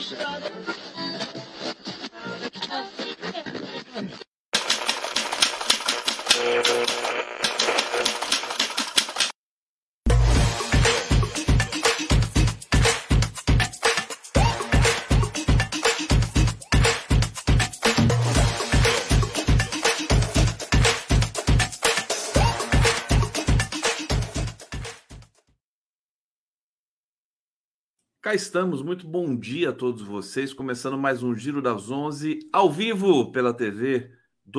Cá estamos, muito bom dia a todos vocês, começando mais um Giro das 11, ao vivo pela TV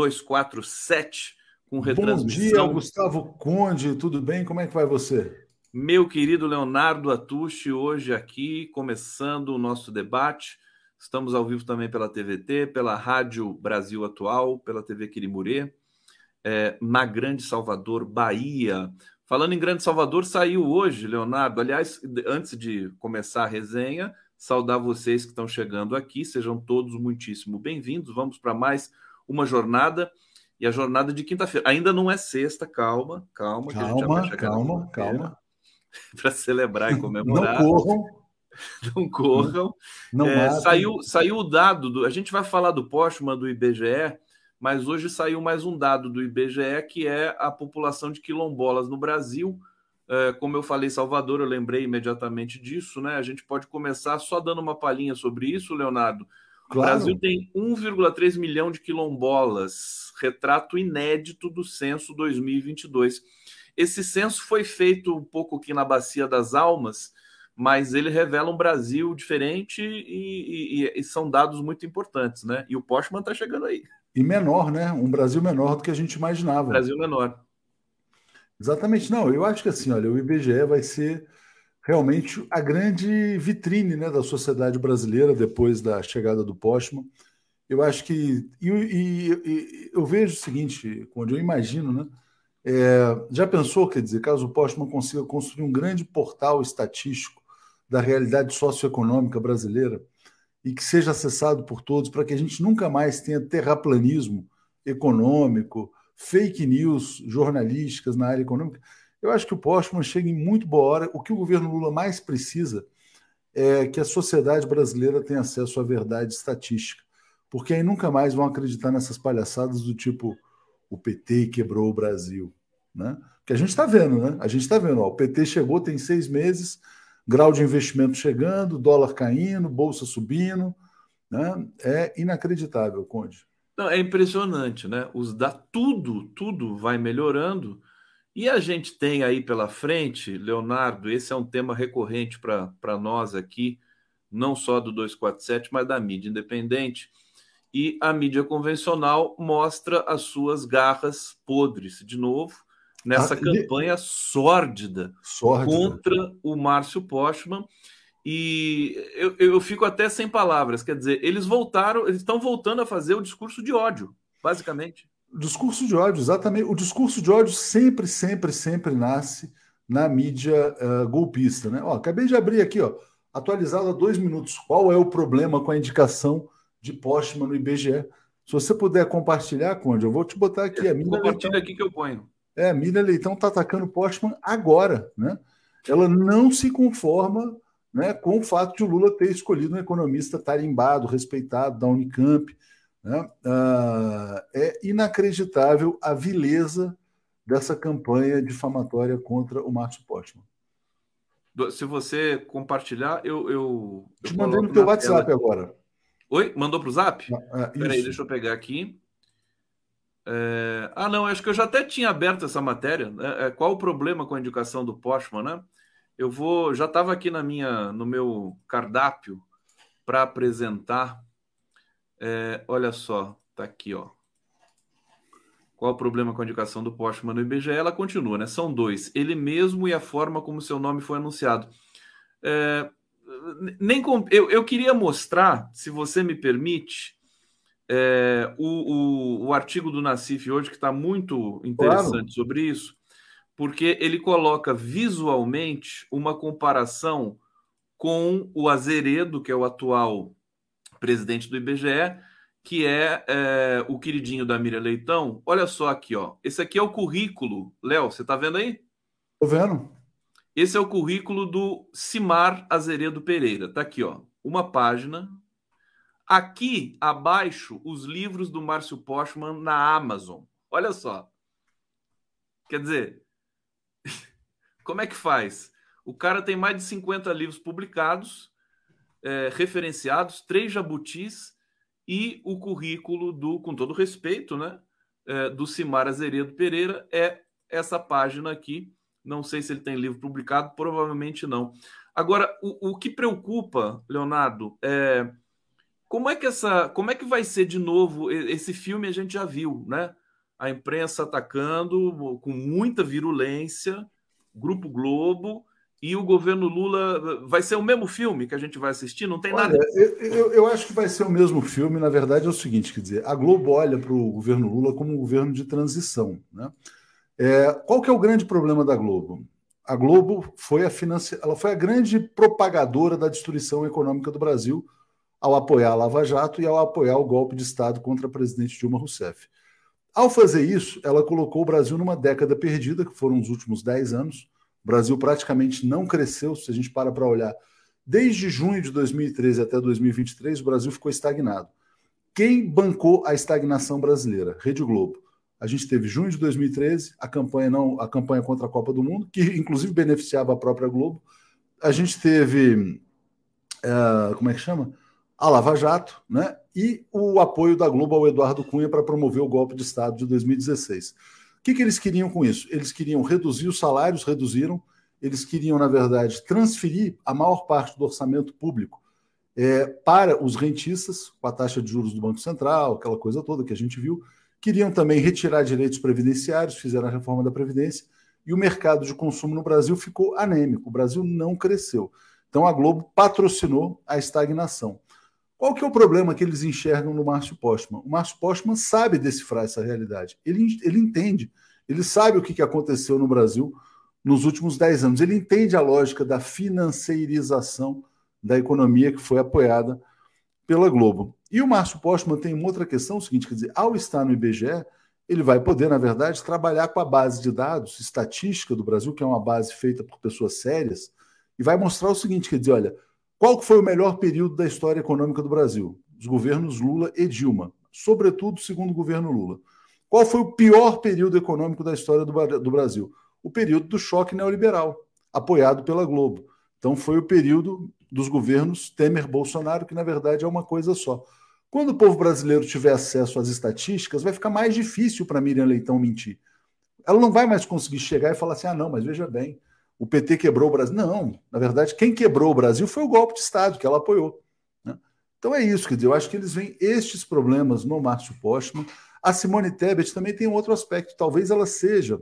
247, com retransmissão. Bom dia, Gustavo Conde, tudo bem? Como é que vai você? Meu querido Leonardo Atushi, hoje aqui, começando o nosso debate. Estamos ao vivo também pela TVT, pela Rádio Brasil Atual, pela TV Quirimurê, na Grande Salvador, Bahia. Falando em Grande Salvador, saiu hoje, Leonardo. Aliás, antes de começar a resenha, saudar vocês que estão chegando aqui. Sejam todos muitíssimo bem-vindos. Vamos para mais uma jornada. E a jornada de quinta-feira. Ainda não é sexta, calma, que a gente já vai chegar calma. Para celebrar e comemorar. Não corram. Não corram. Saiu o dado. A gente vai falar do Postman, do IBGE, mas hoje saiu mais um dado do IBGE, que é a população de quilombolas no Brasil. Como eu falei, Salvador, eu lembrei imediatamente disso, né? A gente pode começar só dando uma palhinha sobre isso, Leonardo. Claro. O Brasil tem 1,3 milhão de quilombolas, retrato inédito do censo 2022. Esse censo foi feito um pouco aqui na Bacia das Almas, mas ele revela um Brasil diferente e são dados muito importantes, né? E o Postman está chegando aí. E menor, né? Um Brasil menor do que a gente imaginava. Brasil menor. Exatamente. Não, eu acho que assim, olha, o IBGE vai ser realmente a grande vitrine, né, da sociedade brasileira depois da chegada do Postman. Eu acho que... eu vejo o seguinte, quando eu imagino, né? Já pensou, quer dizer, caso o Postman consiga construir um grande portal estatístico da realidade socioeconômica brasileira e que seja acessado por todos, para que a gente nunca mais tenha terraplanismo econômico, fake news jornalísticas na área econômica. Eu acho que o Postman chega em muito boa hora. O que o governo Lula mais precisa é que a sociedade brasileira tenha acesso à verdade estatística, porque aí nunca mais vão acreditar nessas palhaçadas do tipo o PT quebrou o Brasil, né? Que a gente está vendo, né? A gente está vendo, ó, o PT chegou, tem 6 meses, grau de investimento chegando, dólar caindo, bolsa subindo, né? É inacreditável, Conde. Não, é impressionante, né? Tudo vai melhorando e a gente tem aí pela frente, Leonardo, esse é um tema recorrente para nós aqui, não só do 247, mas da mídia independente. E a mídia convencional mostra as suas garras podres, de novo, nessa campanha sórdida contra o Márcio Postman. E eu fico até sem palavras. Quer dizer, eles estão voltando a fazer o discurso de ódio, basicamente. Discurso de ódio, exatamente. O discurso de ódio sempre nasce na mídia golpista, né? Ó, acabei de abrir aqui, ó, atualizado há 2 minutos. Qual é o problema com a indicação de Postman no IBGE? Se você puder compartilhar, Conde, eu vou te botar aqui. Compartilha aqui que eu ponho. A Miriam Leitão está atacando Postman agora, né? Ela não se conforma, né, com o fato de o Lula ter escolhido um economista tarimbado, respeitado, da Unicamp, né? É inacreditável a vileza dessa campanha difamatória contra o Márcio Postman. Se você compartilhar, eu te mandei no teu WhatsApp agora. Oi? Mandou para o Zap? Espera aí, deixa eu pegar aqui. Não, acho que eu já até tinha aberto essa matéria. Qual o problema com a indicação do Postman, né? Já estava aqui no meu cardápio para apresentar. Olha só, tá aqui, ó. Qual o problema com a indicação do Postman no IBGE? Ela continua, né? São 2. Ele mesmo e a forma como seu nome foi anunciado. Eu queria mostrar, se você me permite, o artigo do Nassif hoje, que está muito interessante sobre isso, porque ele coloca visualmente uma comparação com o Azeredo, que é o atual presidente do IBGE, que é o queridinho da Miriam Leitão. Olha só aqui, ó. Esse aqui é o currículo. Léo, você está vendo aí? Estou vendo. Esse é o currículo do Cimar Azeredo Pereira. Tá aqui, ó, uma página. Aqui abaixo, os livros do Márcio Postman na Amazon. Olha só. Quer dizer, como é que faz? O cara tem mais de 50 livros publicados, referenciados, 3 jabutis e o currículo do, com todo respeito, né, do Cimar Azeredo Pereira é essa página aqui. Não sei se ele tem livro publicado, provavelmente não. Agora, o que preocupa, Leonardo, como é que vai ser de novo esse filme? A gente já viu, né? A imprensa atacando com muita virulência, Grupo Globo, e o governo Lula. Vai ser o mesmo filme que a gente vai assistir? Não tem nada. Eu acho que vai ser o mesmo filme. Na verdade, é o seguinte, quer dizer, a Globo olha para o governo Lula como um governo de transição, né? Qual que é o grande problema da Globo? A Globo ela foi a grande propagadora da destruição econômica do Brasil ao apoiar a Lava Jato e ao apoiar o golpe de Estado contra a presidente Dilma Rousseff. Ao fazer isso, ela colocou o Brasil numa década perdida, que foram os últimos 10 anos. O Brasil praticamente não cresceu, se a gente para olhar. Desde junho de 2013 até 2023, o Brasil ficou estagnado. Quem bancou a estagnação brasileira? Rede Globo. A gente teve junho de 2013, a campanha contra a Copa do Mundo, que inclusive beneficiava a própria Globo. A gente teve, como é que chama? A Lava Jato, né? E o apoio da Globo ao Eduardo Cunha para promover o golpe de Estado de 2016. O que eles queriam com isso? Eles queriam reduzir os salários, reduziram. Eles queriam, na verdade, transferir a maior parte do orçamento público para os rentistas, com a taxa de juros do Banco Central, aquela coisa toda que a gente viu. Queriam também retirar direitos previdenciários, fizeram a reforma da Previdência, e o mercado de consumo no Brasil ficou anêmico. O Brasil não cresceu. Então a Globo patrocinou a estagnação. Qual que é o problema que eles enxergam no Márcio Postman? O Márcio Postman sabe decifrar essa realidade. Ele entende, ele sabe o que aconteceu no Brasil nos últimos 10 anos. Ele entende a lógica da financeirização da economia que foi apoiada pela Globo. E o Márcio Postman tem uma outra questão, o seguinte, quer dizer, ao estar no IBGE, ele vai poder, na verdade, trabalhar com a base de dados estatística do Brasil, que é uma base feita por pessoas sérias, e vai mostrar o seguinte, quer dizer, olha, qual foi o melhor período da história econômica do Brasil? Os governos Lula e Dilma, sobretudo o segundo governo Lula. Qual foi o pior período econômico da história do Brasil? O período do choque neoliberal, apoiado pela Globo. Então foi o período dos governos Temer-Bolsonaro, que na verdade é uma coisa só. Quando o povo brasileiro tiver acesso às estatísticas, vai ficar mais difícil para Miriam Leitão mentir. Ela não vai mais conseguir chegar e falar assim, não, mas veja bem, o PT quebrou o Brasil. Não, na verdade, quem quebrou o Brasil foi o golpe de Estado, que ela apoiou, né? Então é isso, quer dizer, eu acho que eles veem estes problemas no Márcio Postman. A Simone Tebet também tem um outro aspecto, talvez ela seja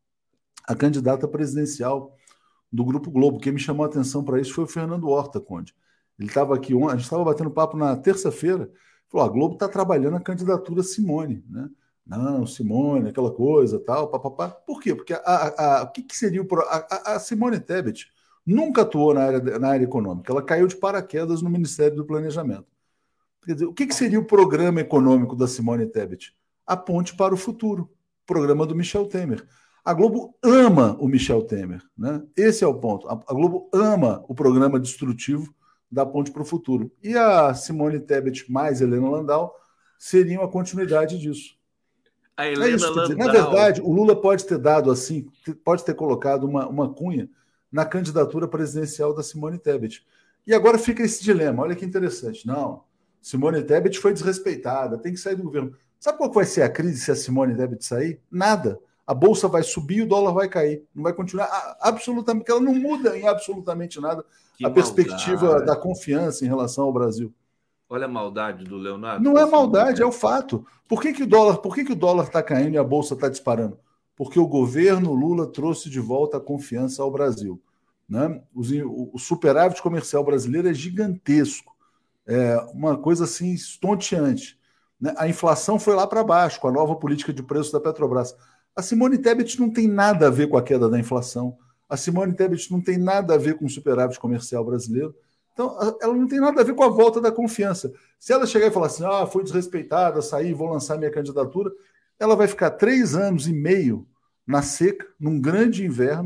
a candidata presidencial do Grupo Globo. Quem me chamou a atenção para isso foi o Fernando Horta, Conde. Ele estava aqui ontem, a gente estava batendo papo na terça-feira, falou, a Globo está trabalhando a candidatura Simone, né? Não, Simone, aquela coisa, tal, papapá. Por quê? Porque o que seria a Simone Tebet nunca atuou na área econômica, ela caiu de paraquedas no Ministério do Planejamento. Quer dizer, o que seria o programa econômico da Simone Tebet? A Ponte para o Futuro, programa do Michel Temer. A Globo ama o Michel Temer, né? Esse é o ponto. A Globo ama o programa destrutivo da Ponte para o Futuro. E a Simone Tebet mais Helena Landau seriam a continuidade disso. A Helena Landau. Na verdade, o Lula pode ter dado assim, pode ter colocado uma cunha na candidatura presidencial da Simone Tebet. E agora fica esse dilema. Olha que interessante. Não, Simone Tebet foi desrespeitada, tem que sair do governo. Sabe qual vai ser a crise se a Simone Tebet sair? Nada. A bolsa vai subir e o dólar vai cair. Não vai continuar absolutamente, porque ela não muda em absolutamente nada a perspectiva da confiança em relação ao Brasil. Olha a maldade do Leonardo. Não é maldade, é o fato. Por que o dólar está caindo e a bolsa está disparando? Porque o governo Lula trouxe de volta a confiança ao Brasil, né? O superávit comercial brasileiro é gigantesco. É uma coisa assim estonteante, né? A inflação foi lá para baixo com a nova política de preços da Petrobras. A Simone Tebet não tem nada a ver com a queda da inflação. A Simone Tebet não tem nada a ver com o superávit comercial brasileiro. Então, ela não tem nada a ver com a volta da confiança. Se ela chegar e falar assim, fui desrespeitada, saí, vou lançar minha candidatura, ela vai ficar 3 anos e meio na seca, num grande inverno,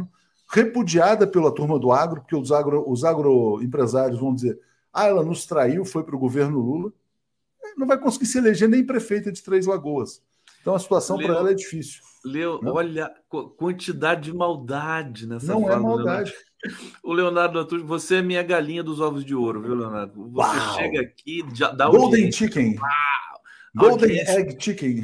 repudiada pela turma do agro, porque os agroempresários vão dizer: ela nos traiu, foi para o governo Lula. Não vai conseguir se eleger nem prefeita de Três Lagoas. Então a situação para ela é difícil. Leo, né? Olha a quantidade de maldade nessa Não fala. Não é maldade. O Leonardo Atush, você é minha galinha dos ovos de ouro, viu, Leonardo? Você chega aqui, dá o Golden Chicken. Golden Egg Chicken.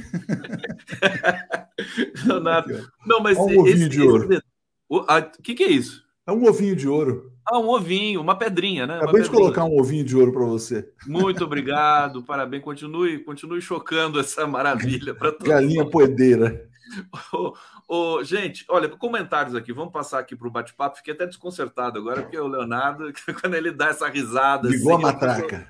Leonardo. Não, mas um ovinho de ouro. O que é isso? É um ovinho de ouro. Um ovinho, uma pedrinha, né? Acabei de colocar um ovinho de ouro para você. Muito obrigado, parabéns. Continue chocando essa maravilha para todos. Galinha poedeira. Gente, olha, comentários aqui. Vamos passar aqui para o bate-papo. Fiquei até desconcertado agora, porque o Leonardo, quando ele dá essa risada... Ligou a matraca.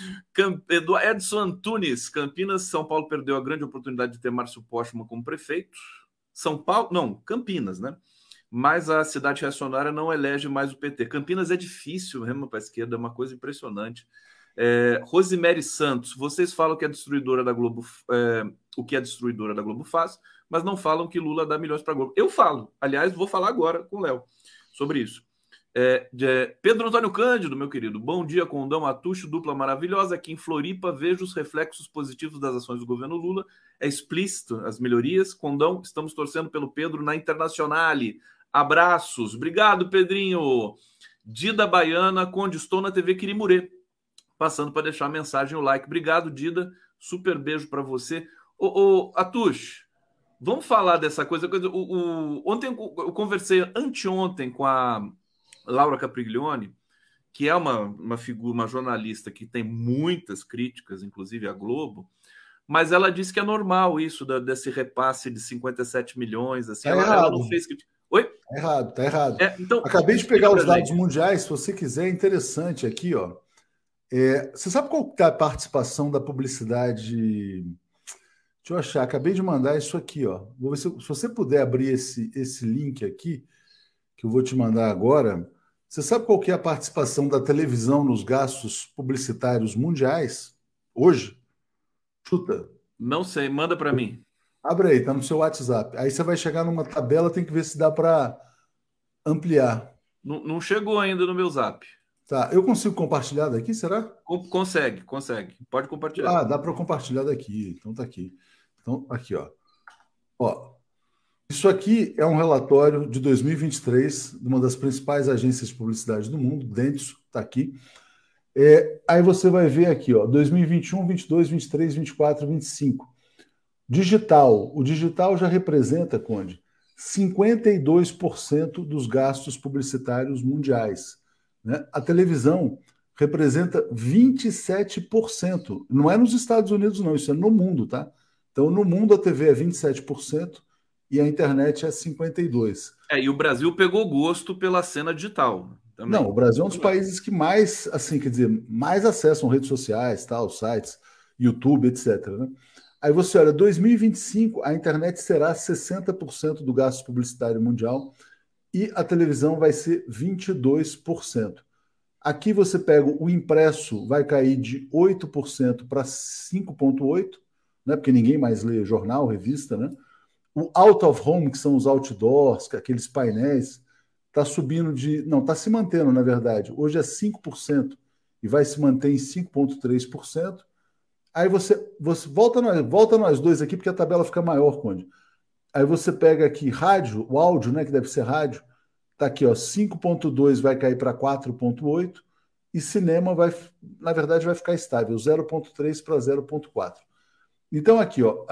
Edson Antunes, Campinas, São Paulo perdeu a grande oportunidade de ter Márcio Postman como prefeito. São Paulo... Não, Campinas, né? Mas a cidade reacionária não elege mais o PT. Campinas é difícil mesmo para a esquerda, é uma coisa impressionante. Rosemary Santos, vocês falam que a destruidora da Globo, o que a destruidora da Globo faz, mas não falam que Lula dá milhões para a Globo. Eu falo, aliás, vou falar agora com o Léo sobre isso. Pedro Antônio Cândido, meu querido, bom dia, Condão, Atucho, dupla maravilhosa. Aqui em Floripa, vejo os reflexos positivos das ações do governo Lula. É explícito as melhorias. Condão, estamos torcendo pelo Pedro na Internazionale. Abraços. Obrigado, Pedrinho. Dida Baiana, Conde, estou na TV Quirimurê. Passando para deixar a mensagem, o like. Obrigado, Dida. Super beijo para você. Atush, vamos falar dessa coisa. Ontem eu conversei anteontem com a Laura Capriglione, que é uma figura, uma jornalista que tem muitas críticas, inclusive à Globo, mas ela disse que é normal isso, desse repasse de 57 milhões. Assim, ela não fez crítica. Oi? Tá errado. Então, acabei de pegar os dados mundiais, se você quiser, é interessante aqui, ó. Você sabe qual é a participação da publicidade? Deixa eu achar, acabei de mandar isso aqui, ó. Vou ver se você puder abrir esse link aqui, que eu vou te mandar agora. Você sabe qual que é a participação da televisão nos gastos publicitários mundiais hoje? Chuta. Não sei, manda para mim. Abre aí, tá no seu WhatsApp. Aí você vai chegar numa tabela, tem que ver se dá para ampliar. Não chegou ainda no meu Zap. Tá, eu consigo compartilhar daqui, será? Consegue. Pode compartilhar. Dá para compartilhar daqui. Então tá aqui. Então, aqui, ó. Isso aqui é um relatório de 2023 de uma das principais agências de publicidade do mundo, Dentsu, tá aqui. Aí você vai ver aqui, ó, 2021, 22, 23, 24, 25. Digital. O digital já representa, Conde, 52% dos gastos publicitários mundiais. Né? A televisão representa 27%. Não é nos Estados Unidos, não, isso é no mundo, tá? Então, no mundo, a TV é 27% e a internet é 52%. E o Brasil pegou gosto pela cena digital. Também. Não, o Brasil é um dos países que mais, assim, quer dizer, mais acessam redes sociais, tal, sites, YouTube, etc. Né? Aí você olha, 2025, a internet será 60% do gasto publicitário mundial e a televisão vai ser 22%. Aqui você pega o impresso, vai cair de 8% para 5,8%, né? Porque ninguém mais lê jornal, revista, né? O out of home, que são os outdoors, aqueles painéis, está subindo de... Não, está se mantendo, na verdade. Hoje é 5% e vai se manter em 5,3%. Aí você volta nós dois aqui, porque a tabela fica maior, Conde. Aí você pega aqui rádio, o áudio, né, que deve ser rádio, tá aqui, ó, 5,2 vai cair para 4,8 e cinema na verdade, vai ficar estável, 0,3 para 0,4. Então aqui, ó,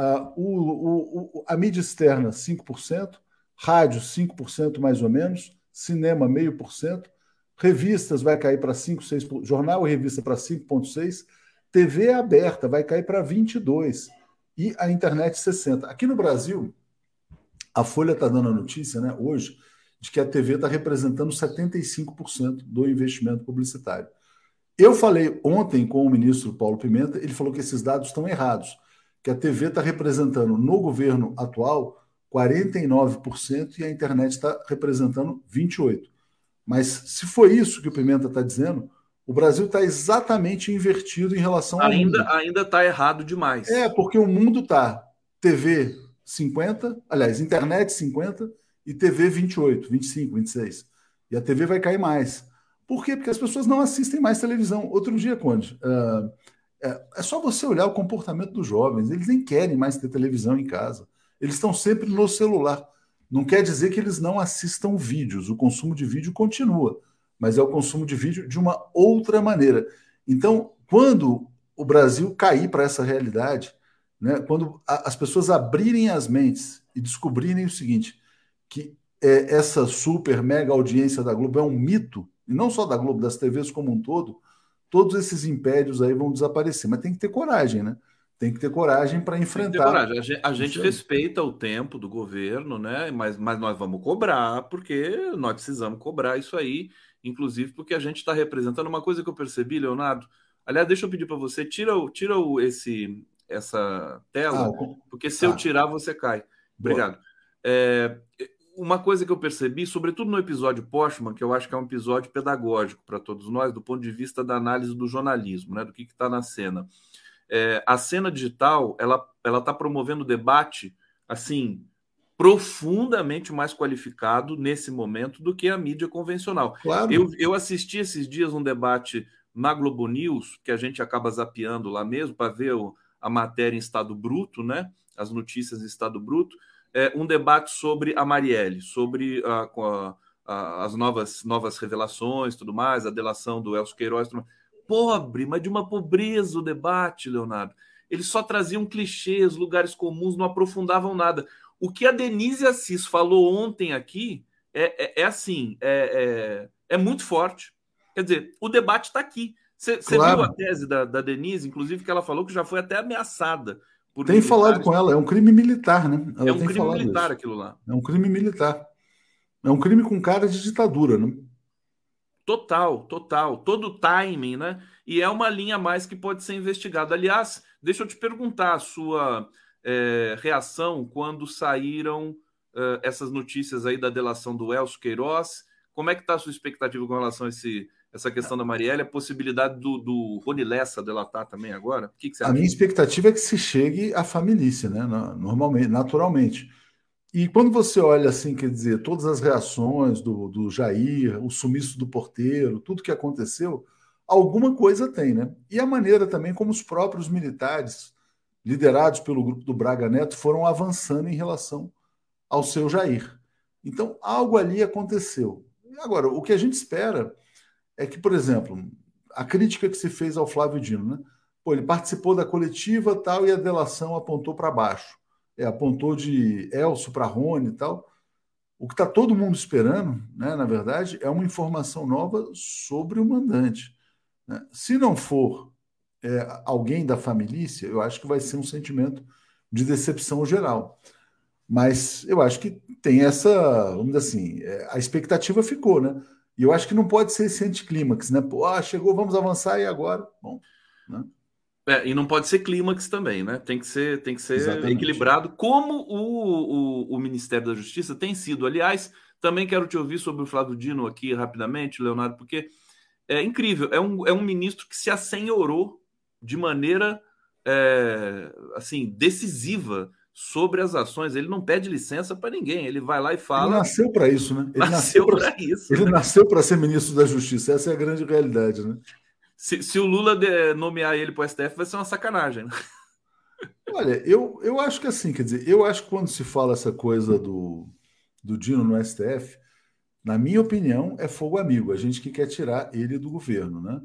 a mídia externa 5%, rádio 5% mais ou menos, cinema 0,5%, revistas vai cair para 5, 6%, jornal e revista para 5,6%, TV aberta vai cair para 22% e a internet 60%. Aqui no Brasil, a Folha está dando a notícia, né, hoje, de que a TV está representando 75% do investimento publicitário. Eu falei ontem com o ministro Paulo Pimenta, ele falou que esses dados estão errados, que a TV está representando no governo atual 49% e a internet está representando 28%. Mas se for isso que o Pimenta está dizendo, o Brasil está exatamente invertido em relação ao mundo. Ainda está errado demais. Porque o mundo está TV 50%, aliás, internet 50% e TV 28, 25, 26. E a TV vai cair mais. Por quê? Porque as pessoas não assistem mais televisão. Outro dia, Conde, é só você olhar o comportamento dos jovens. Eles nem querem mais ter televisão em casa. Eles estão sempre no celular. Não quer dizer que eles não assistam vídeos. O consumo de vídeo continua, mas é o consumo de vídeo de uma outra maneira. Então, quando o Brasil cair para essa realidade, né, quando as pessoas abrirem as mentes e descobrirem o seguinte, que essa super mega audiência da Globo é um mito, e não só da Globo, das TVs como um todo, todos esses impérios aí vão desaparecer. Mas tem que ter coragem, né? Tem que ter coragem para enfrentar. Tem que ter coragem. A gente respeita o tempo do governo, né? Mas nós vamos cobrar, porque nós precisamos cobrar isso aí, inclusive porque a gente está representando uma coisa que eu percebi, Leonardo. Aliás, deixa eu pedir para você, tira essa tela, porque se eu tirar, você cai. Obrigado. Uma coisa que eu percebi, sobretudo no episódio Postman, que eu acho que é um episódio pedagógico para todos nós, do ponto de vista da análise do jornalismo, né? Do que está na cena. A cena digital, ela está promovendo debate, assim, profundamente mais qualificado nesse momento do que a mídia convencional. Claro. Eu assisti esses dias um debate na Globo News, que a gente acaba zapeando lá mesmo, para ver a matéria em estado bruto, né? As notícias em estado bruto. Um debate sobre a Marielle, sobre as novas revelações, tudo mais, a delação do Elcio Queiroz, tudo mais. Pobre, mas de uma pobreza o debate, Leonardo. Eles só traziam clichês, lugares comuns, não aprofundavam nada. O que a Denise Assis falou ontem aqui é muito forte. Quer dizer, o debate está aqui. Você viu a tese da Denise, inclusive, que ela falou que já foi até ameaçada. Tem falado com ela, é um crime militar, né? É um crime militar aquilo lá. É um crime militar. É um crime com cara de ditadura, né? Total. Todo o timing, né? E é uma linha a mais que pode ser investigada. Aliás, deixa eu te perguntar a sua reação quando saíram essas notícias aí da delação do Elcio Queiroz. Como é que está a sua expectativa com relação a essa questão da Marielle, a possibilidade do Rony Lessa delatar também agora? O que você acha? A minha expectativa é que se chegue à família, né? Normalmente, naturalmente. E quando você olha assim, quer dizer, todas as reações do Jair, o sumiço do porteiro, tudo que aconteceu, alguma coisa tem, né? E a maneira também como os próprios militares, liderados pelo grupo do Braga Neto, foram avançando em relação ao seu Jair. Então, algo ali aconteceu. Agora, o que a gente espera é que, por exemplo, a crítica que se fez ao Flávio Dino, né? Pô, ele participou da coletiva tal e a delação apontou para baixo. Apontou de Elcio para Rony e tal. O que está todo mundo esperando, né, na verdade, é uma informação nova sobre o mandante. Né? Se não for alguém da família, eu acho que vai ser um sentimento de decepção geral. Mas eu acho que tem essa, vamos dizer assim, a expectativa ficou, né? E eu acho que não pode ser esse anticlímax, né? Pô, chegou, vamos avançar e agora? Bom, né? E não pode ser clímax também, né? Tem que ser Exatamente. equilibrado, como o Ministério da Justiça tem sido. Aliás, também quero te ouvir sobre o Flávio Dino aqui rapidamente, Leonardo, porque é incrível. É um ministro que se assenhorou de maneira assim decisiva sobre as ações. Ele não pede licença para ninguém. Ele vai lá e fala. Ele nasceu para isso, né? Ele nasceu para isso. Ele nasceu para ser ministro da Justiça. Essa é a grande realidade, né? Se o Lula nomear ele para o STF, vai ser uma sacanagem. Né? Olha, eu acho que assim, quer dizer, eu acho que quando se fala essa coisa do Dino no STF, na minha opinião, é fogo amigo. A gente que quer tirar ele do governo, né?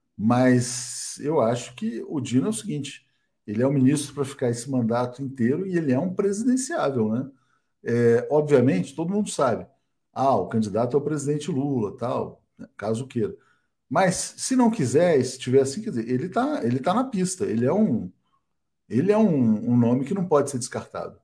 Mas eu acho que o Dino é o seguinte: ele é o ministro para ficar esse mandato inteiro e ele é um presidenciável, né? Obviamente, todo mundo sabe. O candidato é o presidente Lula, tal, né, caso queira. Mas se não quiser, se tiver assim, quer dizer, ele tá na pista. Ele é um nome que não pode ser descartado.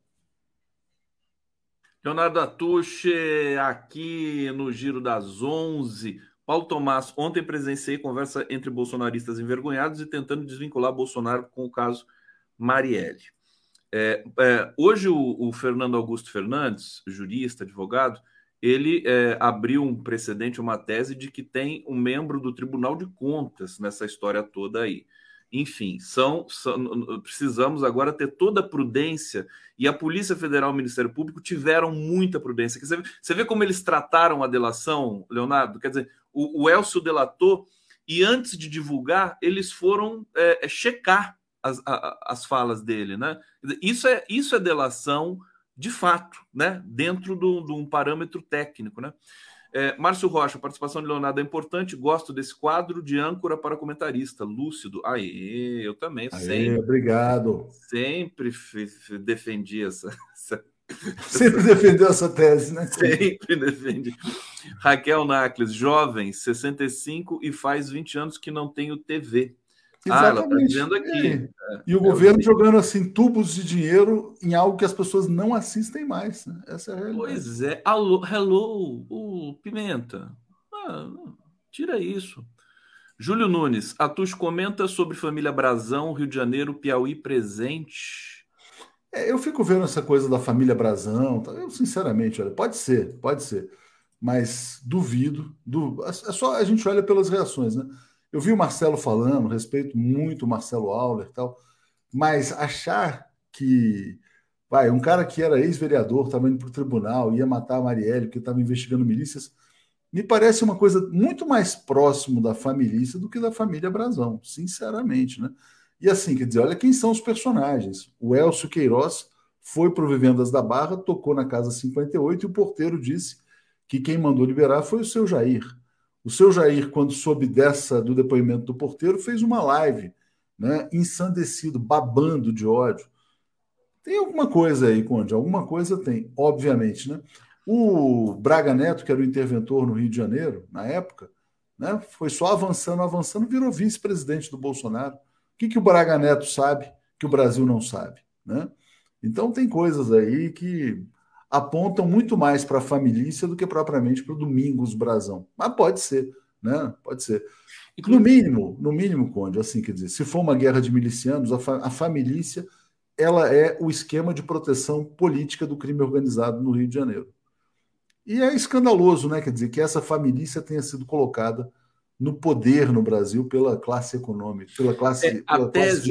Leonardo Atuche, aqui no Giro das 11. Paulo Tomás, ontem presenciei conversa entre bolsonaristas envergonhados e tentando desvincular Bolsonaro com o caso Marielle. Hoje o Fernando Augusto Fernandes, jurista, advogado, ele abriu um precedente, uma tese de que tem um membro do Tribunal de Contas nessa história toda aí. Enfim, precisamos agora ter toda a prudência, e a Polícia Federal e o Ministério Público tiveram muita prudência. Você vê como eles trataram a delação, Leonardo? Quer dizer, o Elcio delatou, e antes de divulgar, eles foram checar as falas dele, né? Isso é delação de fato, né? Dentro de um parâmetro técnico, né? Márcio Rocha, a participação de Leonardo é importante, gosto desse quadro de âncora para comentarista, lúcido. Aí, eu também, sempre. Obrigado. Sempre defendi Sempre defendeu essa tese, né? Sempre defendi. Raquel Nacles, jovem, 65 e faz 20 anos que não tenho TV. Exatamente. Ela está dizendo aqui. E o governo jogando assim tubos de dinheiro em algo que as pessoas não assistem mais. Né? Essa é a realidade. Pois é. Alô, hello, Pimenta. Tira isso. Júlio Nunes, Atush comenta sobre família Brazão, Rio de Janeiro, Piauí presente. Eu fico vendo essa coisa da família Brazão. Eu, sinceramente, olha, pode ser. Mas duvido. É só a gente olha pelas reações, né? Eu vi o Marcelo falando, respeito muito o Marcelo Auler e tal, mas achar que um cara que era ex-vereador, estava indo para o tribunal, ia matar a Marielle, porque estava investigando milícias, me parece uma coisa muito mais próximo da família do que da família Brazão, sinceramente, né? E assim, quer dizer, olha quem são os personagens. O Elcio Queiroz foi para o Vivendas da Barra, tocou na Casa 58 e o porteiro disse que quem mandou liberar foi o seu Jair. O seu Jair, quando soube do depoimento do porteiro, fez uma live, né, ensandecido, babando de ódio. Tem alguma coisa aí, Conde, alguma coisa tem, obviamente, né? O Braga Neto, que era o interventor no Rio de Janeiro, na época, né, foi só avançando, virou vice-presidente do Bolsonaro. O que o Braga Neto sabe que o Brasil não sabe, né? Então tem coisas aí que apontam muito mais para a família do que propriamente para o Domingos Brazão. Mas pode ser, né? Pode ser. No mínimo, Conde, assim, quer dizer, se for uma guerra de milicianos, a família ela é o esquema de proteção política do crime organizado no Rio de Janeiro. E é escandaloso, né? Quer dizer, que essa família tenha sido colocada no poder no Brasil pela classe econômica, pela classe. A tese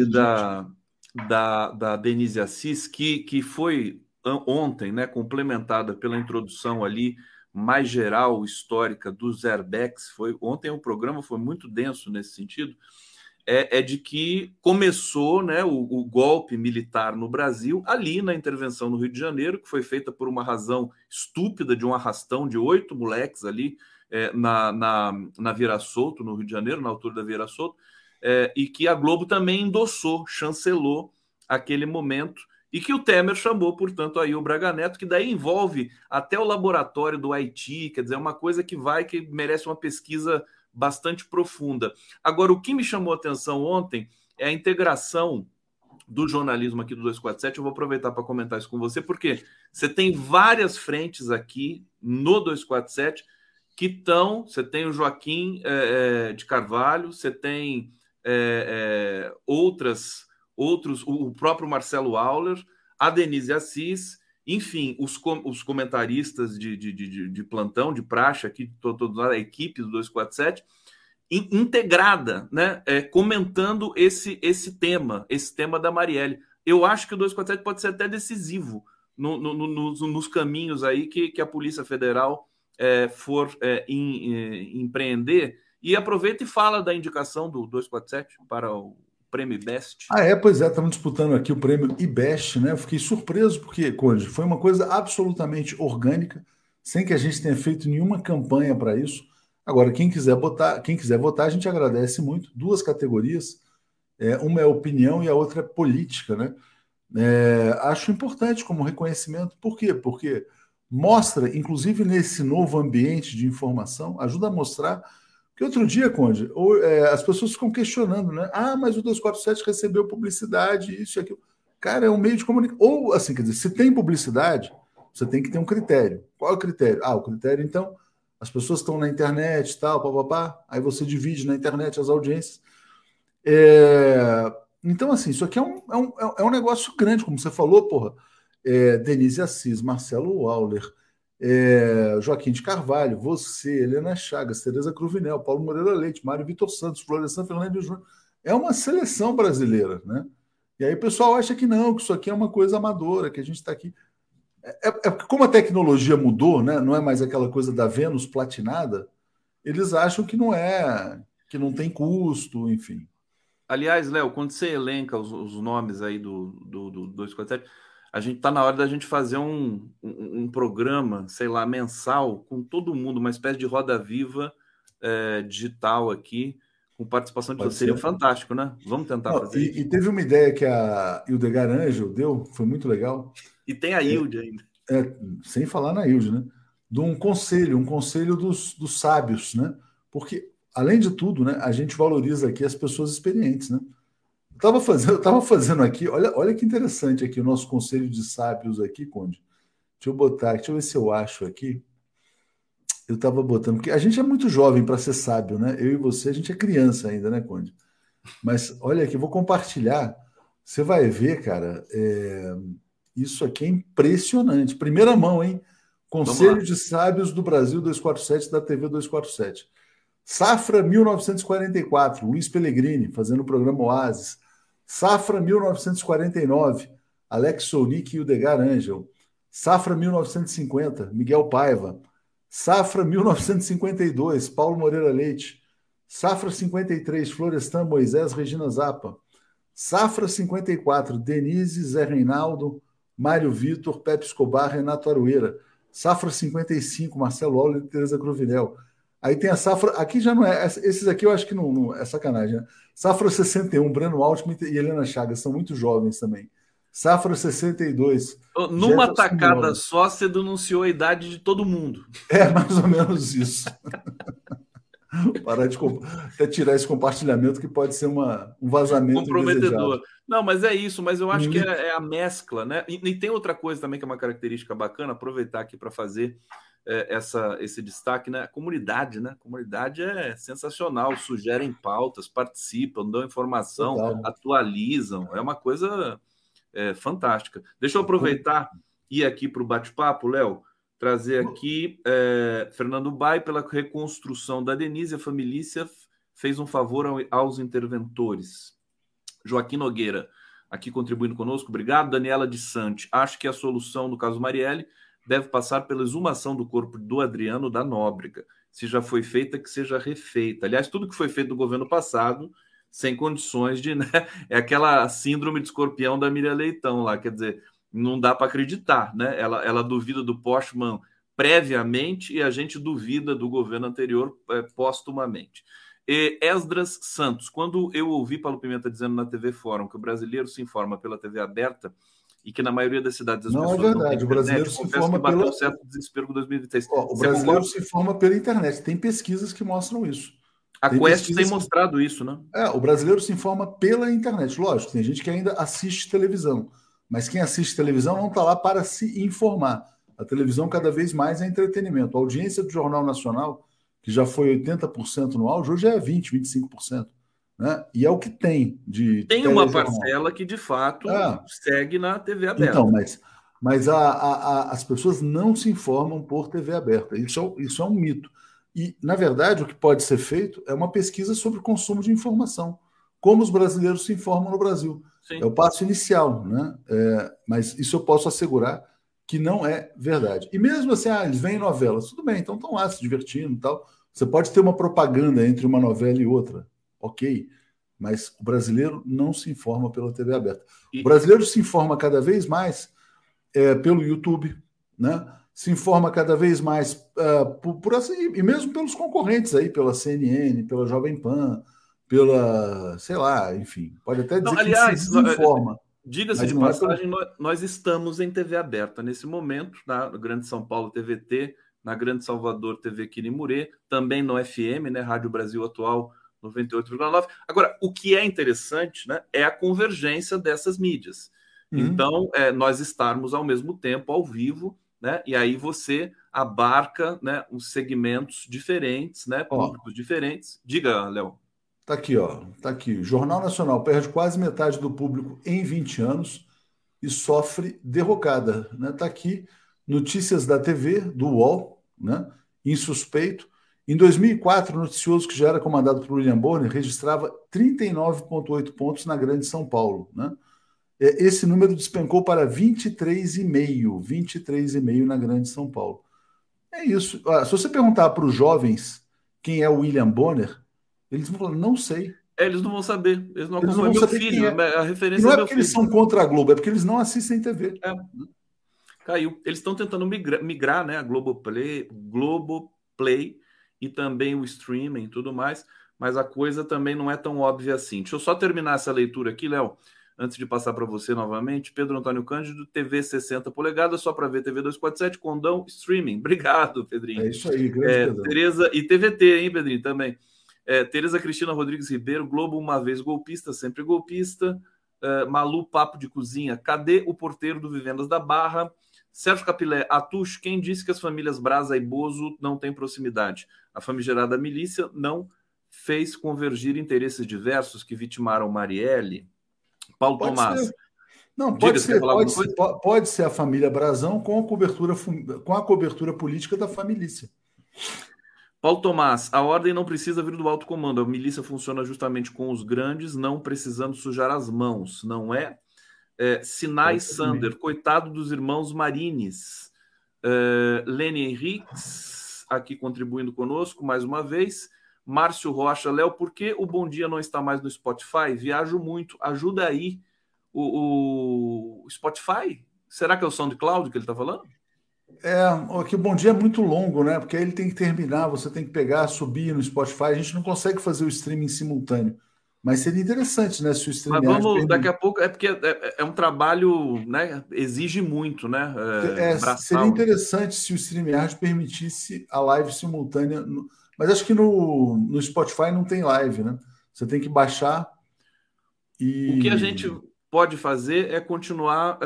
da Denise Assis, que foi ontem, né, complementada pela introdução ali mais geral, histórica dos airbags, ontem o programa foi muito denso nesse sentido, de que começou, né, o golpe militar no Brasil ali na intervenção no Rio de Janeiro, que foi feita por uma razão estúpida de um arrastão de 8 moleques ali na Vieira Solto, no Rio de Janeiro, na altura da Vieira Solto, e que a Globo também endossou, chancelou aquele momento, e que o Temer chamou, portanto, aí o Braga Neto, que daí envolve até o laboratório do Haiti, quer dizer, é uma coisa que merece uma pesquisa bastante profunda. Agora, o que me chamou a atenção ontem é a integração do jornalismo aqui do 247. Eu vou aproveitar para comentar isso com você, porque você tem várias frentes aqui no 247 que estão... Você tem o Joaquim de Carvalho, você tem outros, o próprio Marcelo Auler, a Denise Assis, enfim, os comentaristas de plantão, de praxe aqui, toda a equipe do 247, integrada, né, comentando esse tema da Marielle. Eu acho que o 247 pode ser até decisivo nos caminhos aí que a Polícia Federal for empreender. E aproveita e fala da indicação do 247 para o prêmio IBEST. Pois é, estamos disputando aqui o prêmio IBEST, né? Eu fiquei surpreso porque, Conde, foi uma coisa absolutamente orgânica, sem que a gente tenha feito nenhuma campanha para isso. Agora, quem quiser votar, a gente agradece muito. 2 categorias, uma é opinião e a outra é política, né? Acho importante como reconhecimento. Por quê? Porque mostra, inclusive nesse novo ambiente de informação, ajuda a mostrar. Porque outro dia, Conde, as pessoas ficam questionando, né? Mas o 247 recebeu publicidade, isso e aquilo. Cara, é um meio de comunicação. Ou, assim, quer dizer, se tem publicidade, você tem que ter um critério. Qual é o critério? O critério, então, as pessoas estão na internet e tal, papapá, aí você divide na internet as audiências. Então, assim, isso aqui é um negócio grande, como você falou, porra. Denise Assis, Marcelo Auler, Joaquim de Carvalho, você, Helena Chagas, Tereza Cruvinel, Paulo Moreira Leite, Mário Vitor Santos, Florestan Fernandes Júnior. É uma seleção brasileira, né? E aí o pessoal acha que não, que isso aqui é uma coisa amadora, que a gente está aqui. Porque como a tecnologia mudou, né? Não é mais aquela coisa da Vênus platinada, eles acham que não é, que não tem custo, enfim. Aliás, Léo, quando você elenca os nomes aí do 247, a gente tá na hora da gente fazer um programa, sei lá, mensal, com todo mundo, uma espécie de roda viva digital aqui, com participação de Pode vocês. Seria ser. fantástico, né? Vamos tentar Não, fazer isso. e teve uma ideia que a Hildegard Angel deu, foi muito legal. E tem a Hilde ainda. Sem falar na Hilde, né? De um conselho dos sábios, né? Porque, além de tudo, né, a gente valoriza aqui as pessoas experientes, né? Eu tava fazendo aqui, olha que interessante aqui o nosso conselho de sábios aqui, Conde. Deixa eu ver se eu acho aqui. Eu estava botando, porque a gente é muito jovem para ser sábio, né? Eu e você, a gente é criança ainda, né, Conde? Mas olha aqui, eu vou compartilhar. Você vai ver, cara, isso aqui é impressionante. Primeira mão, hein? Vamos lá. Conselho de Sábios do Brasil 247, da TV 247. Safra 1944, Luiz Pellegrini, fazendo o programa Oasis. Safra 1949, Alex Sonic e Hildegard Angel. Safra 1950, Miguel Paiva. Safra 1952, Paulo Moreira Leite. Safra 53, Florestan Moisés, Regina Zappa. Safra 54, Denise, Zé Reinaldo, Mário Vitor, Pepe Escobar, Renato Aroeira. Safra 55, Marcelo Auler e Tereza Cruvinel. Aí tem a safra, aqui já não é, esses aqui eu acho que não é sacanagem, né? Safra 61, Breno Altman e Helena Chagas, são muito jovens também. Safra 62, Numa Jefferson tacada Mioma. só, você denunciou a idade de todo mundo. É mais ou menos isso. Parar de até tirar esse compartilhamento que pode ser um vazamento indesejado. Comprometedor. Não, mas é isso, mas eu acho Um que mito. é a mescla, né? E tem outra coisa também que é uma característica bacana, aproveitar aqui para fazer esse destaque, né? A comunidade, né? A comunidade é sensacional, sugerem pautas, participam, dão informação, Total. atualizam, é uma coisa fantástica. Deixa eu aproveitar e ir aqui para o bate-papo, Léo, trazer aqui Fernando Bai, pela reconstrução da Denise, a família fez um favor aos interventores. Joaquim Nogueira, aqui contribuindo conosco, obrigado. Daniela de Sante, acho que a solução do caso Marielle deve passar pela exumação do corpo do Adriano da Nóbrega. Se já foi feita, que seja refeita. Aliás, tudo que foi feito no governo passado, sem condições de... Né, é aquela síndrome de escorpião da Miriam Leitão lá, quer dizer, não dá para acreditar, né? Ela duvida do Postman previamente e a gente duvida do governo anterior postumamente. Esdras Santos, quando eu ouvi Paulo Pimenta dizendo na TV Fórum que o brasileiro se informa pela TV aberta e que na maioria das cidades as Não é pessoas não têm verdade. O brasileiro internet, se confesso que informa bateu pela. um certo desespero com 2026. Ó, o Você brasileiro concorda? se informa pela internet. Tem pesquisas que mostram isso. A Tem Quest tem pesquisas que. mostrado isso, né? O brasileiro se informa pela internet. Lógico, tem gente que ainda assiste televisão. Mas quem assiste televisão não está lá para se informar. A televisão cada vez mais é entretenimento. A audiência do Jornal Nacional, que já foi 80% no auge, hoje é 20%, 25%. Né? E é o que tem de Tem uma telejornal. parcela que, de fato, Ah, segue na TV então, aberta. mas as pessoas não se informam por TV aberta. Isso é um mito. E, na verdade, o que pode ser feito é uma pesquisa sobre o consumo de informação. Como os brasileiros se informam no Brasil. Sim. É o passo inicial, né? Mas isso eu posso assegurar que não é verdade. E mesmo assim, eles veem novelas. Tudo bem, então estão lá se divertindo e tal. Você pode ter uma propaganda entre uma novela e outra. Ok. Mas o brasileiro não se informa pela TV aberta. O brasileiro se informa cada vez mais pelo YouTube, né? Se informa cada vez mais por assim, e mesmo pelos concorrentes aí, pela CNN, pela Jovem Pan, pela, sei lá, enfim, pode até dizer Não, que se aliás, desinforma. diga-se Mas de não é passagem, nós estamos em TV aberta nesse momento, na Grande São Paulo TVT, na Grande Salvador TV Quirimurê, também no FM, né, Rádio Brasil Atual 98,9. Agora, o que é interessante, né, é a convergência dessas mídias. Então, nós estarmos ao mesmo tempo ao vivo, né, e aí você abarca, né, os segmentos diferentes, né, públicos diferentes. Diga, Léo. Tá aqui, ó. Tá aqui. Jornal Nacional perde quase metade do público em 20 anos e sofre derrocada, né? Tá aqui notícias da TV, do UOL, né? Insuspeito. Em 2004, o noticioso, que já era comandado por William Bonner, registrava 39,8 pontos na Grande São Paulo, né? Esse número despencou para 23,5 na Grande São Paulo. É isso. Se você perguntar para os jovens quem é o William Bonner, eles vão falar, não sei. Eles não vão saber, eles não Eles não acompanham. vão Meu saber filho, quem é. a E referência não é é meu porque eles filho. são contra a Globo, é porque eles não assistem TV. Caiu. Eles estão tentando migrar, né? A Globoplay e também o streaming e tudo mais, mas a coisa também não é tão óbvia assim. Deixa eu só terminar essa leitura aqui, Léo, antes de passar para você novamente. Pedro Antônio Cândido, TV 60 polegadas, só para ver TV 247, condão, streaming. Obrigado, Pedrinho. É isso aí, grande Pedro. Tereza, e TVT, hein, Pedrinho, também. Tereza Cristina Rodrigues Ribeiro, Globo uma vez golpista, sempre golpista. Malu Papo de Cozinha, cadê o porteiro do Vivendas da Barra? Sérgio Capilé, Atush, quem disse que as famílias Braza e Bozo não têm proximidade? A famigerada milícia não fez convergir interesses diversos que vitimaram Marielle? Paulo Pode Tomás. Ser. Não, pode ser a família Brazão com a cobertura política da família. Paulo Tomás, a ordem não precisa vir do alto comando. A milícia funciona justamente com os grandes, não precisando sujar as mãos, não é? Sinai Sander, coitado dos irmãos Marines. Lene Henriques, aqui contribuindo conosco mais uma vez. Márcio Rocha, Léo, por que o Bom Dia não está mais no Spotify? Viajo muito, ajuda aí o Spotify. Será que é o SoundCloud que ele está falando? Que o Bom Dia é muito longo, né? Porque aí ele tem que terminar, você tem que pegar, subir no Spotify. A gente não consegue fazer o streaming simultâneo. Mas seria interessante, né? Se o streaming. Mas vamos, daqui a pouco, porque é um trabalho, né? Exige muito, né? Seria interessante se o StreamYard permitisse a live simultânea. Mas acho que no Spotify não tem live, né? Você tem que baixar e. O que a gente pode fazer é continuar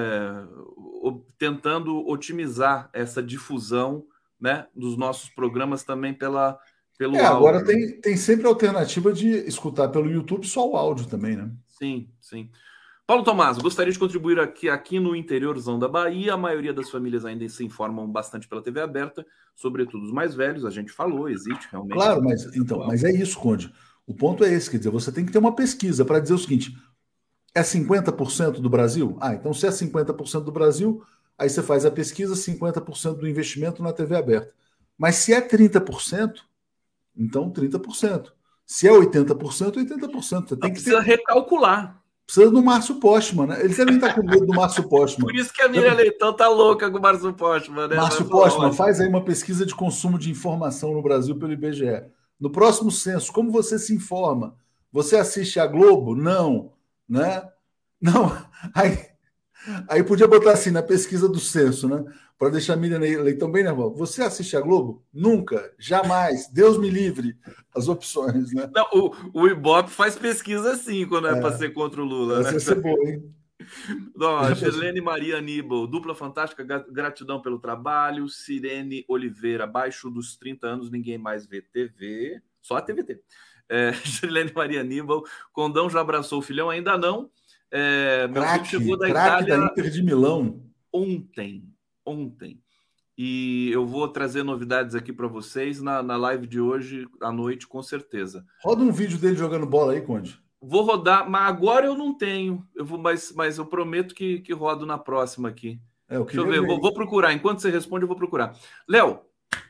tentando otimizar essa difusão, né, dos nossos programas também pelo áudio. Agora tem sempre a alternativa de escutar pelo YouTube só o áudio também, né? Sim, sim. Paulo Tomás, gostaria de contribuir aqui no interiorzão da Bahia. A maioria das famílias ainda se informam bastante pela TV aberta, sobretudo os mais velhos. A gente falou, existe realmente. Claro, mas é isso, Conde. O ponto é esse, quer dizer, você tem que ter uma pesquisa para dizer o seguinte: é 50% do Brasil? Então se é 50% do Brasil, aí você faz a pesquisa, 50% do investimento na TV aberta. Mas se é 30%, então 30%. Se é 80%, 80%. Você tem que precisa recalcular. Precisa do Márcio Postman, né? Ele também está com medo do Márcio Postman. Por isso que a Miriam Leitão tá louca com o Márcio Postman, né? Márcio Postman, faz aí uma pesquisa de consumo de informação no Brasil pelo IBGE. No próximo censo, como você se informa? Você assiste a Globo? Não, né? Não. Aí podia botar assim na pesquisa do censo, né? Para deixar a Miriam Leitão bem nervosa. Você assiste a Globo? Nunca, jamais. Deus me livre. As opções, né? Não, o Ibope faz pesquisa assim quando é para ser contra o Lula. Essa vai ser boa, hein? Gelene Maria Aníbal, dupla fantástica, gratidão pelo trabalho. Sirene Oliveira, abaixo dos 30 anos, ninguém mais vê TV, só a TVT. Gelene Maria Aníbal, Condão já abraçou o filhão? Ainda não. Meu filho chegou da Itália da Inter de Milão ontem. E eu vou trazer novidades aqui para vocês na live de hoje à noite, com certeza. Roda um vídeo dele jogando bola aí, Conde. Vou rodar, mas agora eu não tenho. Mas eu prometo que rodo na próxima aqui. Deixa eu ver, vou procurar. Enquanto você responde, eu vou procurar. Léo,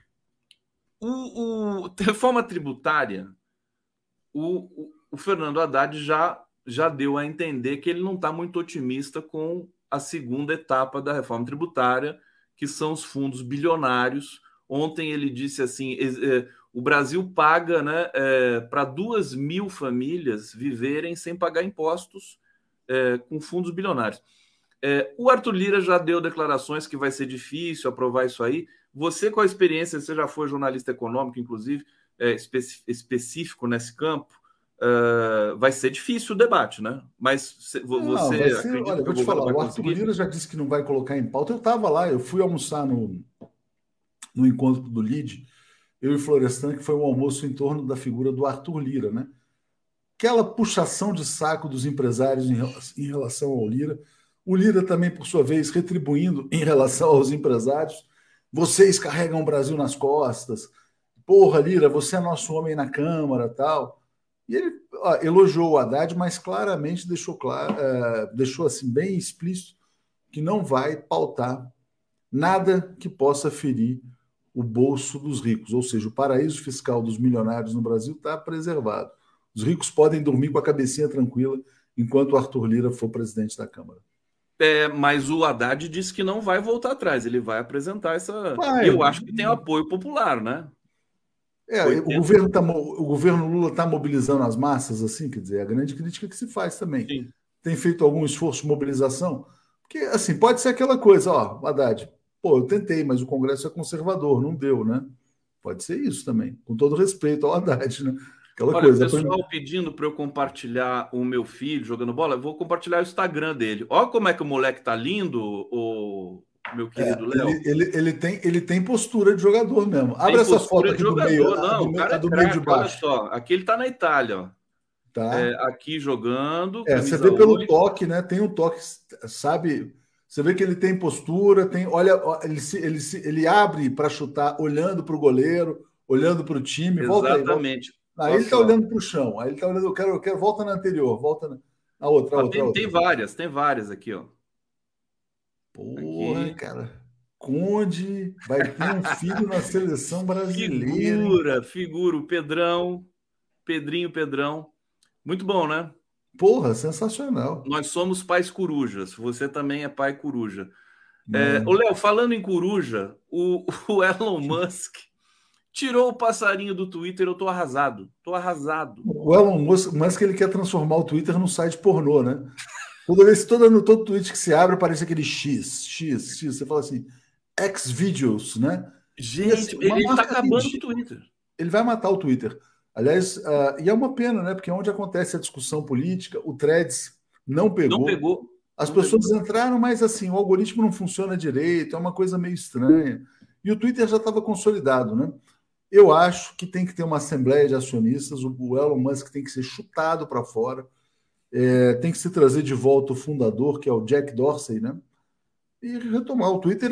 reforma tributária, o Fernando Haddad já deu a entender que ele não está muito otimista com a segunda etapa da reforma tributária, que são os fundos bilionários. Ontem ele disse assim, o Brasil paga, né, para 2.000 famílias viverem sem pagar impostos com fundos bilionários. O Arthur Lira já deu declarações que vai ser difícil aprovar isso aí. Você, com a experiência, você já foi jornalista econômico, inclusive, específico nesse campo, vai ser difícil o debate, né? Mas você acredita olha, vou te falar, o Arthur Lira já disse que não vai colocar em pauta. Eu estava lá, eu fui almoçar no encontro do LIDE, eu e Florestan, que foi um almoço em torno da figura do Arthur Lira, né? Aquela puxação de saco dos empresários em relação ao Lira, o Lira também, por sua vez, retribuindo em relação aos empresários. Vocês carregam o Brasil nas costas, porra, Lira, você é nosso homem na Câmara, tal. E ele elogiou o Haddad, mas claramente deixou assim bem explícito que não vai pautar nada que possa ferir o bolso dos ricos, ou seja, o paraíso fiscal dos milionários no Brasil está preservado. Os ricos podem dormir com a cabecinha tranquila enquanto o Arthur Lira for presidente da Câmara. Mas o Haddad disse que não vai voltar atrás, ele vai apresentar essa. E eu acho que tem apoio popular, né? O governo Lula está mobilizando as massas, assim, quer dizer, a grande crítica que se faz também. Sim. Tem feito algum esforço de mobilização? Porque, assim, pode ser aquela coisa, Haddad, eu tentei, mas o Congresso é conservador, não deu, né? Pode ser isso também, com todo respeito ao Haddad, né? Aquela Olha, coisa. o pessoal pedindo para eu compartilhar o meu filho jogando bola, eu vou compartilhar o Instagram dele. Olha como é que o moleque tá lindo, o meu querido Léo. Ele tem postura de jogador mesmo. Abre essa foto aqui do meio. Não, o cara é craque, de baixo. Olha só, aqui ele tá na Itália, ó. Tá. Aqui jogando. Você vê pelo toque, né? Tem um toque, sabe? Você vê que ele tem postura, ele abre para chutar, olhando para o goleiro, olhando para o time. Exatamente. Aí ele está olhando para o chão. Aí ele está olhando, eu quero, volta na anterior, volta na outra. Tem várias aqui, ó. Porra, aqui. Cara. Conde vai ter um filho na seleção brasileira. Figura, o Pedrão. Muito bom, né? Porra, sensacional. Nós somos pais corujas. Você também é pai coruja. Ô, Léo, falando em coruja, o Elon Musk tirou o passarinho do Twitter. Eu tô arrasado. O Elon Musk ele quer transformar o Twitter num site pornô, né? Toda vez, todo tweet que se abre aparece aquele X. Você fala assim, Xvideos, né? Gente, assim, ele tá acabando com o Twitter. Ele vai matar o Twitter. Aliás, e é uma pena, né? Porque onde acontece a discussão política, o Threads não pegou. As pessoas entraram, mas assim, o algoritmo não funciona direito, é uma coisa meio estranha. E o Twitter já estava consolidado, né? Eu acho que tem que ter uma assembleia de acionistas, o Elon Musk tem que ser chutado para fora, tem que se trazer de volta o fundador, que é o Jack Dorsey, né? E retomar. O Twitter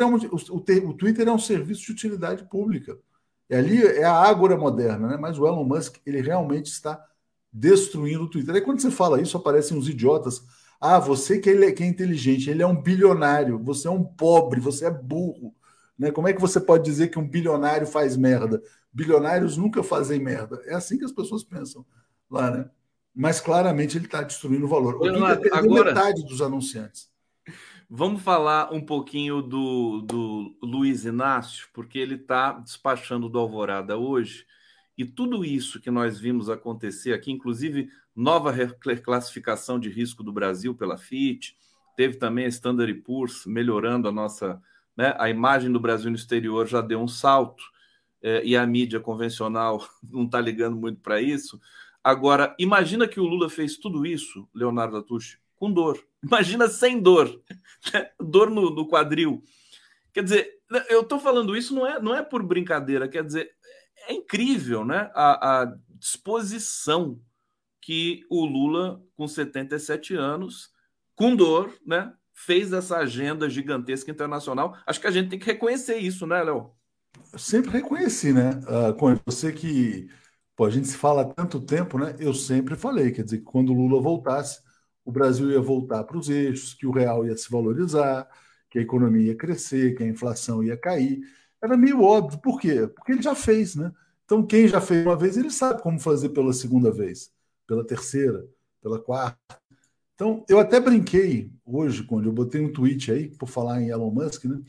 é um serviço de utilidade pública. Ali é a ágora moderna, né? Mas o Elon Musk, ele realmente está destruindo o Twitter. Aí quando você fala isso, aparecem uns idiotas. Você que é inteligente, ele é um bilionário, você é um pobre, você é burro. Né? Como é que você pode dizer que um bilionário faz merda? Bilionários nunca fazem merda. É assim que as pessoas pensam lá, né? Mas claramente ele está destruindo o valor. O Twitter perdeu metade dos anunciantes. Vamos falar um pouquinho do Luiz Inácio, porque ele está despachando do Alvorada hoje, e tudo isso que nós vimos acontecer aqui, inclusive nova reclassificação de risco do Brasil pela Fitch, teve também a Standard & Poor's melhorando a nossa, né, a imagem do Brasil no exterior já deu um salto, e a mídia convencional não está ligando muito para isso. Agora, imagina que o Lula fez tudo isso, Leonardo Atush, com dor. Imagina sem dor. Dor no quadril. Quer dizer, eu estou falando isso não é por brincadeira, quer dizer, é incrível, né? A disposição que o Lula, com 77 anos, com dor, né, fez essa agenda gigantesca internacional. Acho que a gente tem que reconhecer isso, né, Léo? Eu sempre reconheci, né? Você que a gente se fala há tanto tempo, né? Eu sempre falei, quer dizer, que quando o Lula voltasse, o Brasil ia voltar para os eixos, que o real ia se valorizar, que a economia ia crescer, que a inflação ia cair. Era meio óbvio. Por quê? Porque ele já fez, né? Então, quem já fez uma vez, ele sabe como fazer pela segunda vez, pela terceira, pela quarta. Então, eu até brinquei hoje, quando eu botei um tweet aí, por falar em Elon Musk, né?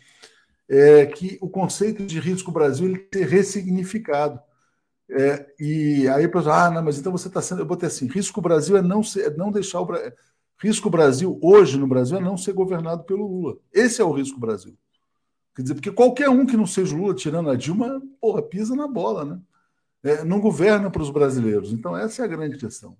Que o conceito de risco Brasil ele ter ressignificado. E aí a pessoa, não, mas então você está sendo. Eu botei assim: risco Brasil é não deixar o risco Brasil, hoje no Brasil, é não ser governado pelo Lula. Esse é o risco Brasil. Quer dizer, porque qualquer um que não seja Lula, tirando a Dilma, pisa na bola, né? Não governa para os brasileiros. Então, essa é a grande questão.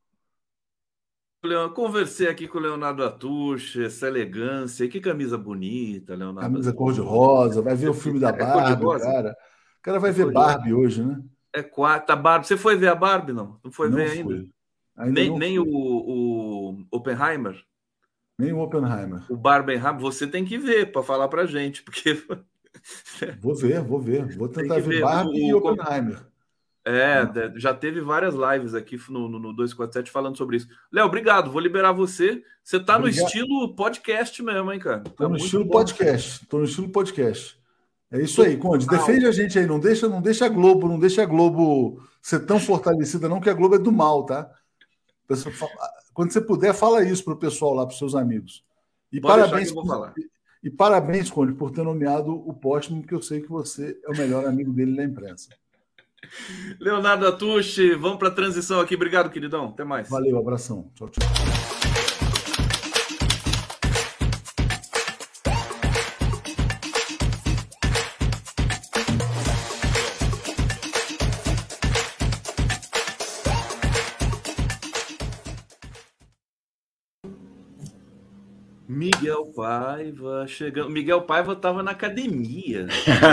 Conversei aqui com o Leonardo Atush, essa elegância, que camisa bonita, Leonardo. Camisa cor-de-rosa, vai ver o filme da Barbie, cara. O cara vai ver Barbie hoje, né? Quarta Barbie. Você foi ver a Barbie, não? Não foi ver ainda? Nem fui. o Oppenheimer? Nem o Oppenheimer. O Barbenheimer, você tem que ver para falar pra gente, porque Vou ver. Vou tentar ver Barbie e Oppenheimer. Já teve várias lives aqui no 247 falando sobre isso. Léo, obrigado. Vou liberar você. Você tá no estilo podcast mesmo, hein, cara? Tô no estilo podcast. É isso aí, Conde. Defende a gente aí. Não deixa a Globo ser tão fortalecida, não, que a Globo é do mal, tá? Quando você puder, fala isso pro pessoal lá, pros seus amigos. E parabéns, que eu vou falar. E parabéns, Conde, por ter nomeado o Póstumo, porque eu sei que você é o melhor amigo dele na imprensa. Leonardo Atushi, vamos para a transição aqui. Obrigado, queridão. Até mais. Valeu, abração. Tchau, tchau. Miguel Paiva chegando. Miguel Paiva estava na academia.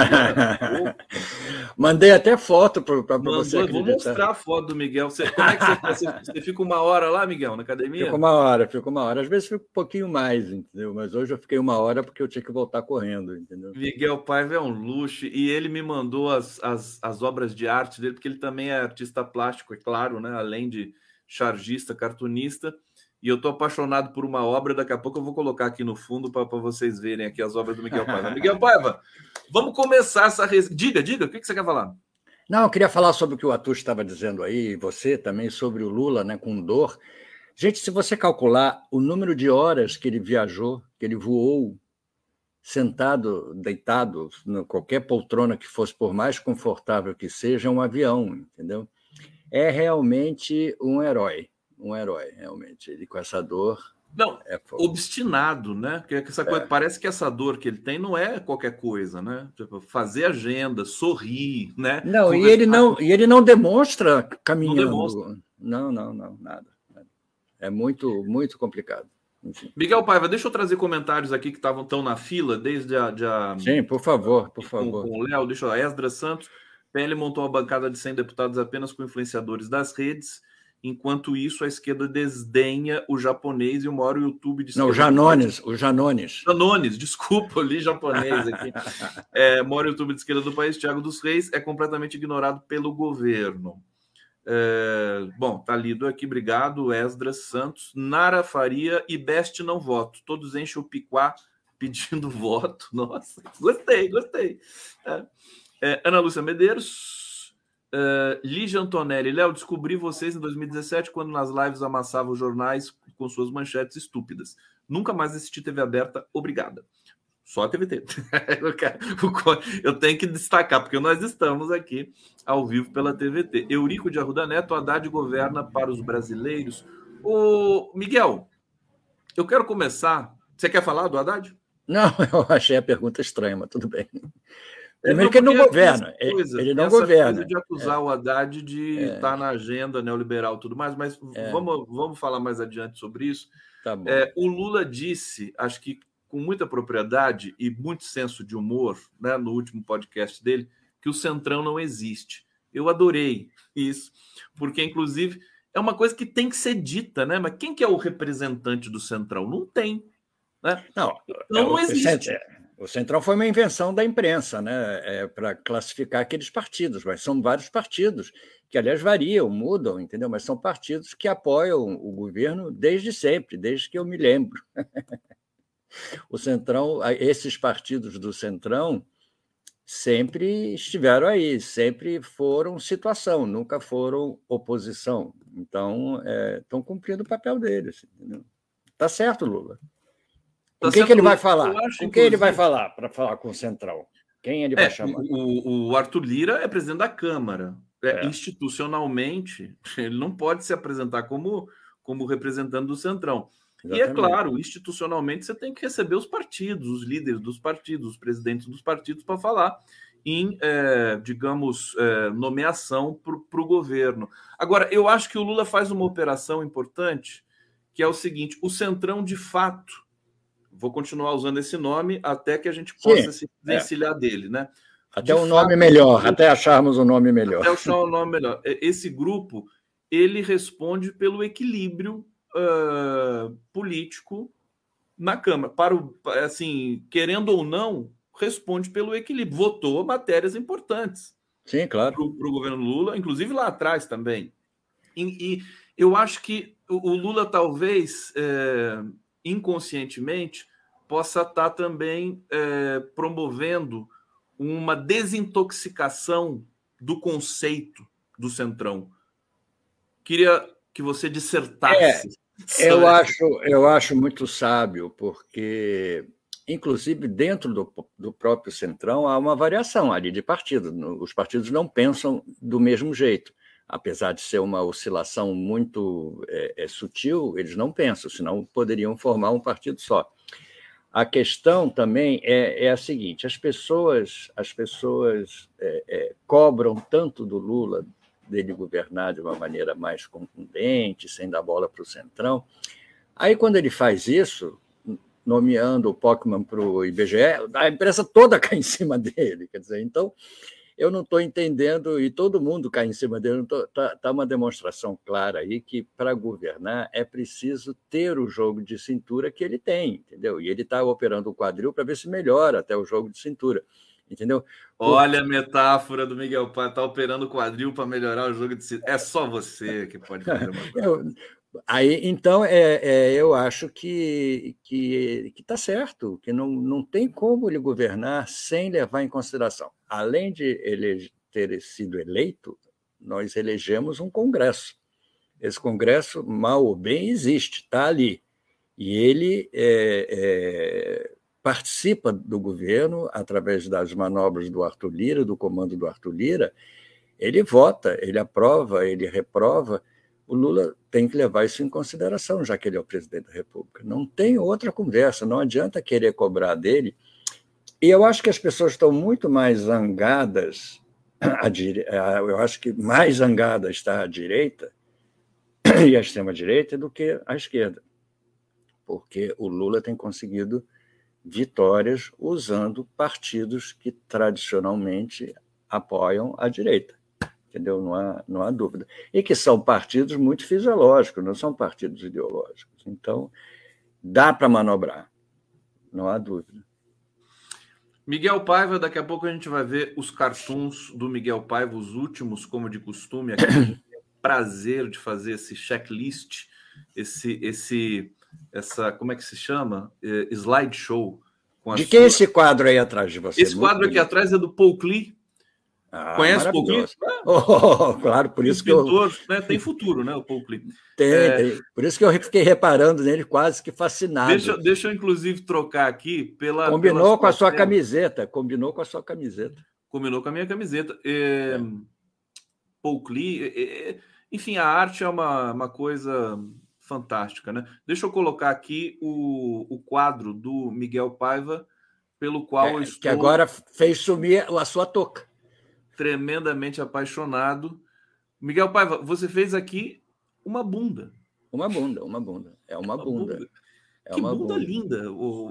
Mandei até foto para você acreditar. Vou mostrar a foto do Miguel. Como é que você fica 1 hora lá, Miguel, na academia? Fico uma hora. Às vezes fico um pouquinho mais, entendeu? Mas hoje eu fiquei 1 hora porque eu tinha que voltar correndo, entendeu? Miguel Paiva é um luxo. E ele me mandou as obras de arte dele, porque ele também é artista plástico, é claro, né? Além de chargista, cartunista. E eu estou apaixonado por uma obra. Daqui a pouco eu vou colocar aqui no fundo para vocês verem aqui as obras do Miguel Paiva. Miguel Paiva, vamos começar essa... Diga, o que você quer falar? Não, eu queria falar sobre o que o Atush estava dizendo aí, e você também, sobre o Lula, né, com dor. Gente, se você calcular o número de horas que ele viajou, que ele voou, sentado, deitado, em qualquer poltrona que fosse, por mais confortável que seja, é um avião, entendeu? É realmente um herói, realmente. Ele com essa dor... Não, obstinado, né? Porque essa coisa, parece que essa dor que ele tem não é qualquer coisa, né? Tipo, fazer agenda, sorrir, né? Não, e ele não demonstra caminhando. Não, nada. É muito, muito complicado. Enfim. Miguel Paiva, deixa eu trazer comentários aqui que estão na fila desde Sim, por favor. Com o Léo, deixa eu... Esdras Santos, PL montou uma bancada de 100 deputados apenas com influenciadores das redes. Enquanto isso, a esquerda desdenha o japonês e o maior YouTube de esquerda. Não, o Janones. Janones, desculpa, eu li japonês aqui. O maior YouTube de esquerda do país, Thiago dos Reis, é completamente ignorado pelo governo. Bom, tá lido aqui, obrigado, Esdras Santos. Nara Faria e Best não voto. Todos enchem o piquá pedindo voto. Nossa, gostei. Ana Lúcia Medeiros. Lígia Antonelli, Léo, descobri vocês em 2017 quando nas lives amassavam jornais com suas manchetes estúpidas. Nunca mais assisti TV aberta, obrigada. Só a TVT. Eu tenho que destacar, porque nós estamos aqui ao vivo pela TVT. Eurico de Arruda Neto, Haddad governa para os brasileiros. Ô, Miguel, eu quero começar... Você quer falar do Haddad? Não, eu achei a pergunta estranha, mas tudo bem. Primeiro que ele não governa. Ele não governa. Coisa de acusar o Haddad de estar na agenda neoliberal e tudo mais, mas vamos falar mais adiante sobre isso. Tá bom. O Lula disse, acho que com muita propriedade e muito senso de humor, né, no último podcast dele, que o Centrão não existe. Eu adorei isso, porque, inclusive, é uma coisa que tem que ser dita, né? Mas quem que é o representante do Centrão? Não tem. Né? Não existe. O Centrão foi uma invenção da imprensa, né? Para classificar aqueles partidos, mas são vários partidos, que, aliás, variam, mudam, entendeu? Mas são partidos que apoiam o governo desde sempre, desde que eu me lembro. O Centrão, esses partidos do Centrão sempre estiveram aí, sempre foram situação, nunca foram oposição. Então, estão cumprindo o papel deles, entendeu? Tá certo, Lula. Com quem que ele vai falar? Com quem ele vai falar para falar com o Centrão? Quem ele vai chamar? O Arthur Lira é presidente da Câmara. Institucionalmente, ele não pode se apresentar como representante do Centrão. Exatamente. E, é claro, institucionalmente, você tem que receber os partidos, os líderes dos partidos, os presidentes dos partidos, para falar em, nomeação para o governo. Agora, eu acho que o Lula faz uma operação importante, que é o seguinte: o Centrão, de fato... Vou continuar usando esse nome até que a gente possa se desvencilhar dele, né? Até um nome melhor, até acharmos um nome melhor. Até achar um nome melhor. Esse grupo, ele responde pelo equilíbrio político na Câmara. Querendo ou não, responde pelo equilíbrio. Votou matérias importantes. Sim, claro. Para o governo Lula, inclusive lá atrás também. E eu acho que o Lula talvez, inconscientemente, possa estar também promovendo uma desintoxicação do conceito do Centrão. Queria que você dissertasse. Eu acho muito sábio, porque, inclusive, dentro do próprio Centrão, há uma variação ali de partido. Os partidos não pensam do mesmo jeito. Apesar de ser uma oscilação muito sutil, eles não pensam, senão poderiam formar um partido só. A questão também é a seguinte: as pessoas cobram tanto do Lula, dele governar de uma maneira mais contundente, sem dar bola para o Centrão. Aí, quando ele faz isso, nomeando o Pockmann para o IBGE, a imprensa toda cai em cima dele. Quer dizer, então, eu não estou entendendo, e todo mundo cai em cima dele. Está uma demonstração clara aí que, para governar, é preciso ter o jogo de cintura que ele tem, entendeu? E ele está operando o quadril para ver se melhora até o jogo de cintura, entendeu? Olha a metáfora do Miguel Paiva, está operando o quadril para melhorar o jogo de cintura. É só você que pode fazer uma coisa. Então, eu acho que está certo, que não tem como ele governar sem levar em consideração. Além de ele ter sido eleito, nós elegemos um Congresso. Esse Congresso, mal ou bem, existe, está ali. E ele participa do governo através das manobras do Arthur Lira, do comando do Arthur Lira. Ele vota, ele aprova, ele reprova. O Lula tem que levar isso em consideração, já que ele é o presidente da República. Não tem outra conversa, não adianta querer cobrar dele. E eu acho que as pessoas estão muito mais zangadas, eu acho que mais zangada está a direita e a extrema-direita do que a esquerda, porque o Lula tem conseguido vitórias usando partidos que tradicionalmente apoiam a direita. Entendeu? Não há dúvida. E que são partidos muito fisiológicos, não são partidos ideológicos. Então, dá para manobrar, não há dúvida. Miguel Paiva, daqui a pouco a gente vai ver os cartoons do Miguel Paiva, os últimos, como de costume. Aqui a gente tem o prazer de fazer esse checklist, essa como é que se chama? Slideshow. De quem é esse quadro aí atrás de você? Esse quadro aqui atrás é do Paul Klee. Conhece o Paul Klee? Claro, por isso que eu... Né? Tem futuro, né, o Paul Klee? Tem. Por isso que eu fiquei reparando nele, quase que fascinado. Deixa eu, inclusive, trocar aqui pela... Combinou com a sua camiseta. Combinou com a minha camiseta. Paul Klee... enfim, a arte é uma coisa fantástica, né? Deixa eu colocar aqui o quadro do Miguel Paiva, pelo qual eu estou... Que agora fez sumir a sua touca. Tremendamente apaixonado. Miguel Paiva, você fez aqui uma bunda. Uma bunda. É uma bunda. Que bunda linda.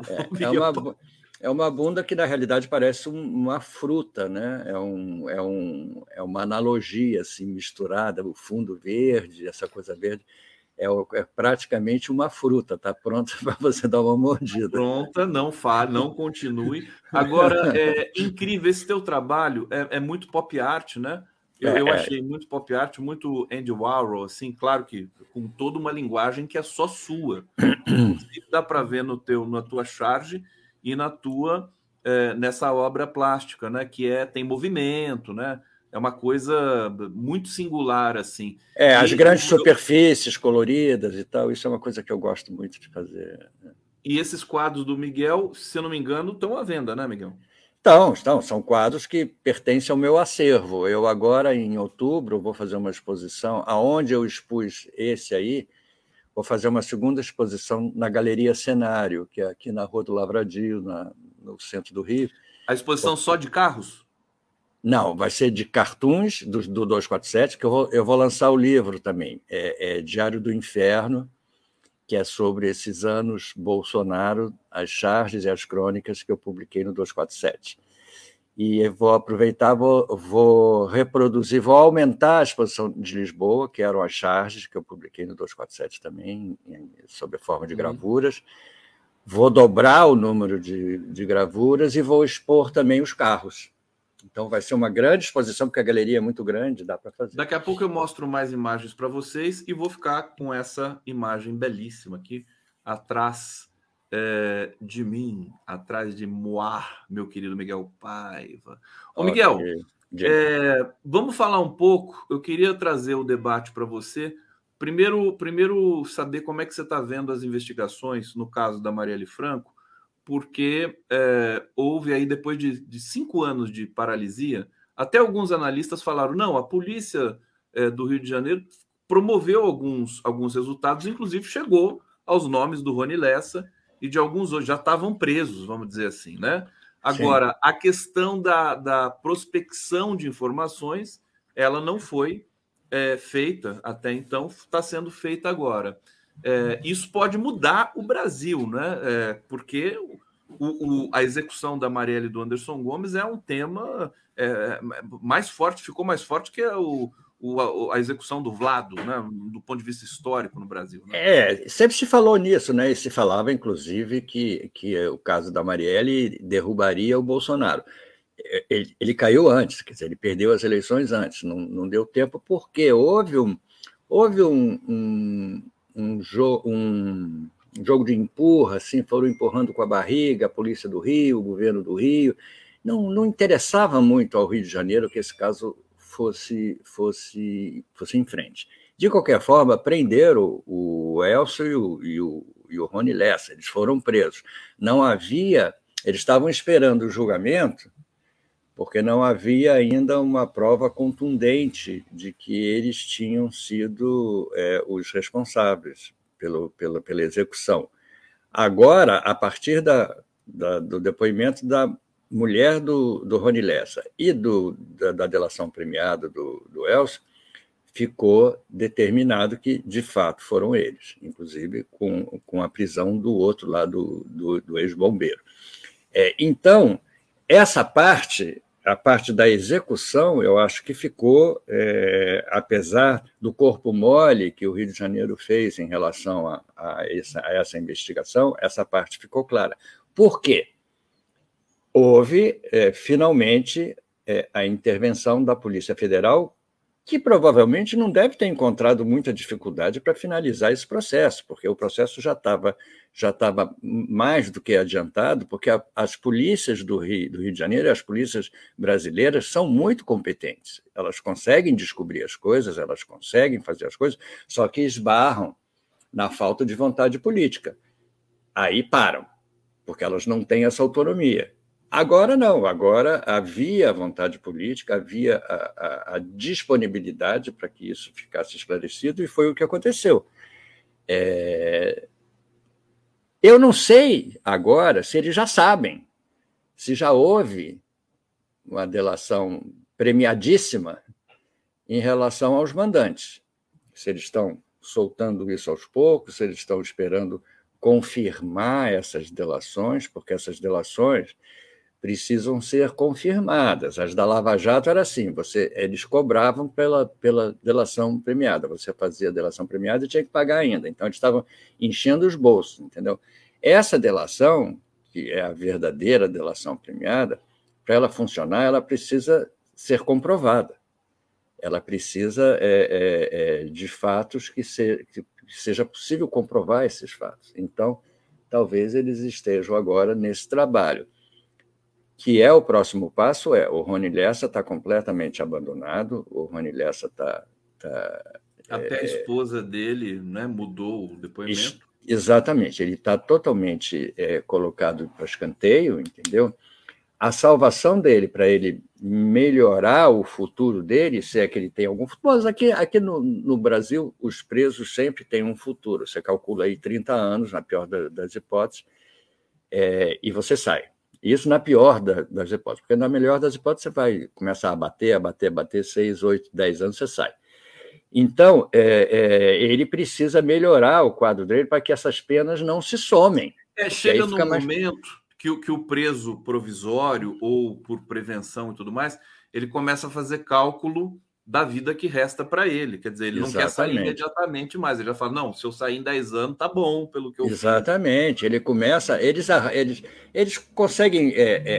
É uma bunda que, na realidade, parece uma fruta, né? É uma analogia assim, misturada, o fundo verde, essa coisa verde. É praticamente uma fruta, está pronta para você dar uma mordida. Pronta, não fale, não continue. Agora, é incrível, esse teu trabalho é muito pop art, né? Eu achei muito pop art, muito Andy Warhol, assim, claro que com toda uma linguagem que é só sua. Inclusive, dá para ver na tua charge e nessa obra plástica, né? Que tem movimento, né? É uma coisa muito singular, assim. As grandes superfícies coloridas e tal, isso é uma coisa que eu gosto muito de fazer. E esses quadros do Miguel, se eu não me engano, estão à venda, né, Miguel? Estão. São quadros que pertencem ao meu acervo. Eu agora, em outubro, vou fazer uma exposição, aonde eu expus esse aí, vou fazer uma segunda exposição na Galeria Cenário, que é aqui na Rua do Lavradio, no centro do Rio. A exposição só de carros? Não, vai ser de cartoons do 247, que eu vou lançar o livro também. É Diário do Inferno, que é sobre esses anos Bolsonaro, as charges e as crônicas que eu publiquei no 247. E eu vou aproveitar, vou reproduzir, vou aumentar a exposição de Lisboa, que eram as charges que eu publiquei no 247 também, sob a forma de gravuras. vou dobrar o número de gravuras e vou expor também os carros. Então vai ser uma grande exposição, porque a galeria é muito grande, dá para fazer. Daqui a pouco eu mostro mais imagens para vocês e vou ficar com essa imagem belíssima aqui atrás de mim, atrás de Moar, meu querido Miguel Paiva. Ô, Miguel, vamos falar um pouco. Eu queria trazer o debate para você. Primeiro saber como é que você está vendo as investigações no caso da Marielle Franco, porque houve aí, depois de 5 anos de paralisia, até alguns analistas falaram, não, a polícia do Rio de Janeiro promoveu alguns resultados, inclusive chegou aos nomes do Rony Lessa e de alguns outros, já estavam presos, vamos dizer assim, né? Agora, a questão da prospecção de informações, ela não foi feita até então, está sendo feita agora. Isso pode mudar o Brasil, né? Porque a execução da Marielle e do Anderson Gomes é um tema mais forte, ficou mais forte que a execução do Vlado, né? Do ponto de vista histórico no Brasil. Né? Sempre se falou nisso, né? E se falava, inclusive, que o caso da Marielle derrubaria o Bolsonaro. Ele caiu antes, quer dizer, ele perdeu as eleições antes, não deu tempo, porque houve um jogo de empurra, assim, foram empurrando com a barriga, a polícia do Rio, o governo do Rio. Não interessava muito ao Rio de Janeiro que esse caso fosse em frente. De qualquer forma, prenderam o Elcio e o Rony Lessa, eles foram presos. Eles estavam esperando o julgamento, porque não havia ainda uma prova contundente de que eles tinham sido os responsáveis pela execução. Agora, a partir do depoimento da mulher do Rony Lessa e da delação premiada do Elcio, ficou determinado que, de fato, foram eles, inclusive com a prisão do outro lá, do ex-bombeiro. Então, essa parte... A parte da execução, eu acho que ficou, apesar do corpo mole que o Rio de Janeiro fez em relação a essa investigação, essa parte ficou clara. Por quê? Houve, finalmente, a intervenção da Polícia Federal, que provavelmente não deve ter encontrado muita dificuldade para finalizar esse processo, porque o processo já estava mais do que adiantado, porque as polícias do Rio de Janeiro e as polícias brasileiras são muito competentes. Elas conseguem descobrir as coisas, elas conseguem fazer as coisas, só que esbarram na falta de vontade política. Aí param, porque elas não têm essa autonomia. Agora não, agora havia vontade política, havia a disponibilidade para que isso ficasse esclarecido, e foi o que aconteceu. Eu não sei agora se eles já sabem, se já houve uma delação premiadíssima em relação aos mandantes, se eles estão soltando isso aos poucos, se eles estão esperando confirmar essas delações, porque essas delações precisam ser confirmadas. As da Lava Jato era assim, eles cobravam pela delação premiada, você fazia a delação premiada e tinha que pagar ainda, então eles estavam enchendo os bolsos, entendeu? Essa delação, que é a verdadeira delação premiada, para ela funcionar, ela precisa ser comprovada, ela precisa de fatos que seja possível comprovar esses fatos. Então, talvez eles estejam agora nesse trabalho, que o próximo passo o Rony Lessa está completamente abandonado, o Rony Lessa está... Até a esposa dele, né, mudou o depoimento. Exatamente, ele está totalmente colocado para escanteio, entendeu? A salvação dele, para ele melhorar o futuro dele, se é que ele tem algum futuro, mas aqui no Brasil, os presos sempre têm um futuro, você calcula aí 30 anos, na pior das hipóteses, e você sai. Isso na pior das hipóteses, porque na melhor das hipóteses você vai começar a bater, 6, 8, 10 anos, você sai. Então, ele precisa melhorar o quadro dele para que essas penas não se somem. Chega num momento que o preso provisório ou por prevenção e tudo mais, ele começa a fazer cálculo da vida que resta para ele. Quer dizer, ele não quer sair imediatamente mais. Ele já fala, não, se eu sair em 10 anos, tá bom, pelo que eu Exatamente. Ele começa... Eles conseguem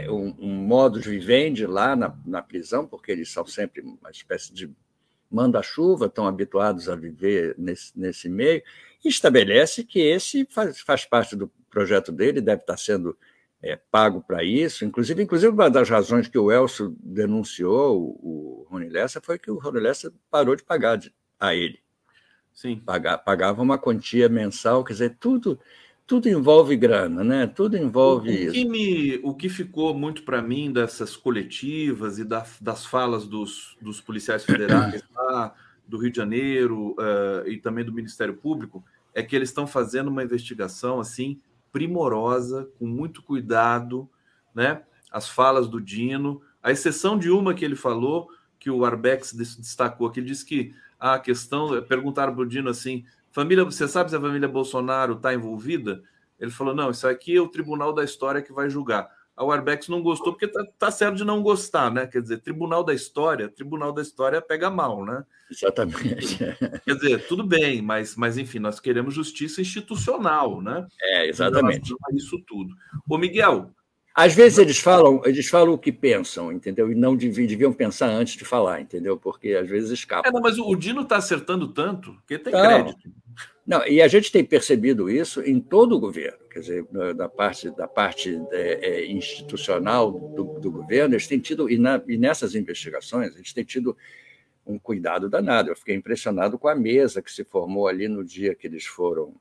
um modus vivendi lá na prisão, porque eles são sempre uma espécie de manda-chuva, estão habituados a viver nesse meio, e estabelece que esse faz parte do projeto dele, deve estar sendo pago para isso. Inclusive, uma das razões que o Elcio denunciou o Rony Lessa foi que o Rony Lessa parou de pagar a ele. Sim. Pagava uma quantia mensal, quer dizer, tudo envolve grana, né? Tudo envolve isso. O que ficou muito para mim dessas coletivas e das falas dos policiais federais lá, do Rio de Janeiro e também do Ministério Público é que eles estão fazendo uma investigação assim primorosa, com muito cuidado, né? As falas do Dino, à exceção de uma que ele falou, que o Arbex destacou, que ele disse que a questão, perguntaram para o Dino assim, você sabe se a família Bolsonaro está envolvida? Ele falou, não, isso aqui é o Tribunal da História que vai julgar. A Arbex não gostou, porque tá certo de não gostar, né? Quer dizer, Tribunal da História pega mal, né? Exatamente. Quer dizer, tudo bem, mas enfim, nós queremos justiça institucional, né? Exatamente. Isso tudo. Ô, Miguel... Às vezes eles falam o que pensam, entendeu? E não deviam pensar antes de falar, entendeu? Porque às vezes escapa. Mas o Dino está acertando tanto que tem crédito. Não, e a gente tem percebido isso em todo o governo, quer dizer, da parte institucional do governo, eles têm tido, e nessas investigações, eles têm tido um cuidado danado. Eu fiquei impressionado com a mesa que se formou ali no dia que eles foram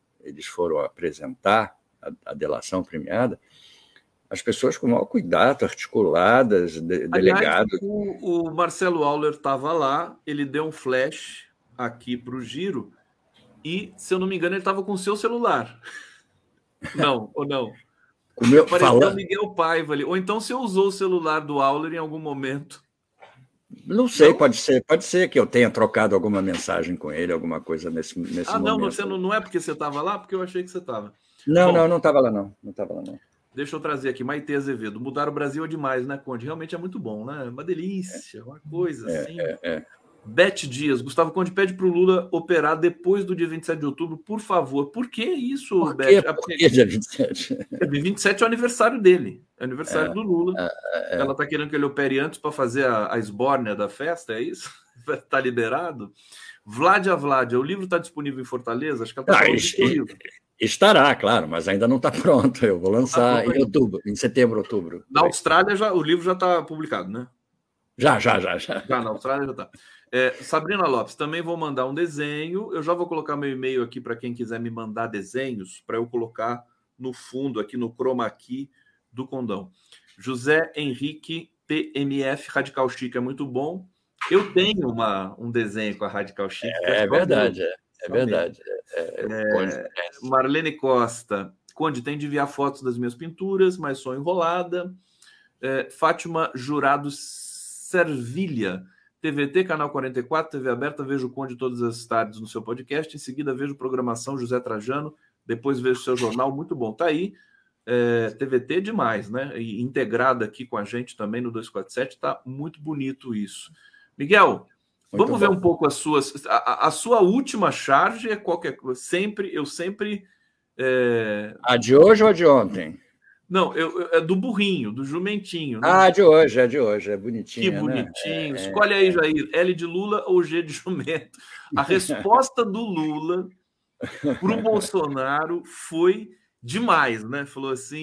apresentar a delação premiada. As pessoas com o maior cuidado, articuladas, delegados. O Marcelo Auler estava lá, ele deu um flash aqui para o Giro e, se eu não me engano, ele estava com o seu celular. Não, ou não? Apareceu o Miguel Paiva ali. Ou então você usou o celular do Auler em algum momento. Não sei, pode ser que eu tenha trocado alguma mensagem com ele, alguma coisa nesse momento. Não é porque você estava lá? Porque eu achei que você estava. Não estava lá, não. Não estava lá, não. Deixa eu trazer aqui, Maite Azevedo. Mudar o Brasil é demais, né, Conde? Realmente é muito bom, né? Uma delícia, uma coisa assim. Beth Dias. Gustavo Conde pede para o Lula operar depois do dia 27 de outubro, por favor. Por que isso, Beth? Por que dia 27? 27 é o aniversário dele. É o aniversário do Lula. Ela está querendo que ele opere antes para fazer a esbórnia da festa, é isso? Está liberado? Vládia, o livro está disponível em Fortaleza? Acho que ela está falando do livro. Estará, claro, mas ainda não está pronto. Eu vou lançar em setembro, outubro. Na Austrália, o livro já está publicado, né? Já. Já, na Austrália já está. Sabrina Lopes, também vou mandar um desenho. Eu já vou colocar meu e-mail aqui para quem quiser me mandar desenhos, para eu colocar no fundo, aqui no chroma key do Condão. José Henrique, PMF, Radical Chic é muito bom. Eu tenho um desenho com a Radical Chic. É verdade, é verdade. Marlene Costa, Conde, tem de enviar fotos das minhas pinturas, mas sou enrolada. Fátima Jurado Servilha, TVT, Canal 44, TV aberta, vejo o Conde todas as tardes no seu podcast, em seguida vejo programação José Trajano, depois vejo seu jornal, muito bom. Tá aí, TVT demais, né? E integrada aqui com a gente também no 247, tá muito bonito isso. Miguel, vamos ver um pouco as suas... A sua última charge é qualquer coisa. Eu sempre... A de hoje ou a de ontem? Não, é do burrinho, do jumentinho. Né? De hoje, é bonitinho. Que bonitinho. Né? Escolhe aí, Jair, L de Lula ou G de jumento. A resposta do Lula para o Bolsonaro foi demais, né? Falou assim...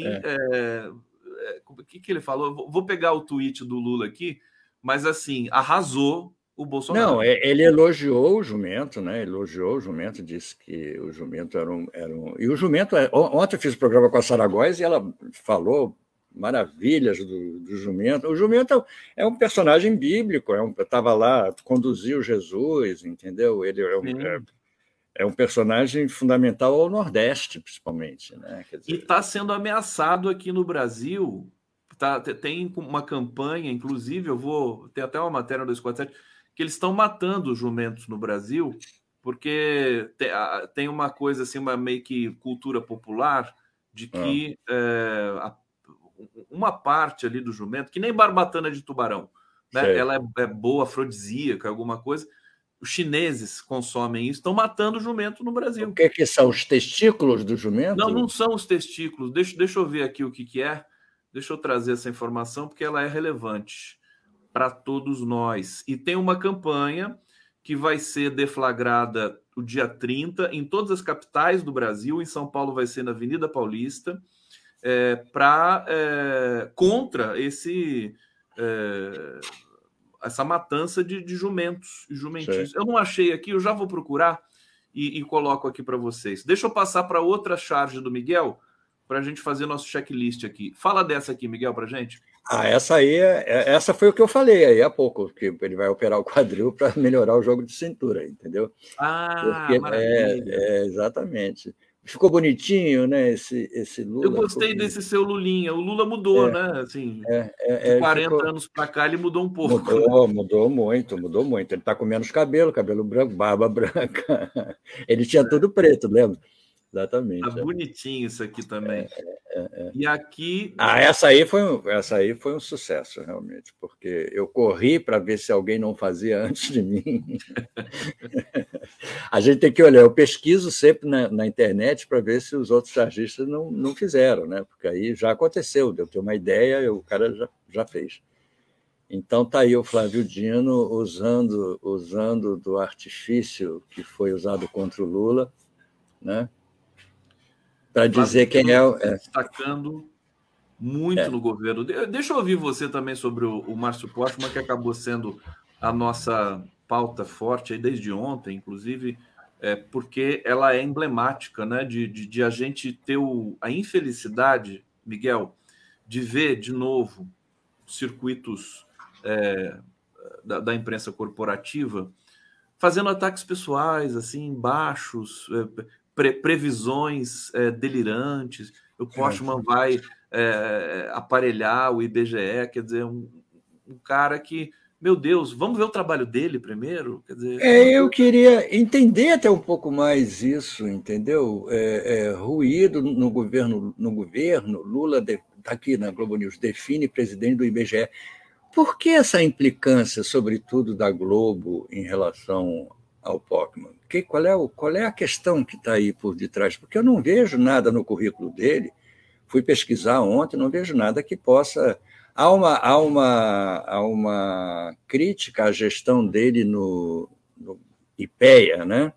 O que ele falou? Vou pegar o tweet do Lula aqui, mas assim, arrasou o Bolsonaro. Não, ele elogiou o jumento, né? Disse que o jumento era um... E o jumento... Ontem eu fiz o programa com a Sara Góes e ela falou maravilhas do jumento. O jumento é um personagem bíblico, estava lá, conduziu Jesus, entendeu? Ele é um personagem fundamental ao Nordeste, principalmente. Né? Quer dizer... E está sendo ameaçado aqui no Brasil. Tem uma campanha, inclusive, tem até uma matéria no 247, que eles estão matando os jumentos no Brasil, porque tem uma coisa assim, uma meio que cultura popular, de que uma parte ali do jumento, que nem barbatana de tubarão, né? Ela é boa, afrodisíaca, alguma coisa. Os chineses consomem isso, estão matando o jumento no Brasil. O que são os testículos do jumento? Não, não são os testículos. Deixa eu ver aqui o que é. Deixa eu trazer essa informação, porque ela é relevante para todos nós. E tem uma campanha que vai ser deflagrada o dia 30 em todas as capitais do Brasil. Em São Paulo vai ser na Avenida Paulista, contra essa matança de jumentos e jumentinhos. Eu não achei aqui, eu já vou procurar e coloco aqui para vocês. Deixa eu passar para outra charge do Miguel, para a gente fazer nosso checklist aqui. Fala dessa aqui, Miguel, para a gente. Essa foi o que eu falei aí há pouco, que ele vai operar o quadril para melhorar o jogo de cintura, entendeu? Maravilha. Exatamente. Ficou bonitinho, né, esse Lula. Eu gostei desse seu Lulinha. O Lula mudou, né? Assim, de 40 anos para cá, ele mudou um pouco. Mudou muito. Ele está com menos cabelo branco, barba branca. Ele tinha tudo preto, lembra? Exatamente. Tá bonitinho isso aqui também. E aqui... Essa aí foi um sucesso, realmente, porque eu corri para ver se alguém não fazia antes de mim. A gente tem que olhar, eu pesquiso sempre na internet para ver se os outros chargistas não fizeram, né? Porque aí já aconteceu, eu tenho uma ideia e o cara já fez. Então está aí o Flávio Dino usando do artifício que foi usado contra o Lula, né? Para dizer quem destacando muito no governo. Deixa eu ouvir você também sobre o Márcio Postman, que acabou sendo a nossa pauta forte aí desde ontem, inclusive, porque ela é emblemática, né, de a gente ter a infelicidade, Miguel, de ver de novo circuitos da imprensa corporativa fazendo ataques pessoais, assim, baixos, previsões delirantes. O Postman vai aparelhar o IBGE, quer dizer, um cara que, meu Deus, vamos ver o trabalho dele primeiro? Quer dizer, eu queria entender até um pouco mais isso, entendeu? Ruído no governo, Lula, está aqui na Globo News, define presidente do IBGE. Por que essa implicância, sobretudo da Globo, em relação ao Postman? Qual é a questão que está aí por detrás? Porque eu não vejo nada no currículo dele. Fui pesquisar ontem, não vejo nada que possa... Há uma crítica à gestão dele no IPEA, né?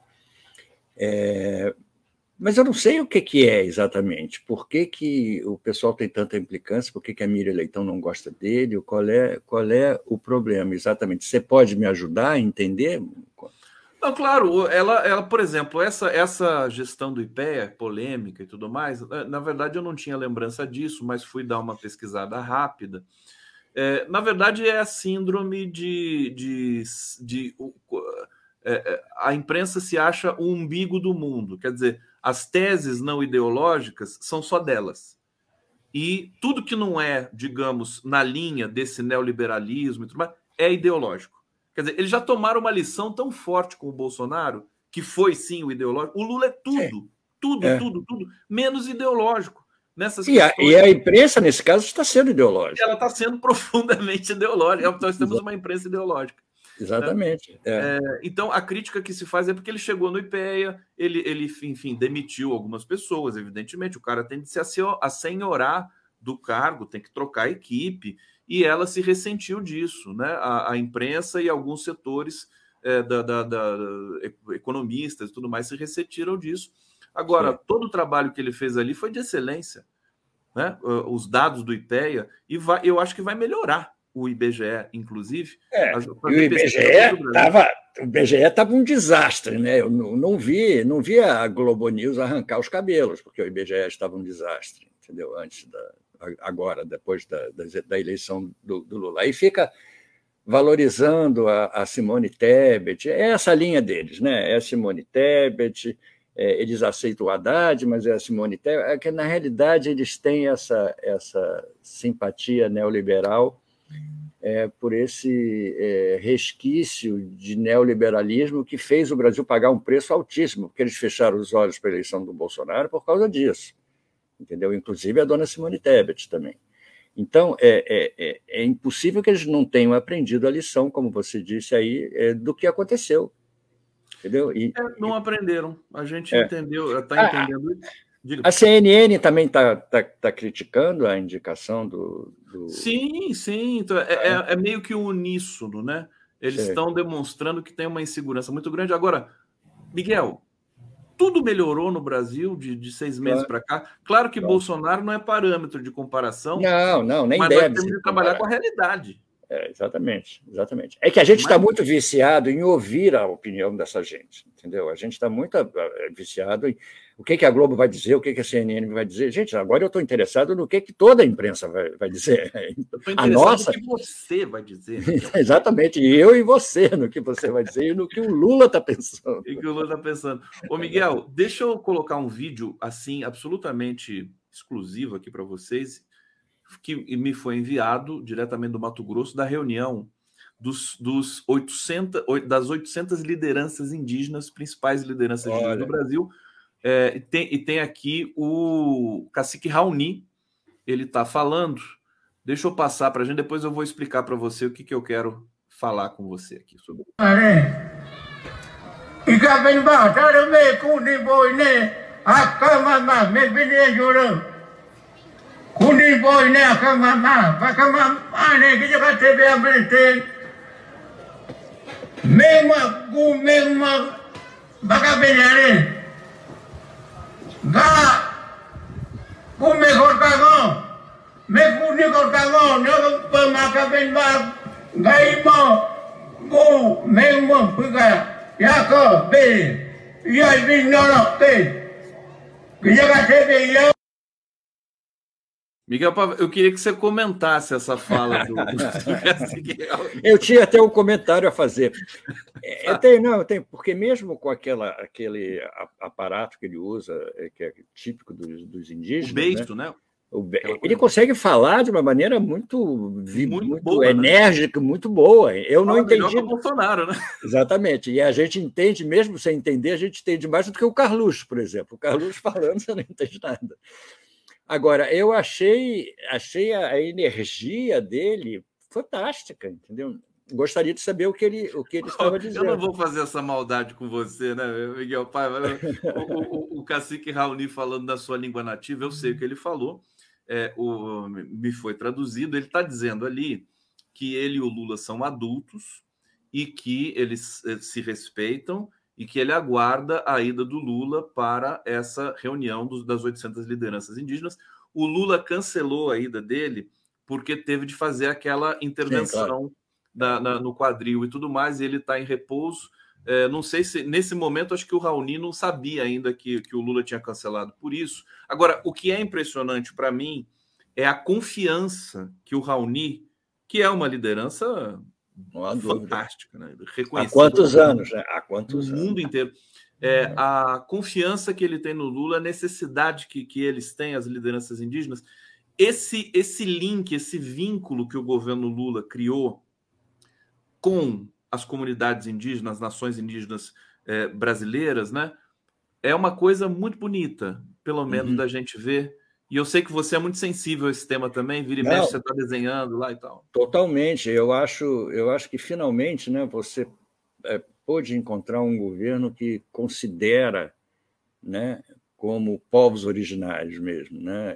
Mas eu não sei o que é exatamente. Por que o pessoal tem tanta implicância? Por que a Miriam Leitão não gosta dele? Qual é o problema exatamente? Você pode me ajudar a entender? Não, claro, ela, por exemplo, essa gestão do IPEA, polêmica e tudo mais, na verdade eu não tinha lembrança disso, mas fui dar uma pesquisada rápida. Na verdade é a síndrome a imprensa se acha o umbigo do mundo, quer dizer, as teses não ideológicas são só delas. E tudo que não é, digamos, na linha desse neoliberalismo e tudo mais, é ideológico. Quer dizer, eles já tomaram uma lição tão forte com o Bolsonaro, que foi, sim, o ideológico. O Lula é tudo, menos ideológico. E a imprensa, nesse caso, está sendo ideológica. Ela está sendo profundamente ideológica. Nós temos uma imprensa ideológica. Exatamente. Né? Então, a crítica que se faz é porque ele chegou no IPEA, ele enfim, demitiu algumas pessoas, evidentemente. O cara tem de se assenhorar do cargo, tem que trocar a equipe. E ela se ressentiu disso, né? A imprensa e alguns setores economistas e tudo mais se ressentiram disso. Agora, todo o trabalho que ele fez ali foi de excelência, né? Os dados do IPEA, eu acho que vai melhorar o IBGE, inclusive. O IBGE estava um desastre, né? Eu não vi a Globo News arrancar os cabelos, porque o IBGE estava um desastre, entendeu? Agora, depois da eleição do Lula. Aí fica valorizando a Simone Tebet, é essa linha deles, né? É a Simone Tebet, eles aceitam o Haddad, mas é a Simone Tebet, que na realidade eles têm essa simpatia neoliberal por esse resquício de neoliberalismo que fez o Brasil pagar um preço altíssimo, porque eles fecharam os olhos para a eleição do Bolsonaro por causa disso. Entendeu? Inclusive a dona Simone Tebet também. Então, é impossível que eles não tenham aprendido a lição, como você disse aí, do que aconteceu. Entendeu? Não aprenderam. A gente entendeu, está entendendo isso. A CNN também está criticando a indicação do... Sim. Então, é meio que uníssono, né? Eles estão demonstrando que tem uma insegurança muito grande. Agora, Miguel, tudo melhorou no Brasil de 6 meses para cá. Claro que Bolsonaro não é parâmetro de comparação. Não, nem mas deve. Mas nós temos que trabalhar com a realidade. Exatamente. É que a gente está muito viciado em ouvir a opinião dessa gente, entendeu? A gente está muito viciado em o que a Globo vai dizer, o que a CNN vai dizer. Gente, agora eu estou interessado no que toda a imprensa vai dizer. Eu estou interessado no que você vai dizer. Exatamente, e eu e você no que você vai dizer e no que o Lula está pensando. E que o Lula está pensando. Ô, Miguel, deixa eu colocar um vídeo assim, absolutamente exclusivo aqui para vocês, que me foi enviado diretamente do Mato Grosso, da reunião das 800 lideranças indígenas, principais lideranças indígenas do Brasil. E tem aqui o cacique Raoni, ele está falando. Deixa eu passar para a gente, depois eu vou explicar para você o que eu quero falar com você aqui sobre isso. Kundi boy ne akamama ne kita tebe amrite mema baka benare ga kume korkago me kundi korkago no maka benba gaimo go memo puga yako be ya binoro te kita tebe yo. Miguel, eu queria que você comentasse essa fala do Eu tinha até um comentário a fazer. Eu tenho, porque mesmo com aquele aparato que ele usa, que é típico dos indígenas... O beiço, né? Ele consegue falar de uma maneira muito boa, enérgica, né? Muito boa. Eu não entendi. Melhor que o Bolsonaro, né? Exatamente. E a gente entende, mesmo sem entender, a gente entende mais do que o Carluxo, por exemplo. O Carluxo falando, você não entende nada. Agora, eu achei a energia dele fantástica, entendeu? Gostaria de saber o que ele estava dizendo. Eu não vou fazer essa maldade com você, né, Miguel? O cacique Raoni falando da sua língua nativa, eu sei o que ele falou, me foi traduzido. Ele está dizendo ali que ele e o Lula são adultos e que eles se respeitam e que ele aguarda a ida do Lula para essa reunião das 800 lideranças indígenas. O Lula cancelou a ida dele porque teve de fazer aquela intervenção. Sim, claro. No quadril e tudo mais, e ele está em repouso. Não sei se, nesse momento, acho que o Raoni não sabia ainda que o Lula tinha cancelado por isso. Agora, o que é impressionante para mim é a confiança que o Raoni, que é uma liderança... fantástica, né? Há quantos anos, né? Há quantos anos? No mundo inteiro. A confiança que ele tem no Lula, a necessidade que eles têm, as lideranças indígenas, esse link, esse vínculo que o governo Lula criou com as comunidades indígenas, as nações indígenas brasileiras, né? É uma coisa muito bonita, pelo menos da gente ver. E eu sei que você é muito sensível a esse tema também, vira e mexe, você está desenhando lá e tal. Totalmente. Eu acho que finalmente, né, você pôde encontrar um governo que considera, né, como povos originários mesmo, né,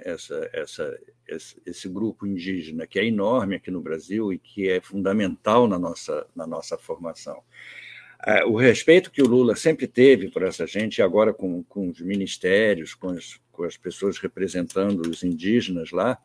esse grupo indígena, que é enorme aqui no Brasil e que é fundamental na nossa formação. O respeito que o Lula sempre teve por essa gente, agora com os ministérios, com as pessoas representando os indígenas lá,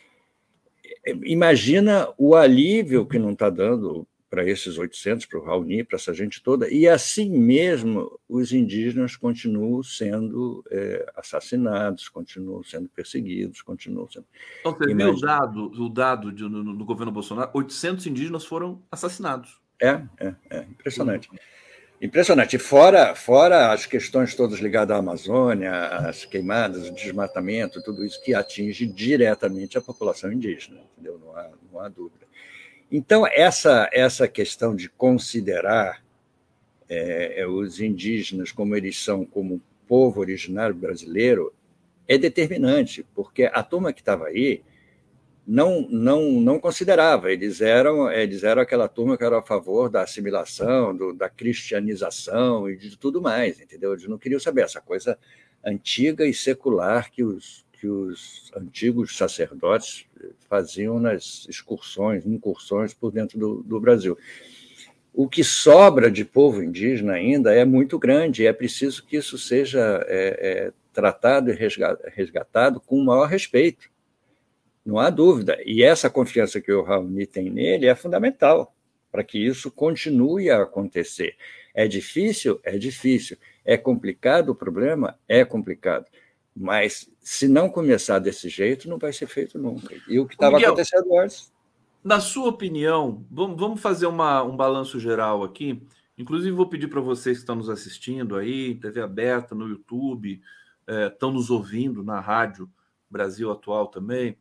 imagina o alívio que não está dando para esses 800, para o Raoni, para essa gente toda, e assim mesmo os indígenas continuam sendo assassinados, continuam sendo perseguidos, continuam sendo... Então, você viu o dado no governo Bolsonaro? 800 indígenas foram assassinados. Impressionante. Impressionante. Fora as questões todas ligadas à Amazônia, as queimadas, o desmatamento, tudo isso que atinge diretamente a população indígena, entendeu? Não há dúvida. Então, essa questão de considerar os indígenas como eles são, como povo originário brasileiro, é determinante, porque a turma que estava aí não considerava. Eles eram aquela turma que era a favor da assimilação, da cristianização e de tudo mais, entendeu? Eles não queriam saber essa coisa antiga e secular que os antigos sacerdotes faziam nas incursões por dentro do Brasil. O que sobra de povo indígena ainda é muito grande, e é preciso que isso seja tratado e resgatado com o maior respeito. Não há dúvida. E essa confiança que o Raoni tem nele é fundamental para que isso continue a acontecer. É difícil? É difícil. É complicado o problema? É complicado. Mas, se não começar desse jeito, não vai ser feito nunca. E o que estava acontecendo antes... Na sua opinião, vamos fazer um balanço geral aqui. Inclusive, vou pedir para vocês que estão nos assistindo aí, TV aberta, no YouTube, estão nos ouvindo na Rádio Brasil Atual também,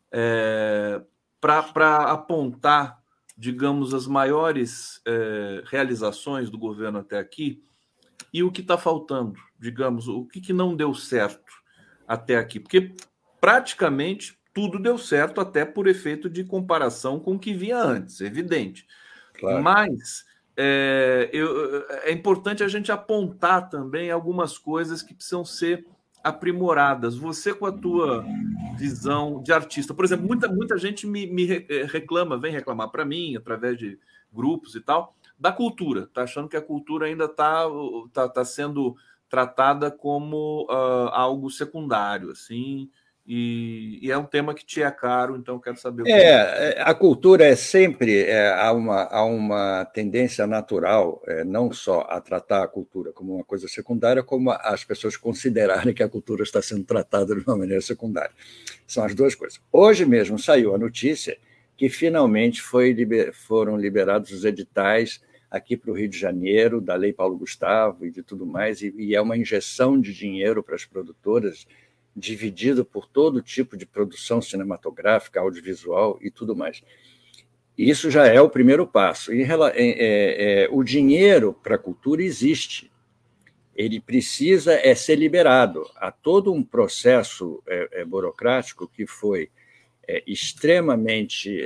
para apontar, digamos, as maiores realizações do governo até aqui e o que está faltando, digamos, o que não deu certo até aqui. Porque praticamente tudo deu certo, até por efeito de comparação com o que vinha antes, evidente. Claro. Mas é importante a gente apontar também algumas coisas que precisam ser aprimoradas. Você, com a tua visão de artista, por exemplo, muita gente me reclama, vem reclamar para mim, através de grupos e tal, da cultura. Está achando que a cultura ainda tá sendo tratada como algo secundário, assim... E é um tema que te é caro, então quero saber... A cultura é sempre... há uma tendência natural, não só a tratar a cultura como uma coisa secundária, como as pessoas considerarem que a cultura está sendo tratada de uma maneira secundária. São as duas coisas. Hoje mesmo saiu a notícia que finalmente foram liberados os editais aqui para o Rio de Janeiro, da Lei Paulo Gustavo e de tudo mais, e é uma injeção de dinheiro para as produtoras, dividido por todo tipo de produção cinematográfica, audiovisual e tudo mais. Isso já é o primeiro passo. O dinheiro para a cultura existe. Ele precisa ser liberado. Há todo um processo burocrático que foi extremamente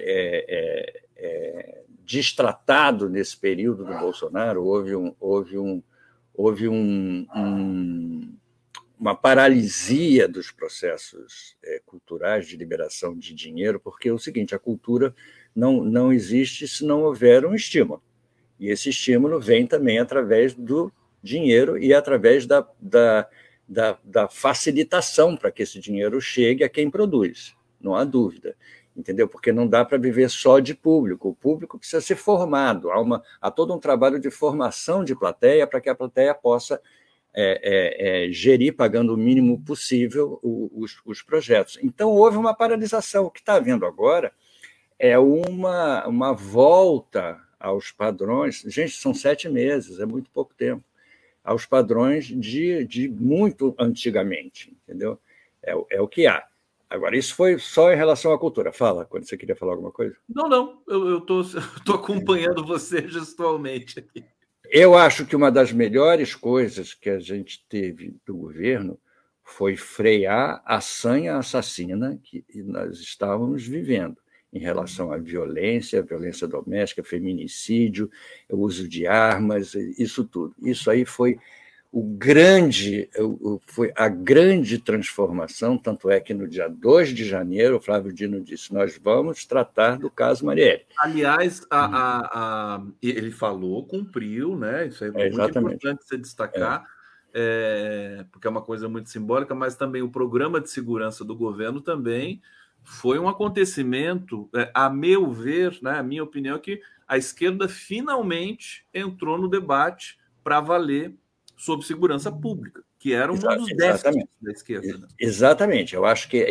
destratado nesse período do Bolsonaro. Houve uma paralisia dos processos culturais de liberação de dinheiro, porque é o seguinte, a cultura não existe se não houver um estímulo. E esse estímulo vem também através do dinheiro e através da facilitação para que esse dinheiro chegue a quem produz, não há dúvida, entendeu? Porque não dá para viver só de público, o público precisa ser formado, há todo um trabalho de formação de plateia para que a plateia possa gerir, pagando o mínimo possível, os projetos. Então, houve uma paralisação. O que está havendo agora é uma volta aos padrões. Gente, são 7 meses, é muito pouco tempo. Aos padrões de muito antigamente, entendeu? É o que há. Agora, isso foi só em relação à cultura. Fala, quando você queria falar alguma coisa. Não. Eu estou acompanhando você gestualmente aqui. Eu acho que uma das melhores coisas que a gente teve do governo foi frear a sanha assassina que nós estávamos vivendo em relação à violência doméstica, feminicídio, o uso de armas, isso tudo. Isso aí foi a grande transformação, tanto é que no dia 2 de janeiro, o Flávio Dino disse, nós vamos tratar do caso Marielle. Aliás, ele falou, cumpriu, né? Isso é muito importante você destacar, porque é uma coisa muito simbólica, mas também o programa de segurança do governo também foi um acontecimento, a meu ver, né, a minha opinião é que a esquerda finalmente entrou no debate para valer sobre segurança pública, que era um dos déficits da esquerda. Né? Exatamente. Eu acho que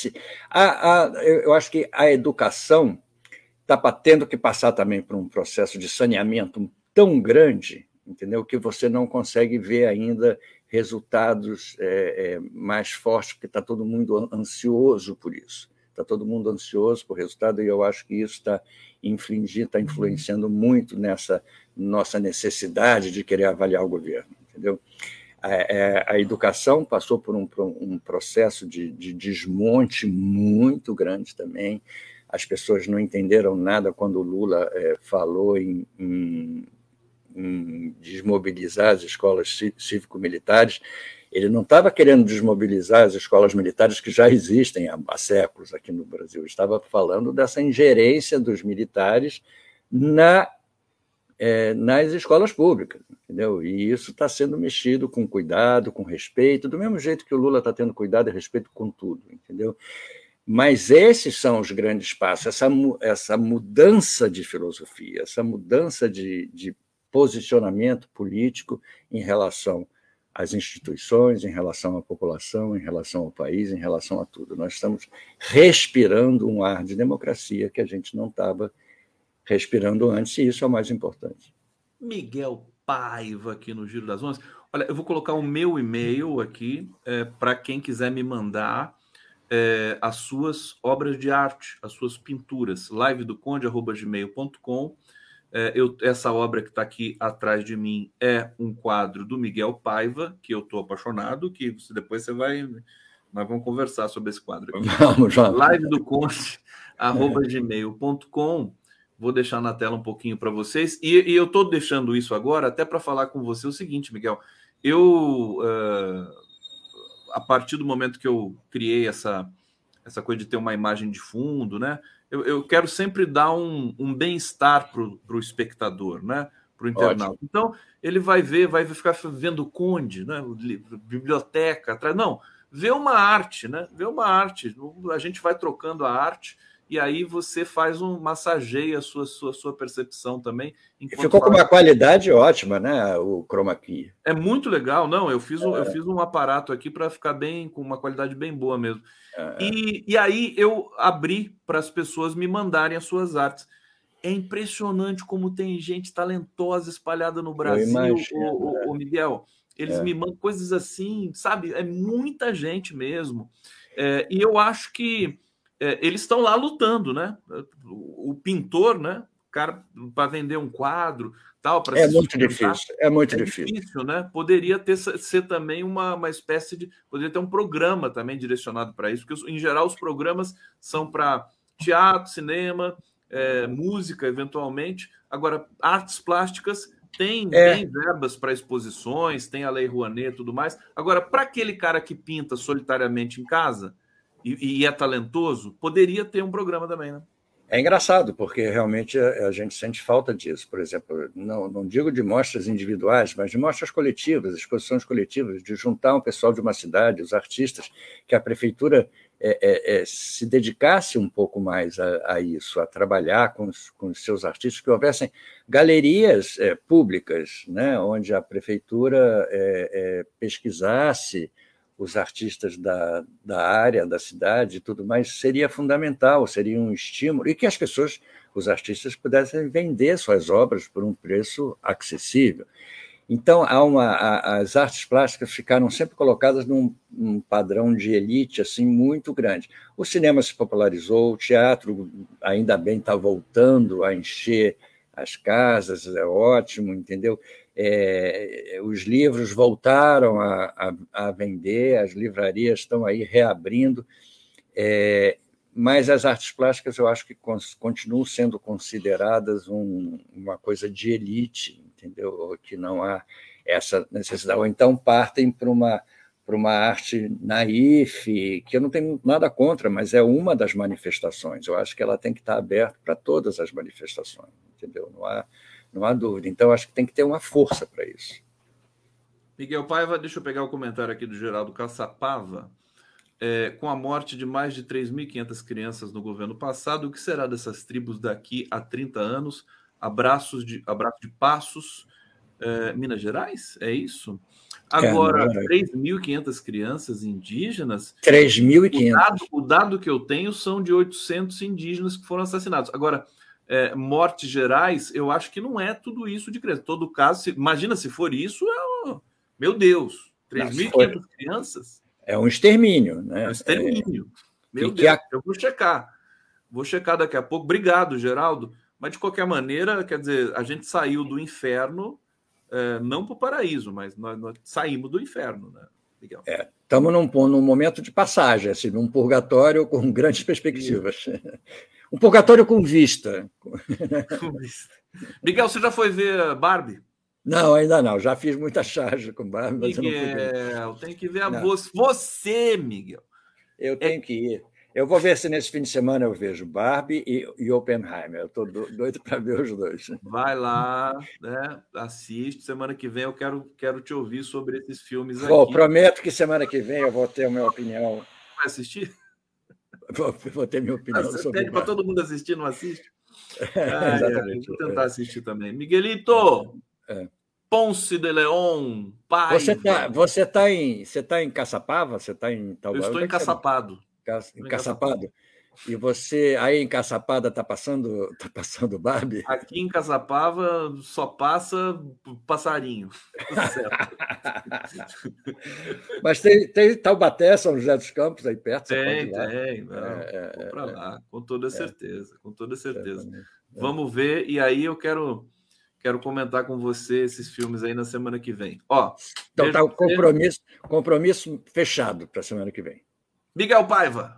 eu acho que a educação está tendo que passar também por um processo de saneamento tão grande, entendeu, que você não consegue ver ainda resultados mais fortes, porque está todo mundo ansioso por isso. Está todo mundo ansioso por resultado, e eu acho que isso está influenciando muito nessa nossa necessidade de querer avaliar o governo. Entendeu? A educação passou por um processo de desmonte muito grande também. As pessoas não entenderam nada quando o Lula falou em desmobilizar as escolas cívico-militares. Ele não estava querendo desmobilizar as escolas militares que já existem há séculos aqui no Brasil. Ele estava falando dessa ingerência dos militares nas escolas públicas, entendeu? E isso está sendo mexido com cuidado, com respeito, do mesmo jeito que o Lula está tendo cuidado e respeito com tudo, entendeu? Mas esses são os grandes passos, essa mudança de filosofia, essa mudança de posicionamento político em relação às instituições, em relação à população, em relação ao país, em relação a tudo. Nós estamos respirando um ar de democracia que a gente não estava respirando antes, e isso é o mais importante. Miguel Paiva aqui no Giro das 11. Olha, eu vou colocar o meu e-mail aqui para quem quiser me mandar as suas obras de arte, as suas pinturas, livedoconde@gmail.com. Essa obra que está aqui atrás de mim é um quadro do Miguel Paiva, que eu estou apaixonado, que depois nós vamos conversar sobre esse quadro aqui. Vamos. livedoconde@gmail.com. Vou deixar na tela um pouquinho para vocês. E eu estou deixando isso agora até para falar com você o seguinte, Miguel. A partir do momento que eu criei essa coisa de ter uma imagem de fundo, né? Eu quero sempre dar um bem-estar para o espectador, né? Para o internauta. Ótimo. Então, ele vai ficar vendo o Conde, né? Biblioteca atrás. Não, vê uma arte, né? Vê uma arte. A gente vai trocando a arte. E aí você massageia a sua percepção também. Ficou com uma qualidade ótima, né? O chroma key. É muito legal. Não, eu fiz um aparato aqui para ficar com uma qualidade bem boa mesmo. E aí eu abri para as pessoas me mandarem as suas artes. É impressionante como tem gente talentosa espalhada no Brasil, o Miguel. Eles me mandam coisas assim, sabe? É muita gente mesmo. E eu acho que eles estão lá lutando, né? O pintor, né? O cara para vender um quadro, tal, para muito difícil. É muito difícil, né? Poderia ser também uma espécie de, poderia ter um programa também direcionado para isso, porque em geral os programas são para teatro, cinema, música, eventualmente. Agora, artes plásticas tem verbas para exposições, tem a Lei Rouanet e tudo mais. Agora, para aquele cara que pinta solitariamente em casa e é talentoso, poderia ter um programa também, né? É engraçado, porque realmente a gente sente falta disso. Por exemplo, não digo de mostras individuais, mas de mostras coletivas, exposições coletivas, de juntar um pessoal de uma cidade, os artistas, que a prefeitura se dedicasse um pouco mais a isso, a trabalhar com os seus artistas, que houvessem galerias públicas, né, onde a prefeitura pesquisasse os artistas da área, da cidade e tudo mais, seria fundamental, seria um estímulo, e que as pessoas, os artistas, pudessem vender suas obras por um preço acessível. Então, as artes plásticas ficaram sempre colocadas num padrão de elite assim, muito grande. O cinema se popularizou, o teatro, ainda bem, está voltando a encher as casas, é ótimo, entendeu? Os livros voltaram a vender, as livrarias estão aí reabrindo, mas as artes plásticas eu acho que continuam sendo consideradas uma coisa de elite, entendeu? Que não há essa necessidade, ou então partem para uma arte naif, que eu não tenho nada contra, mas é uma das manifestações. Eu acho que ela tem que estar aberta para todas as manifestações, entendeu? Não há dúvida. Então, acho que tem que ter uma força para isso. Miguel Paiva, deixa eu pegar o comentário aqui do Geraldo Caçapava. Com a morte de mais de 3.500 crianças no governo passado, o que será dessas tribos daqui a 30 anos? Abraço de Passos, Minas Gerais? É isso? Agora, 3.500 crianças indígenas... 3.500. O dado que eu tenho são de 800 indígenas que foram assassinados. Agora... mortes gerais, eu acho que não é tudo isso de criança. Em todo caso, imagina se for isso, meu Deus, 3.500 crianças? É um extermínio, né? É um extermínio. Meu Deus, eu vou checar. Vou checar daqui a pouco. Obrigado, Geraldo. Mas, de qualquer maneira, quer dizer, a gente saiu do inferno não para o paraíso, mas nós saímos do inferno, né, Miguel? Estamos num momento de passagem, assim, num purgatório com grandes perspectivas. Um purgatório com vista. Miguel, você já foi ver Barbie? Não, ainda não. Já fiz muita charge com Barbie, mas Miguel, eu não tem que ver você, Miguel. Eu tenho que ir. Eu vou ver se nesse fim de semana eu vejo Barbie e Oppenheimer. Eu estou doido para ver os dois. Vai lá, né? Assiste. Semana que vem eu quero te ouvir sobre esses filmes Bom, aqui. prometo que semana que vem eu vou ter a minha opinião. Vai assistir? Vou ter minha opinião Você sobre pede para todo mundo assistir, não assiste? Exatamente. Vou tentar assistir também. Miguelito! Ponce de León, Paiva. Você tá em Caçapava? Você está em Taubaté? Eu estou encaçapado. Encaçapado? E você aí em Caçapava está passando Barbie? Aqui em Caçapava só passa passarinho. Mas tem Taubaté, São José dos Campos aí perto? Tem. Vou para lá, com toda certeza. Vamos ver, e aí eu quero comentar com você esses filmes aí na semana que vem. Então tá o compromisso fechado para a semana que vem. Miguel Paiva.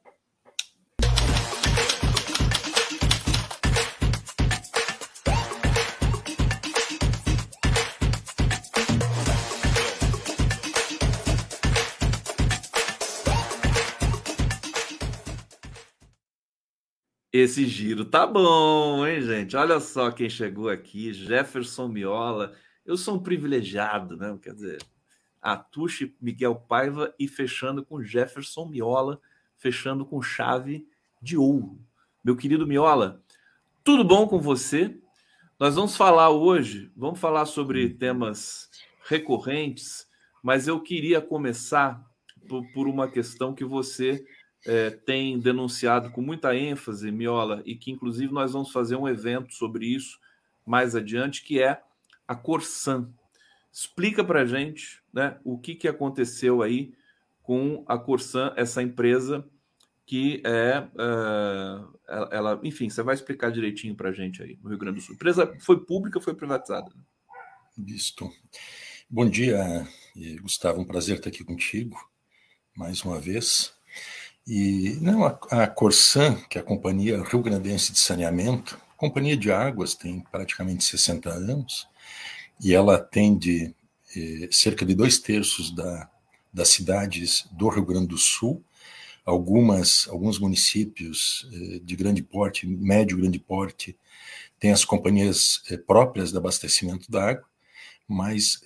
Esse giro tá bom, hein, gente? Olha só quem chegou aqui, Jefferson Miola. Eu sou um privilegiado, né? Quer dizer, Atushi, Miguel Paiva e fechando com Jefferson Miola, fechando com chave de ouro. Meu querido Miola, tudo bom com você? Nós vamos falar hoje, sobre temas recorrentes, mas eu queria começar por uma questão que você tem denunciado com muita ênfase, Miola, e que inclusive nós vamos fazer um evento sobre isso mais adiante, que é a Corsan. Explica para a gente, né, o que aconteceu aí com a Corsan, essa empresa que ela, enfim, você vai explicar direitinho para a gente aí no Rio Grande do Sul. A empresa foi pública, foi privatizada? Visto. Bom dia, Gustavo, um prazer estar aqui contigo mais uma vez. E não, a Corsan, que é a Companhia Rio Grandense de Saneamento, companhia de águas, tem praticamente 60 anos, e ela atende cerca de 2/3 das cidades do Rio Grande do Sul, alguns municípios de grande porte, médio grande porte, têm as companhias próprias de abastecimento da água, mas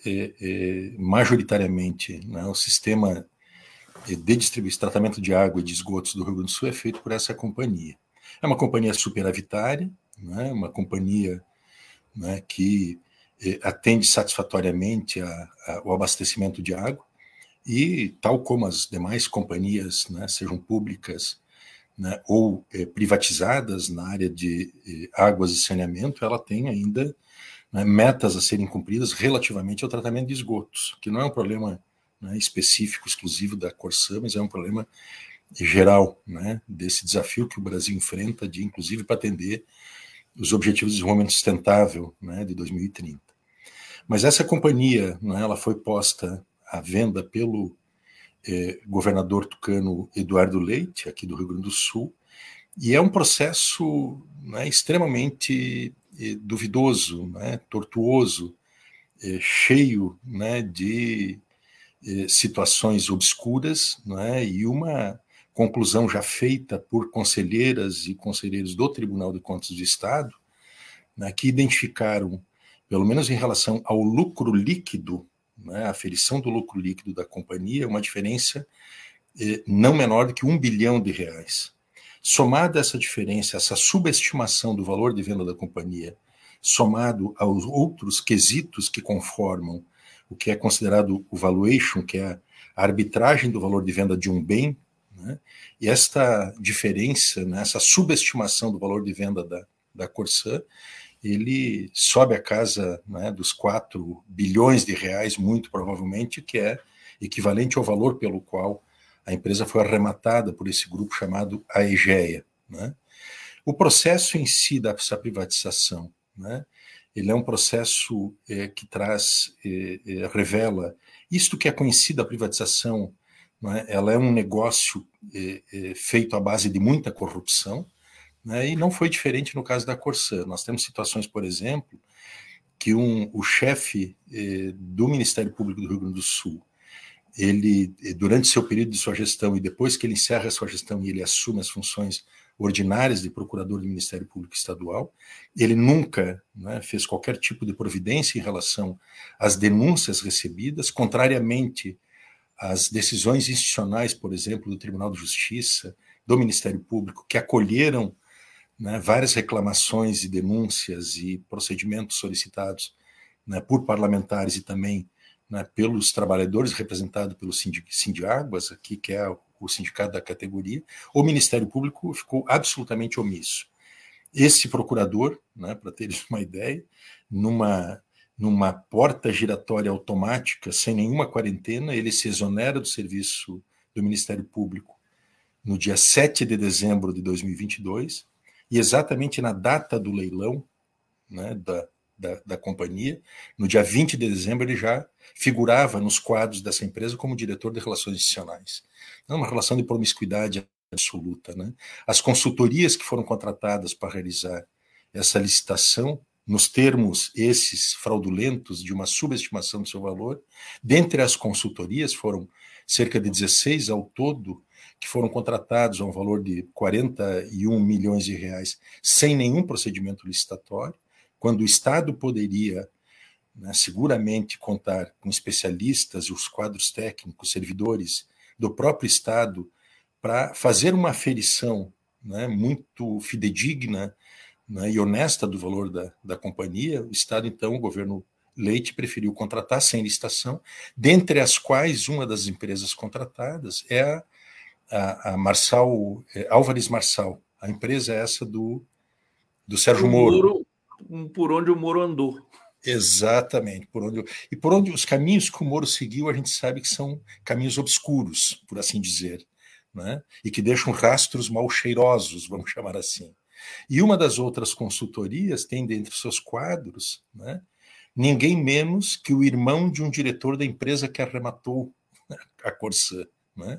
majoritariamente, né, o sistema de distribuição, tratamento de água e de esgotos do Rio Grande do Sul é feito por essa companhia. É uma companhia superavitária, né, uma companhia, né, que atende satisfatoriamente o abastecimento de água e, tal como as demais companhias, né, sejam públicas, né, ou privatizadas na área de águas e saneamento, ela tem ainda, né, metas a serem cumpridas relativamente ao tratamento de esgotos, que não é um problema, né, específico, exclusivo da Corsan, mas é um problema geral, né, desse desafio que o Brasil enfrenta, inclusive para atender os Objetivos de Desenvolvimento Sustentável, né, de 2030. Mas essa companhia, né, ela foi posta à venda pelo governador tucano Eduardo Leite, aqui do Rio Grande do Sul, e é um processo, né, extremamente duvidoso, né, tortuoso, cheio, né, de situações obscuras, né, e uma conclusão já feita por conselheiras e conselheiros do Tribunal de Contas do Estado, né, que identificaram, pelo menos em relação ao lucro líquido, né, a aferição do lucro líquido da companhia, uma diferença não menor do que R$1 bilhão. Somada essa diferença, essa subestimação do valor de venda da companhia, somado aos outros quesitos que conformam o que é considerado o valuation, que é a arbitragem do valor de venda de um bem, né? E esta diferença, né, essa subestimação do valor de venda da Corsan, ele sobe a casa, né, dos R$4 bilhões, muito provavelmente, que é equivalente ao valor pelo qual a empresa foi arrematada por esse grupo chamado Aegea, né? O processo em si dessa privatização, né, ele é um processo que revela isto que é conhecido a privatização, não é? Ela é um negócio feito à base de muita corrupção, né? E não foi diferente no caso da Corsã. Nós temos situações, por exemplo, que o chefe do Ministério Público do Rio Grande do Sul, ele, durante seu período de sua gestão e depois que ele encerra a sua gestão e ele assume as funções ordinárias de procurador do Ministério Público Estadual, ele nunca, né, fez qualquer tipo de providência em relação às denúncias recebidas, contrariamente às decisões institucionais, por exemplo, do Tribunal de Justiça, do Ministério Público, que acolheram, né, várias reclamações e denúncias e procedimentos solicitados, né, por parlamentares e também, né, pelos trabalhadores representados pelo Sindiáguas, aqui, que é o sindicato da categoria. O Ministério Público ficou absolutamente omisso. Esse procurador, né, para teres uma ideia, numa porta giratória automática, sem nenhuma quarentena, ele se exonera do serviço do Ministério Público no dia 7 de dezembro de 2022, e exatamente na data do leilão, né, da companhia, no dia 20 de dezembro, ele já figurava nos quadros dessa empresa como diretor de relações institucionais. É uma relação de promiscuidade absoluta, né? As consultorias que foram contratadas para realizar essa licitação, nos termos esses fraudulentos de uma subestimação do seu valor, dentre as consultorias foram cerca de 16 ao todo, que foram contratados a um valor de 41 milhões de reais, sem nenhum procedimento licitatório, quando o Estado poderia, né, seguramente contar com especialistas e os quadros técnicos, servidores do próprio Estado, para fazer uma aferição, né, muito fidedigna, né, e honesta do valor da companhia. O Estado, então, o governo Leite preferiu contratar sem licitação, dentre as quais uma das empresas contratadas é a Marçal, Álvares Marçal. A empresa é essa do Sérgio Moro. Por onde o Moro andou. Exatamente. Por onde os caminhos que o Moro seguiu, a gente sabe que são caminhos obscuros, por assim dizer, né? E que deixam rastros mal cheirosos, vamos chamar assim. E uma das outras consultorias tem dentre seus quadros, né, ninguém menos que o irmão de um diretor da empresa que arrematou a Corsã, né?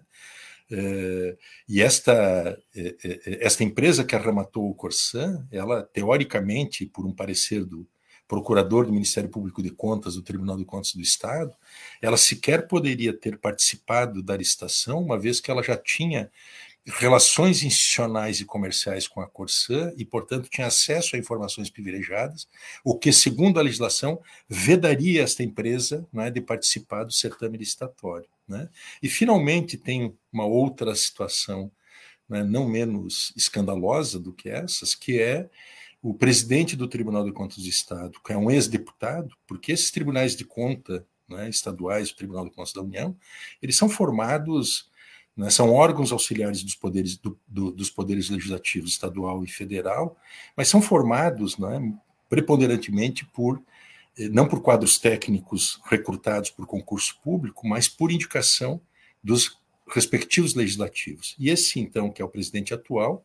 E esta empresa que arrematou o Corsã, ela, teoricamente, por um parecer do procurador do Ministério Público de Contas, do Tribunal de Contas do Estado, ela sequer poderia ter participado da licitação, uma vez que ela já tinha relações institucionais e comerciais com a Corsã e, portanto, tinha acesso a informações privilegiadas, o que, segundo a legislação, vedaria esta empresa, né, de participar do certame licitatório, né? E, finalmente, tem uma outra situação, né, não menos escandalosa do que essas, que é o presidente do Tribunal de Contas do Estado, que é um ex-deputado, porque esses tribunais de conta, né, estaduais, o Tribunal de Contas da União, eles são formados, né, são órgãos auxiliares dos poderes, dos poderes legislativos estadual e federal, mas são formados, né, preponderantemente não por quadros técnicos recrutados por concurso público, mas por indicação dos respectivos legislativos. E esse, então, que é o presidente atual,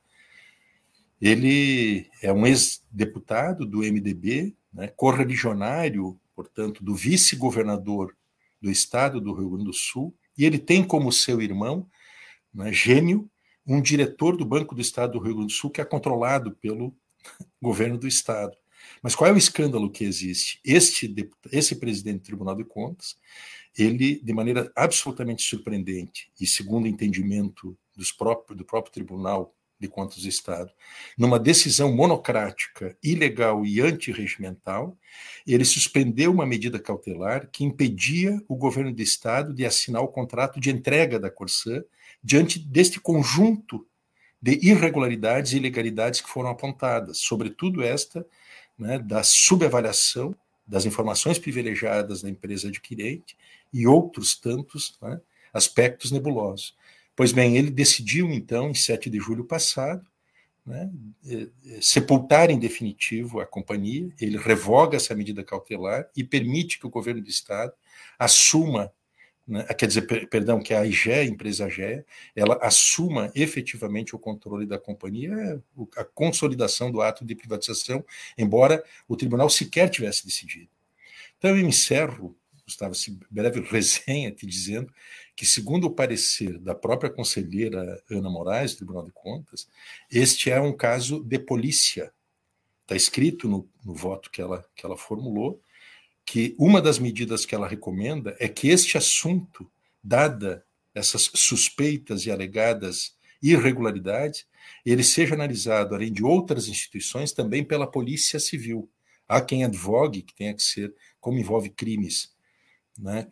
ele é um ex-deputado do MDB, né, correligionário, portanto, do vice-governador do estado do Rio Grande do Sul, e ele tem como seu irmão, né, gêmeo, um diretor do Banco do Estado do Rio Grande do Sul que é controlado pelo governo do estado. Mas qual é o escândalo que existe? Esse presidente do Tribunal de Contas, ele, de maneira absolutamente surpreendente, e segundo o entendimento do próprio Tribunal de Contas do Estado, numa decisão monocrática, ilegal e antirregimental, ele suspendeu uma medida cautelar que impedia o governo do Estado de assinar o contrato de entrega da Corsã diante deste conjunto de irregularidades e ilegalidades que foram apontadas, sobretudo esta, né, da subavaliação das informações privilegiadas da empresa adquirente e outros tantos, né, aspectos nebulosos. Pois bem, ele decidiu, então, em 7 de julho passado, né, sepultar em definitivo a companhia. Ele revoga essa medida cautelar e permite que o governo do Estado assuma né, quer dizer, perdão, que a AGEA, a empresa AGEA, ela assuma efetivamente o controle da companhia, a consolidação do ato de privatização, embora o tribunal sequer tivesse decidido. Então eu encerro, Gustavo, essa breve resenha te dizendo que, segundo o parecer da própria conselheira Ana Moraes, do Tribunal de Contas, este é um caso de polícia. Está escrito no voto que ela formulou, que uma das medidas que ela recomenda é que este assunto, dada essas suspeitas e alegadas irregularidades, ele seja analisado, além de outras instituições, também pela Polícia Civil. Há quem advogue que tenha que ser, como envolve crimes, né,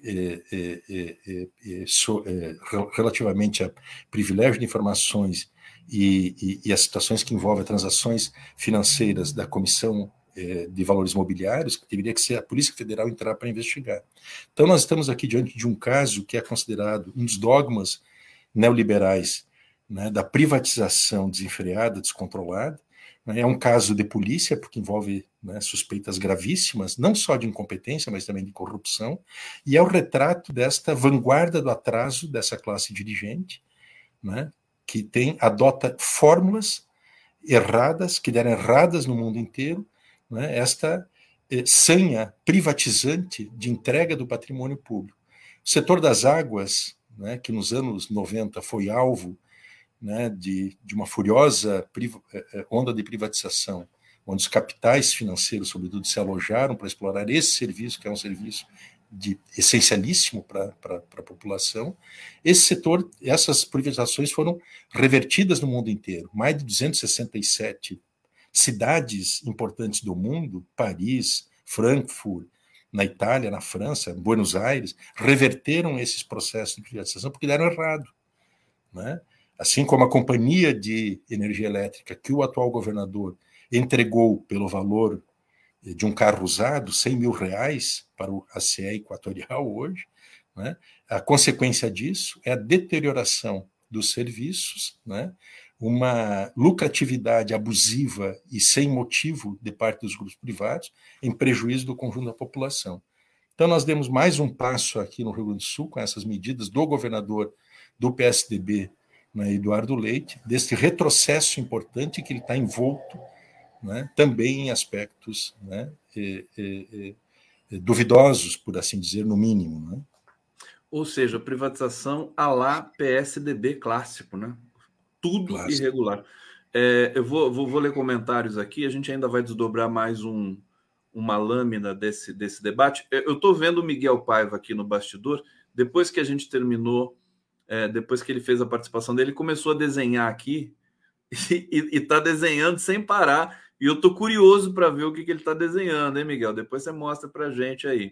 relativamente a privilégio de informações e as situações que envolvem transações financeiras da Comissão de Valores Mobiliários, que deveria ser a Polícia Federal entrar para investigar. Então nós estamos aqui diante de um caso que é considerado um dos dogmas neoliberais, né, da privatização desenfreada, descontrolada. É um caso de polícia, porque envolve, né, suspeitas gravíssimas, não só de incompetência, mas também de corrupção, e é o retrato desta vanguarda do atraso dessa classe dirigente, né, que adota fórmulas erradas, que deram erradas no mundo inteiro, né, esta sanha privatizante de entrega do patrimônio público. O setor das águas, né, que nos anos 90 foi alvo, né, de uma furiosa onda de privatização, onde os capitais financeiros, sobretudo, se alojaram para explorar esse serviço, que é um serviço essencialíssimo para a população. Esse setor, essas privatizações foram revertidas no mundo inteiro. Mais de 267 cidades importantes do mundo, Paris, Frankfurt, na Itália, na França, Buenos Aires, reverteram esses processos de privatização porque deram errado, né? Assim como a companhia de energia elétrica que o atual governador entregou pelo valor de um carro usado, R$100 mil para a CE Equatorial hoje, né? A consequência disso é a deterioração dos serviços, né? Uma lucratividade abusiva e sem motivo de parte dos grupos privados, em prejuízo do conjunto da população. Então nós demos mais um passo aqui no Rio Grande do Sul com essas medidas do governador do PSDB, né, Eduardo Leite, desse retrocesso importante que ele está envolto, né, também em aspectos, né, duvidosos, por assim dizer, no mínimo, né? Ou seja, privatização à la PSDB clássico, né? Tudo clássico. Irregular. Eu vou ler comentários aqui, a gente ainda vai desdobrar mais uma lâmina desse debate. Eu estou vendo o Miguel Paiva aqui no bastidor, depois que a gente terminou, depois que ele fez a participação dele, começou a desenhar aqui e está desenhando sem parar. E eu estou curioso para ver o que ele está desenhando, hein, Miguel? Depois você mostra para a gente aí.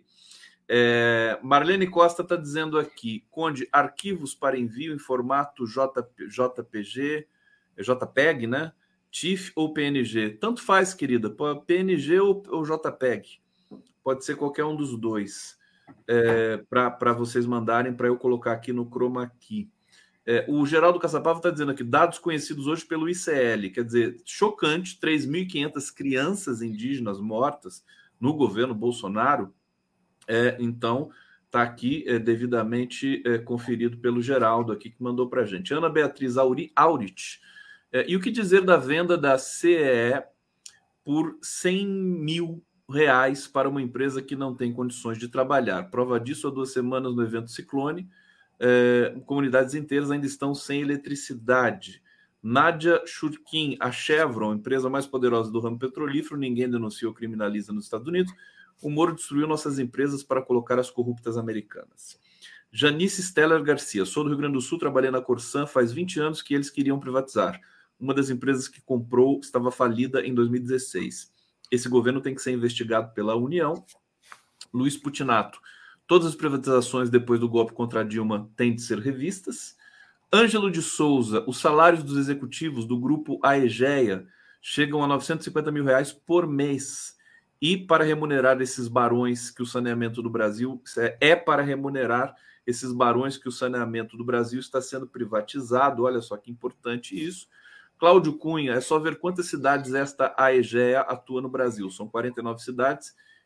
Marlene Costa está dizendo aqui, Conde, arquivos para envio em formato JPG, JPEG, né? TIFF ou PNG? Tanto faz, querida, PNG ou JPEG. Pode ser qualquer um dos dois. Para vocês mandarem, para eu colocar aqui no Chroma Key. O Geraldo Caçapava está dizendo aqui, dados conhecidos hoje pelo ICL, quer dizer, chocante, 3.500 crianças indígenas mortas no governo Bolsonaro. Então, está aqui devidamente conferido pelo Geraldo aqui, que mandou para a gente. Ana Beatriz Aurit. E o que dizer da venda da CEE por R$100 mil para uma empresa que não tem condições de trabalhar? Prova disso, há 2 semanas no evento Ciclone, comunidades inteiras ainda estão sem eletricidade. Nádia Shurkin, a Chevron, empresa mais poderosa do ramo petrolífero, ninguém denuncia ou criminaliza nos Estados Unidos. O Moro destruiu nossas empresas para colocar as corruptas americanas. Janice Steller Garcia, sou do Rio Grande do Sul, trabalhei na Corsan, faz 20 anos que eles queriam privatizar. Uma das empresas que comprou estava falida em 2016. Esse governo tem que ser investigado pela União. Luiz Putinato, todas as privatizações depois do golpe contra Dilma têm de ser revistas. Ângelo de Souza, os salários dos executivos do grupo AEGEA chegam a R$950 mil por mês. E para remunerar esses barões que o saneamento do Brasil para remunerar esses barões que o saneamento do Brasil está sendo privatizado. Olha só que importante isso. Cláudio Cunha, é só ver quantas cidades esta AEGEA atua no Brasil. São 49 cidades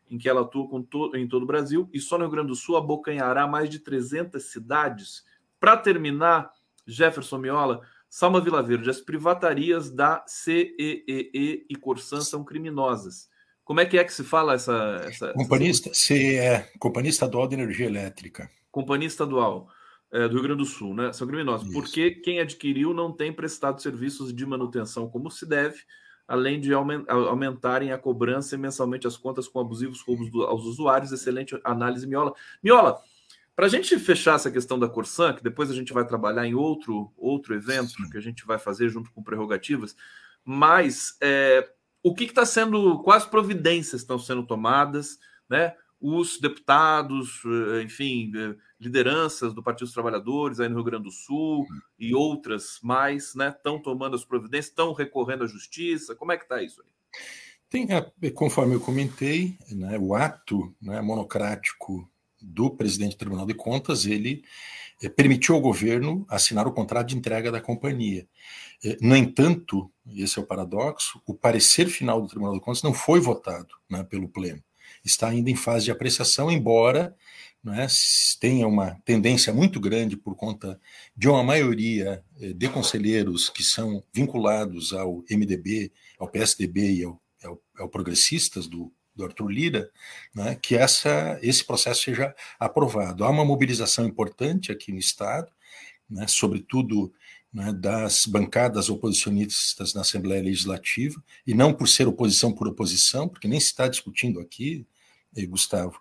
em que ela atua em todo o Brasil, e só no Rio Grande do Sul abocanhará mais de 300 cidades. Para terminar, Jefferson Miola, Salma Vilaverde, as privatarias da CEEE e Corsan são criminosas. Como é que se fala essa CEE, Companhia Estadual de Energia Elétrica. Companhia Estadual do Rio Grande do Sul, né? São criminosas. Isso. Porque quem adquiriu não tem prestado serviços de manutenção como se deve, além de aumentarem a cobrança e mensalmente as contas com abusivos roubos aos usuários. Excelente análise, Miola. Miola, para a gente fechar essa questão da Corsan, que depois a gente vai trabalhar em outro evento que a gente vai fazer junto com prerrogativas, mas o que está sendo, quais providências estão sendo tomadas, né? Os deputados, enfim, lideranças do Partido dos Trabalhadores aí no Rio Grande do Sul e outras mais, né, estão tomando as providências, estão recorrendo à justiça. Como é que está isso aí? Conforme eu comentei, né, o ato, né, monocrático do presidente do Tribunal de Contas, ele permitiu ao governo assinar o contrato de entrega da companhia. No entanto, esse é o paradoxo, o parecer final do Tribunal de Contas não foi votado, né, pelo Pleno. Está ainda em fase de apreciação, embora, né, tenha uma tendência muito grande por conta de uma maioria de conselheiros que são vinculados ao MDB, ao PSDB e ao Progressistas do Arthur Lira, né, que esse processo seja aprovado. Há uma mobilização importante aqui no Estado, né, sobretudo, né, das bancadas oposicionistas na Assembleia Legislativa, e não por ser oposição por oposição, porque nem se está discutindo aqui, Gustavo,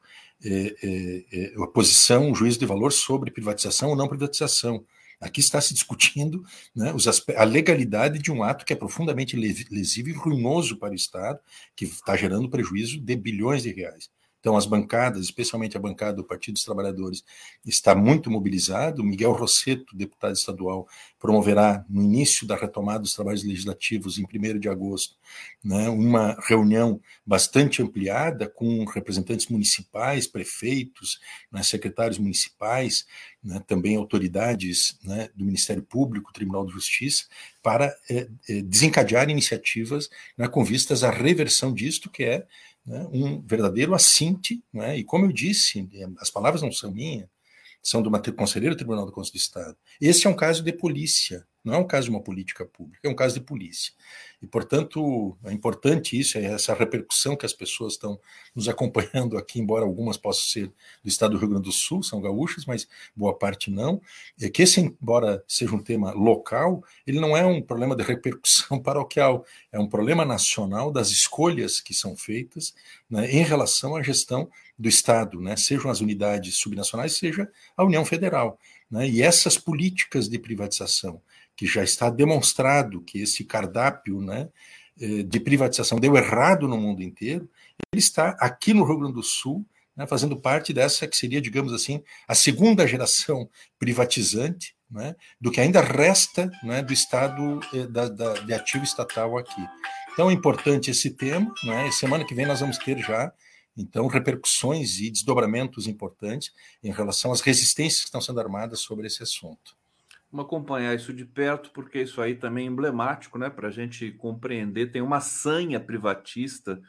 oposição, juízo de valor sobre privatização ou não privatização. Aqui está se discutindo, né, a legalidade de um ato que é profundamente lesivo e ruinoso para o Estado, que está gerando prejuízo de bilhões de reais. Então, as bancadas, especialmente a bancada do Partido dos Trabalhadores, está muito mobilizado. Miguel Rosseto, deputado estadual, promoverá, no início da retomada dos trabalhos legislativos, em 1º de agosto, né, uma reunião bastante ampliada com representantes municipais, prefeitos, né, secretários municipais, né, também autoridades, né, do Ministério Público, Tribunal de Justiça, para desencadear iniciativas, né, com vistas à reversão disto, que é, né, um verdadeiro assinte, né, e como eu disse, as palavras não são minhas, são do conselheiro do Tribunal de Contas do Estado. Esse é um caso de polícia, não é um caso de uma política pública, é um caso de polícia. E, portanto, é importante isso, essa repercussão que as pessoas estão nos acompanhando aqui, embora algumas possam ser do estado do Rio Grande do Sul, são gaúchas, mas boa parte não, é que esse, embora seja um tema local, ele não é um problema de repercussão paroquial, é um problema nacional das escolhas que são feitas, né, em relação à gestão do Estado, né, sejam as unidades subnacionais, seja a União Federal, né, e essas políticas de privatização, que já está demonstrado que esse cardápio, né, de privatização deu errado no mundo inteiro, ele está aqui no Rio Grande do Sul, né, fazendo parte dessa que seria, digamos assim, a segunda geração privatizante, né, do que ainda resta, né, do Estado de ativo estatal aqui. Então é importante esse tema, né, semana que vem nós vamos ter já, então, repercussões e desdobramentos importantes em relação às resistências que estão sendo armadas sobre esse assunto. Vamos acompanhar isso de perto, porque isso aí também é emblemático, né, para a gente compreender. Tem uma sanha privatista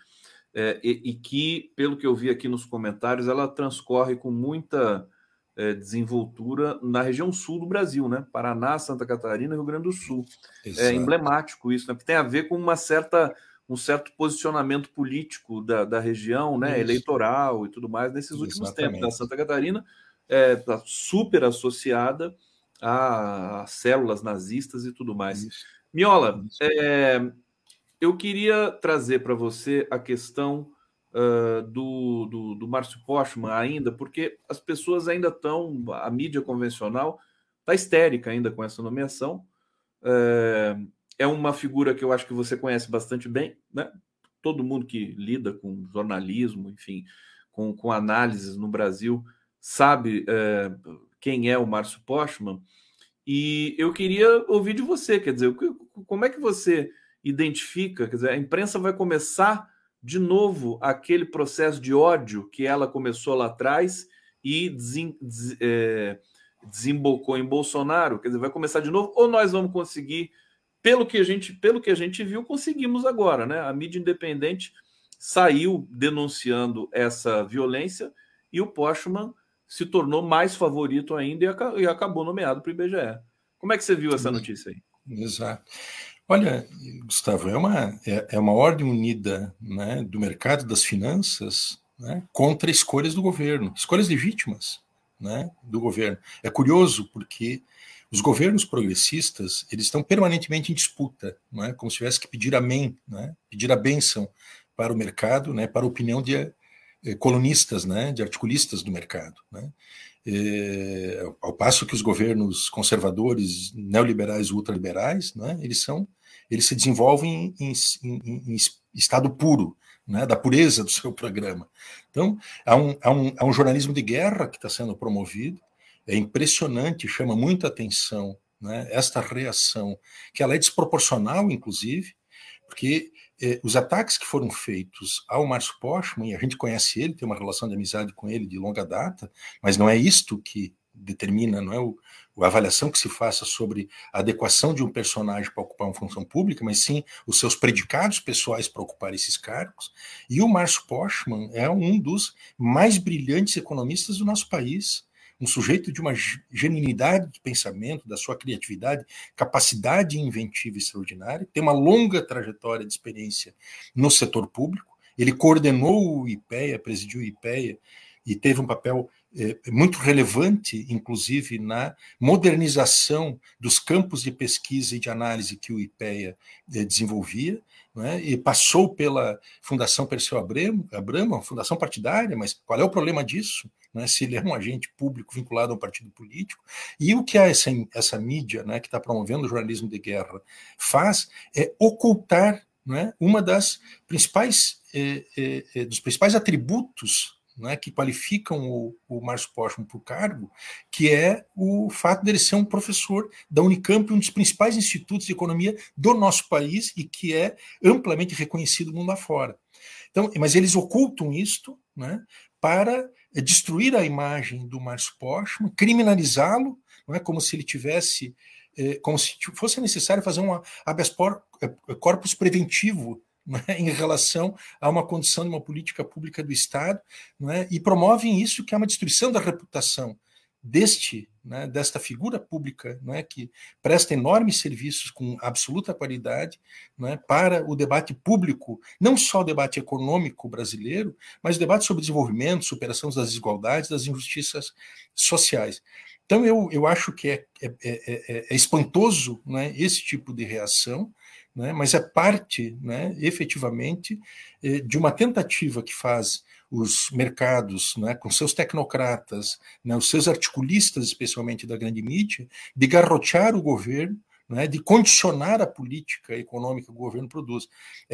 e que, pelo que eu vi aqui nos comentários, ela transcorre com muita desenvoltura na região sul do Brasil, né? Paraná, Santa Catarina e Rio Grande do Sul. Exato. É emblemático isso, né? Porque tem a ver com um certo posicionamento político da região, né? Eleitoral e tudo mais nesses últimos tempos. A Santa Catarina está super associada a células nazistas e tudo mais. Isso. Miola, eu queria trazer para você a questão do Márcio Postman ainda, porque as pessoas ainda estão, a mídia convencional está histérica ainda com essa nomeação. É uma figura que eu acho que você conhece bastante bem, né? Todo mundo que lida com jornalismo, enfim, com análises no Brasil, sabe quem é o Márcio Postman. E eu queria ouvir de você, quer dizer, como é que você identifica, quer dizer, a imprensa vai começar de novo aquele processo de ódio que ela começou lá atrás e desembocou em Bolsonaro, quer dizer, vai começar de novo, ou nós vamos conseguir, pelo que a gente viu, conseguimos agora, né? A mídia independente saiu denunciando essa violência e o Postman se tornou mais favorito ainda e acabou nomeado para o IBGE. Como é que você viu essa notícia aí? Exato. Olha, Gustavo, é uma ordem unida, né, do mercado das finanças, né, contra escolhas do governo, escolhas legítimas, né, do governo. É curioso porque os governos progressistas, eles estão permanentemente em disputa, não é? Como se tivesse que pedir amém, né? Pedir a bênção para o mercado, né? Para a opinião de colunistas, né? De articulistas do mercado, né? Ao passo que os governos conservadores, neoliberais, ultraliberais, né? Eles se desenvolvem em estado puro, né? Da pureza do seu programa. Então, há um jornalismo de guerra que está sendo promovido. É impressionante, chama muita atenção, né, esta reação, que ela é desproporcional, inclusive, porque os ataques que foram feitos ao Márcio Postman, e a gente conhece ele, tem uma relação de amizade com ele de longa data, mas não é isto que determina, não é a avaliação que se faça sobre a adequação de um personagem para ocupar uma função pública, mas sim os seus predicados pessoais para ocupar esses cargos. E o Márcio Postman é um dos mais brilhantes economistas do nosso país, um sujeito de uma genuinidade de pensamento, da sua criatividade, capacidade inventiva extraordinária, tem uma longa trajetória de experiência no setor público. Ele coordenou o IPEA, presidiu o IPEA, e teve um papel muito relevante, inclusive, na modernização dos campos de pesquisa e de análise que o IPEA desenvolvia, né? E passou pela Fundação Perseu Abramo, uma fundação partidária, mas qual é o problema disso? Né, se ele é um agente público vinculado a um partido político. E o que essa mídia, né, que está promovendo o jornalismo de guerra faz é ocultar, né, uma das principais dos principais atributos, né, que qualificam o Márcio Postman para o cargo, que é o fato dele ser um professor da Unicamp, um dos principais institutos de economia do nosso país e que é amplamente reconhecido mundo afora. Então, mas eles ocultam isto, né, para destruir a imagem do Márcio Postman, criminalizá-lo, não é, como se ele tivesse, como se fosse necessário fazer um habeas corpus preventivo, não é, em relação a uma condição de uma política pública do Estado, não é, e promovem isso, que é uma destruição da reputação desta figura pública, não é, que presta enormes serviços com absoluta qualidade, não é, para o debate público, não só o debate econômico brasileiro, mas o debate sobre desenvolvimento, superação das desigualdades, das injustiças sociais. Então eu acho que é espantoso, né, esse tipo de reação, né, mas é parte, né, efetivamente, de uma tentativa que faz os mercados, né, com seus tecnocratas, né, os seus articulistas, especialmente da grande mídia, de garrotear o governo, né, de condicionar a política econômica que o governo produz.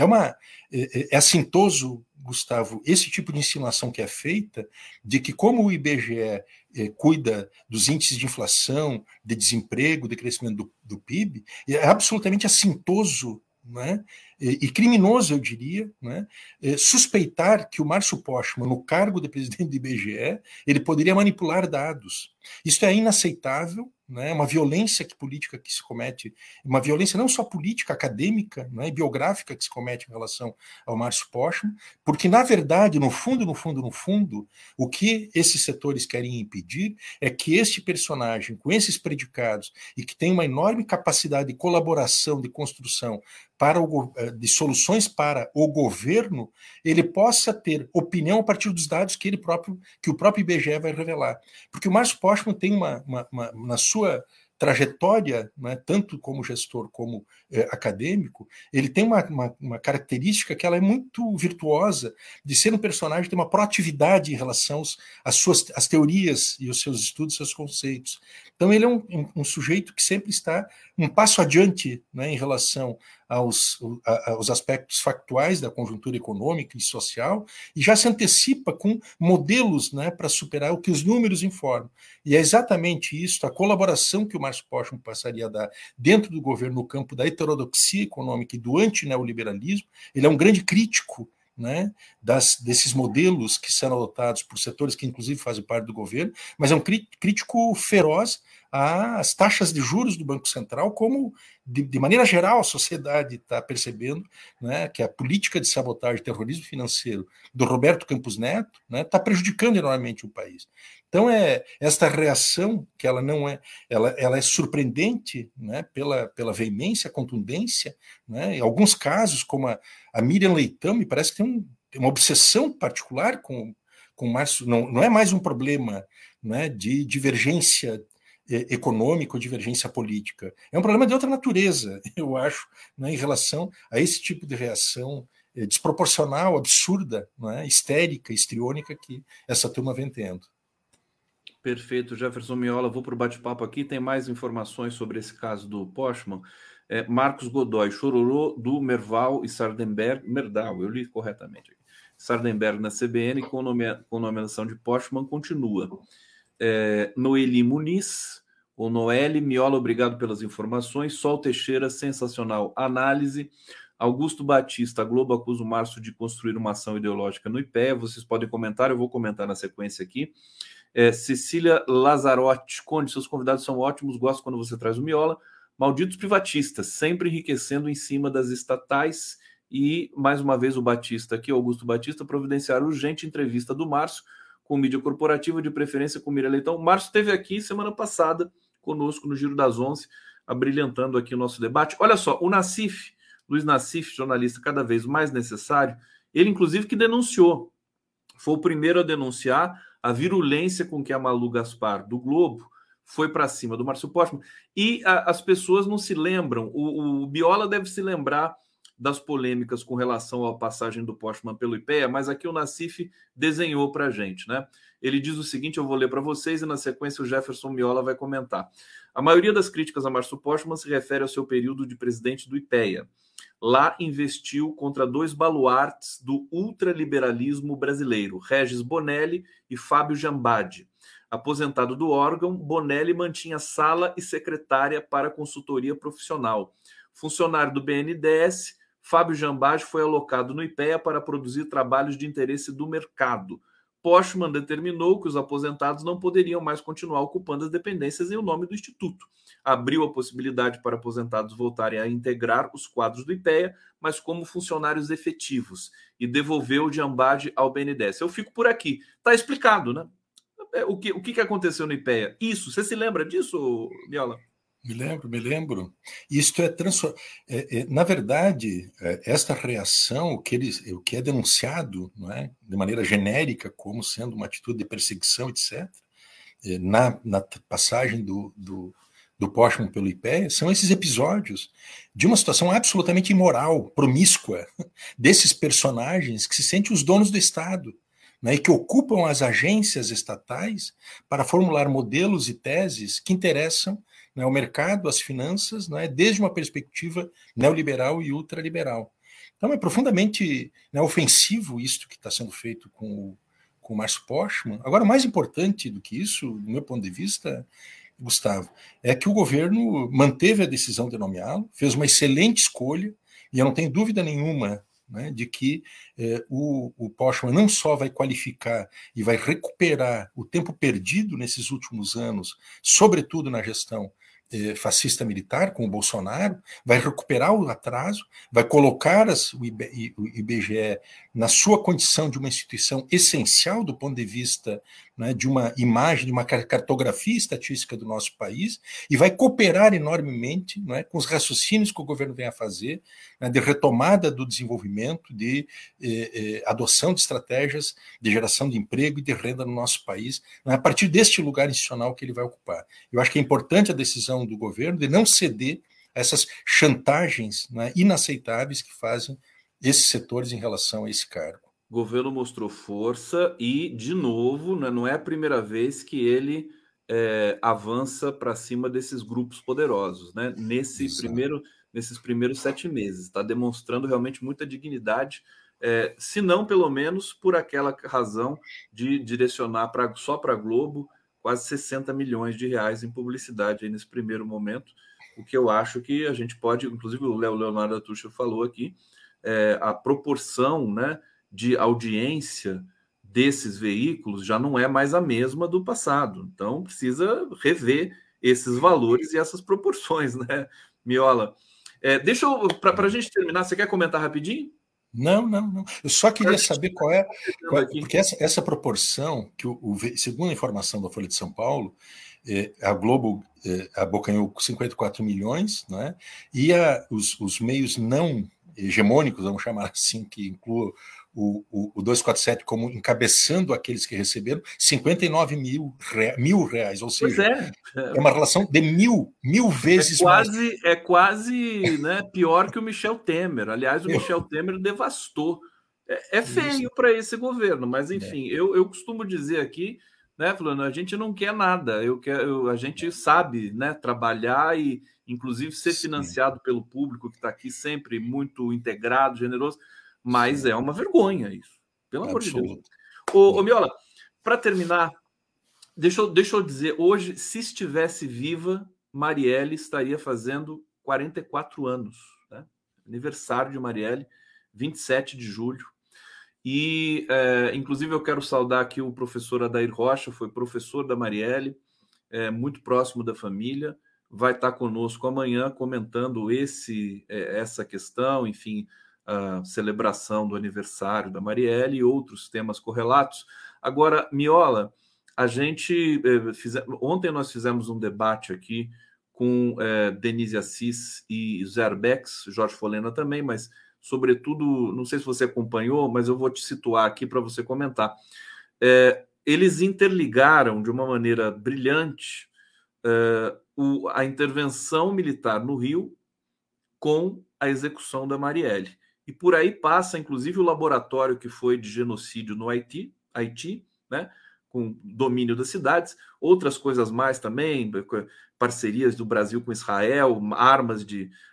É assintoso, Gustavo, esse tipo de insinuação que é feita, de que como o IBGE cuida dos índices de inflação, de desemprego, de crescimento do PIB, é absolutamente assintoso, né, e criminoso, eu diria, né, suspeitar que o Márcio Postman, no cargo de presidente do IBGE, ele poderia manipular dados. Isso é inaceitável, né, uma violência política que se comete, uma violência não só política, acadêmica, né, e biográfica que se comete em relação ao Márcio Postman, porque, na verdade, no fundo, o que esses setores querem impedir é que este personagem, com esses predicados, e que tem uma enorme capacidade de colaboração, de construção, de soluções para o governo, ele possa ter opinião a partir dos dados que o próprio IBGE vai revelar. Porque o Márcio Postman tem na sua trajetória, né, tanto como gestor como acadêmico, ele tem uma característica que ela é muito virtuosa de ser um personagem que tem uma proatividade em relação às teorias e os seus estudos, seus conceitos. Então ele é um sujeito que sempre está um passo adiante, né, em relação aos aspectos factuais da conjuntura econômica e social, e já se antecipa com modelos, né, para superar o que os números informam. E é exatamente isso, a colaboração que o Márcio Postman passaria a dar dentro do governo no campo da heterodoxia econômica e do antineoliberalismo. Ele é um grande crítico, né, desses modelos que são adotados por setores que inclusive fazem parte do governo, mas é um crítico feroz às taxas de juros do Banco Central, como, de maneira geral, a sociedade está percebendo, né, que a política de sabotagem e terrorismo financeiro do Roberto Campos Neto, né, está prejudicando enormemente o país. Então, esta reação, que ela não é, ela é surpreendente, né, pela veemência, contundência, né, em alguns casos, como a Miriam Leitão, me parece que tem uma obsessão particular com o Márcio, não é mais um problema, né, de divergência econômica ou divergência política. É um problema de outra natureza, eu acho, né, em relação a esse tipo de reação desproporcional, absurda, né, histérica, histriônica que essa turma vem tendo. Perfeito, Jefferson Miola. Vou para o bate-papo aqui. Tem mais informações sobre esse caso do Postman. Marcos Godoy, chororô do Merval e Sardenberg. Merdal, eu li corretamente aqui. Sardenberg na CBN, com nomeação de Postman, continua. Noeli Muniz, ou Noeli, Miola, obrigado pelas informações. Sol Teixeira, sensacional análise. Augusto Batista, a Globo acusa o Márcio de construir uma ação ideológica no IPEA. Vocês podem comentar, eu vou comentar na sequência aqui. Cecília Lazarotti, Conde, seus convidados são ótimos, gosto quando você traz o Miola. Malditos privatistas, sempre enriquecendo em cima das estatais. E, mais uma vez, o Batista aqui, Augusto Batista, providenciar urgente entrevista do Márcio com mídia corporativa, de preferência com Miriam Leitão. O Márcio esteve aqui semana passada conosco no Giro das 11, abrilhantando aqui o nosso debate. Olha só, o Nassif, Luiz Nassif, jornalista cada vez mais necessário, ele inclusive que denunciou, foi o primeiro a denunciar a virulência com que a Malu Gaspar, do Globo, foi para cima do Márcio Postman. E as pessoas não se lembram, o Biola deve se lembrar das polêmicas com relação à passagem do Postman pelo IPEA, mas aqui o Nassif desenhou para a gente, né? Ele diz o seguinte, eu vou ler para vocês e na sequência o Jefferson Miola vai comentar. A maioria das críticas a Márcio Postman se refere ao seu período de presidente do IPEA. Lá investiu contra dois baluartes do ultraliberalismo brasileiro, Regis Bonelli e Fábio Jambade. Aposentado do órgão, Bonelli mantinha sala e secretária para consultoria profissional. Funcionário do BNDES, Fábio Jambade foi alocado no IPEA para produzir trabalhos de interesse do mercado. Postman determinou que os aposentados não poderiam mais continuar ocupando as dependências em nome do Instituto. Abriu a possibilidade para aposentados voltarem a integrar os quadros do IPEA, mas como funcionários efetivos, e devolveu o Jambade ao BNDES. Eu fico por aqui. Está explicado, né? O que aconteceu no IPEA? Isso, você se lembra disso, Miola? Me lembro. Isto na verdade, esta reação, o que é denunciado, não é, de maneira genérica como sendo uma atitude de perseguição, etc., na passagem do Postman pelo IPEA, são esses episódios de uma situação absolutamente imoral, promíscua, desses personagens que se sentem os donos do Estado, né, e que ocupam as agências estatais para formular modelos e teses que interessam, né, ao mercado, às finanças, né, desde uma perspectiva neoliberal e ultraliberal. Então é profundamente, né, ofensivo isto que está sendo feito com o Márcio Postman. Agora, mais importante do que isso, do meu ponto de vista, Gustavo, é que o governo manteve a decisão de nomeá-lo, fez uma excelente escolha, e eu não tenho dúvida nenhuma, né, de que o Postman não só vai qualificar e vai recuperar o tempo perdido nesses últimos anos, sobretudo na gestão fascista militar com o Bolsonaro, vai recuperar o atraso, vai colocar o IBGE na sua condição de uma instituição essencial do ponto de vista, né, de uma imagem, de uma cartografia estatística do nosso país, e vai cooperar enormemente, né, com os raciocínios que o governo vem a fazer, né, de retomada do desenvolvimento, de adoção de estratégias de geração de emprego e de renda no nosso país, né, a partir deste lugar institucional que ele vai ocupar. Eu acho que é importante a decisão do governo de não ceder a essas chantagens, né, inaceitáveis que fazem esses setores em relação a esse cargo. O governo mostrou força e, de novo, né, não é a primeira vez que ele avança para cima desses grupos poderosos, né? Nesses primeiros 7 meses. Está demonstrando realmente muita dignidade, se não, pelo menos, por aquela razão de direcionar só para a Globo quase 60 milhões de reais em publicidade aí nesse primeiro momento, o que eu acho que a gente pode, inclusive o Leonardo Atucha falou aqui, a proporção, né, de audiência desses veículos já não é mais a mesma do passado. Então, precisa rever esses valores e essas proporções, né, Miola? Deixa eu, para a gente terminar, você quer comentar rapidinho? Não. Eu só queria saber qual é porque essa proporção, que segundo a informação da Folha de São Paulo, a Globo abocanhou 54 milhões, né? E os meios não hegemônicos, vamos chamar assim, que incluam o 247 como encabeçando aqueles que receberam 59 mil reais, ou seja, é uma relação de mil vezes mais. É quase, né, pior que o Michel Temer. Aliás, o Michel Temer devastou. É feio para esse governo, mas enfim, eu costumo dizer aqui, né, Fulano, a gente não quer nada, a gente sabe, né, trabalhar e inclusive ser financiado pelo público que está aqui sempre muito integrado, generoso, mas é uma vergonha isso, pelo amor de Deus. Ô Miola, para terminar, deixa eu dizer, hoje, se estivesse viva, Marielle estaria fazendo 44 anos, né? Aniversário de Marielle, 27 de julho. E, inclusive, eu quero saudar aqui o professor Adair Rocha, foi professor da Marielle, muito próximo da família, vai estar conosco amanhã comentando essa questão, enfim, a celebração do aniversário da Marielle e outros temas correlatos. Agora, Miola, a gente ontem nós fizemos um debate aqui com Denise Assis e Zé Arbex, Jorge Folena também, mas sobretudo, não sei se você acompanhou, mas eu vou te situar aqui para você comentar. Eles interligaram de uma maneira brilhante a intervenção militar no Rio com a execução da Marielle. E por aí passa, inclusive, o laboratório que foi de genocídio no Haiti, né, com domínio das cidades, outras coisas mais também, parcerias do Brasil com Israel, armas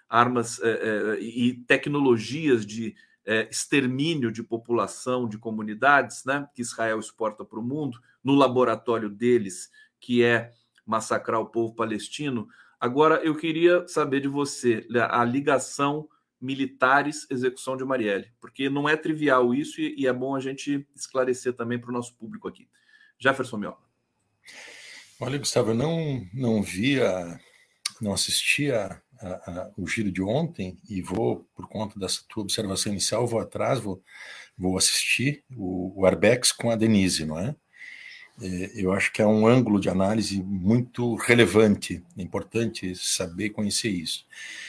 e tecnologias de extermínio de população, de comunidades, né, que Israel exporta para o mundo, no laboratório deles, que é massacrar o povo palestino. Agora, eu queria saber de você a ligação militares, execução de Marielle, porque não é trivial isso e é bom a gente esclarecer também para o nosso público aqui. Jefferson Miola. Olha, Gustavo, eu não assisti o giro de ontem e vou, por conta dessa tua observação inicial, vou atrás, vou assistir o Arbex com a Denise, não é? Eu acho que é um ângulo de análise muito relevante, é importante saber e conhecer isso.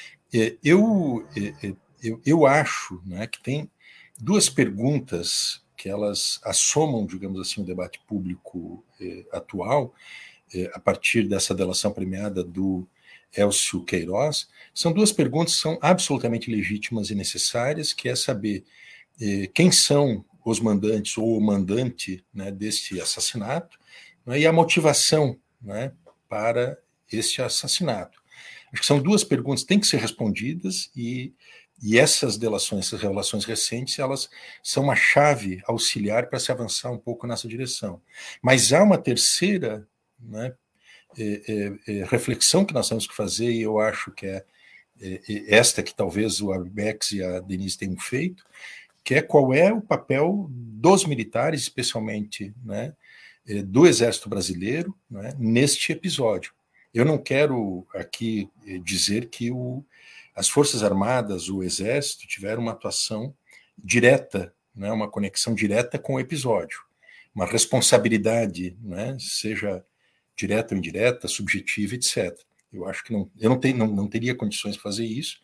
Eu acho, né, que tem duas perguntas que elas assomam, digamos assim, o debate público atual, a partir dessa delação premiada do Elcio Queiroz. São duas perguntas que são absolutamente legítimas e necessárias, que é saber quem são os mandantes ou o mandante, né, deste assassinato, né, e a motivação, né, para este assassinato. Acho que são duas perguntas que têm que ser respondidas e essas delações, essas revelações recentes, elas são uma chave auxiliar para se avançar um pouco nessa direção. Mas há uma terceira, né, reflexão que nós temos que fazer, e eu acho que é esta que talvez o Arbex e a Denise tenham feito, que é qual é o papel dos militares, especialmente, né, do Exército Brasileiro, né, neste episódio. Eu não quero aqui dizer que as Forças Armadas, o Exército, tiveram uma atuação direta, né, uma conexão direta com o episódio, uma responsabilidade, né, seja direta ou indireta, subjetiva, etc. Eu acho que não teria condições de fazer isso.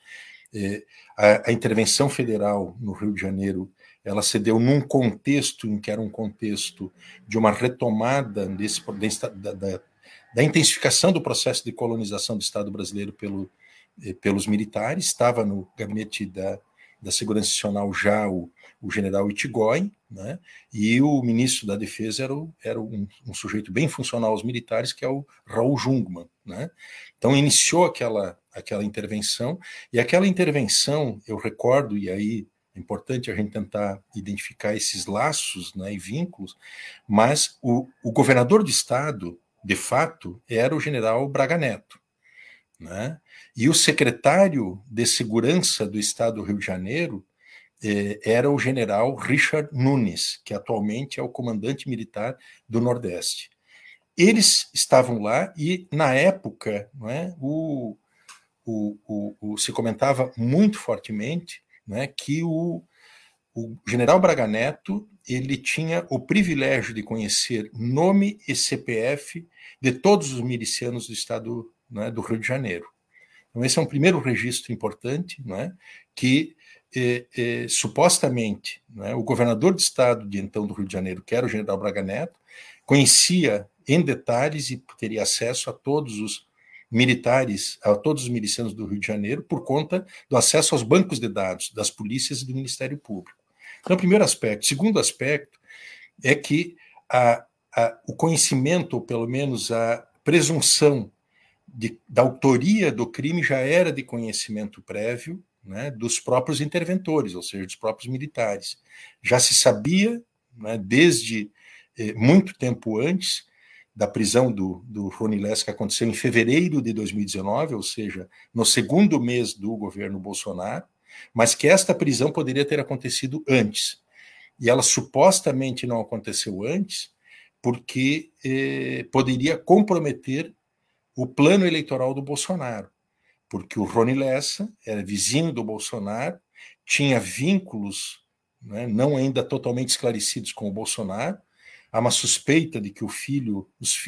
A intervenção federal no Rio de Janeiro, ela se deu num contexto em que era um contexto de uma retomada da intensificação do processo de colonização do Estado brasileiro pelos militares. Estava no gabinete da Segurança Nacional já o general Itigói, né, e o ministro da Defesa era um sujeito bem funcional aos militares, que é o Raul Jungmann, né. Então iniciou aquela intervenção, e aquela intervenção, eu recordo, e aí é importante a gente tentar identificar esses laços, né, e vínculos, mas o governador do Estado, de fato, era o general Braga Neto, né? E o secretário de Segurança do Estado do Rio de Janeiro era o general Richard Nunes, que atualmente é o comandante militar do Nordeste. eles estavam lá e, na época, não é, se comentava muito fortemente, né, que o general Braga Neto ele tinha o privilégio de conhecer nome e CPF de todos os milicianos do estado, né, do Rio de Janeiro. Então, esse é um primeiro registro importante, né, que supostamente, né, o governador de estado de então do Rio de Janeiro, que era o general Braga Neto, conhecia em detalhes e teria acesso a todos os militares, a todos os milicianos do Rio de Janeiro, por conta do acesso aos bancos de dados das polícias e do Ministério Público. Então, primeiro aspecto. Segundo aspecto é que o conhecimento, ou pelo menos a presunção da autoria do crime já era de conhecimento prévio, né, dos próprios interventores, ou seja, dos próprios militares. Já se sabia, né, desde muito tempo antes da prisão do Rony Lessa, que aconteceu em fevereiro de 2019, ou seja, no segundo mês do governo Bolsonaro, mas que esta prisão poderia ter acontecido antes. E ela supostamente não aconteceu antes porque poderia comprometer o plano eleitoral do Bolsonaro, porque o Rony Lessa era vizinho do Bolsonaro, tinha vínculos, né, não ainda totalmente esclarecidos com o Bolsonaro. Há uma suspeita de que o filho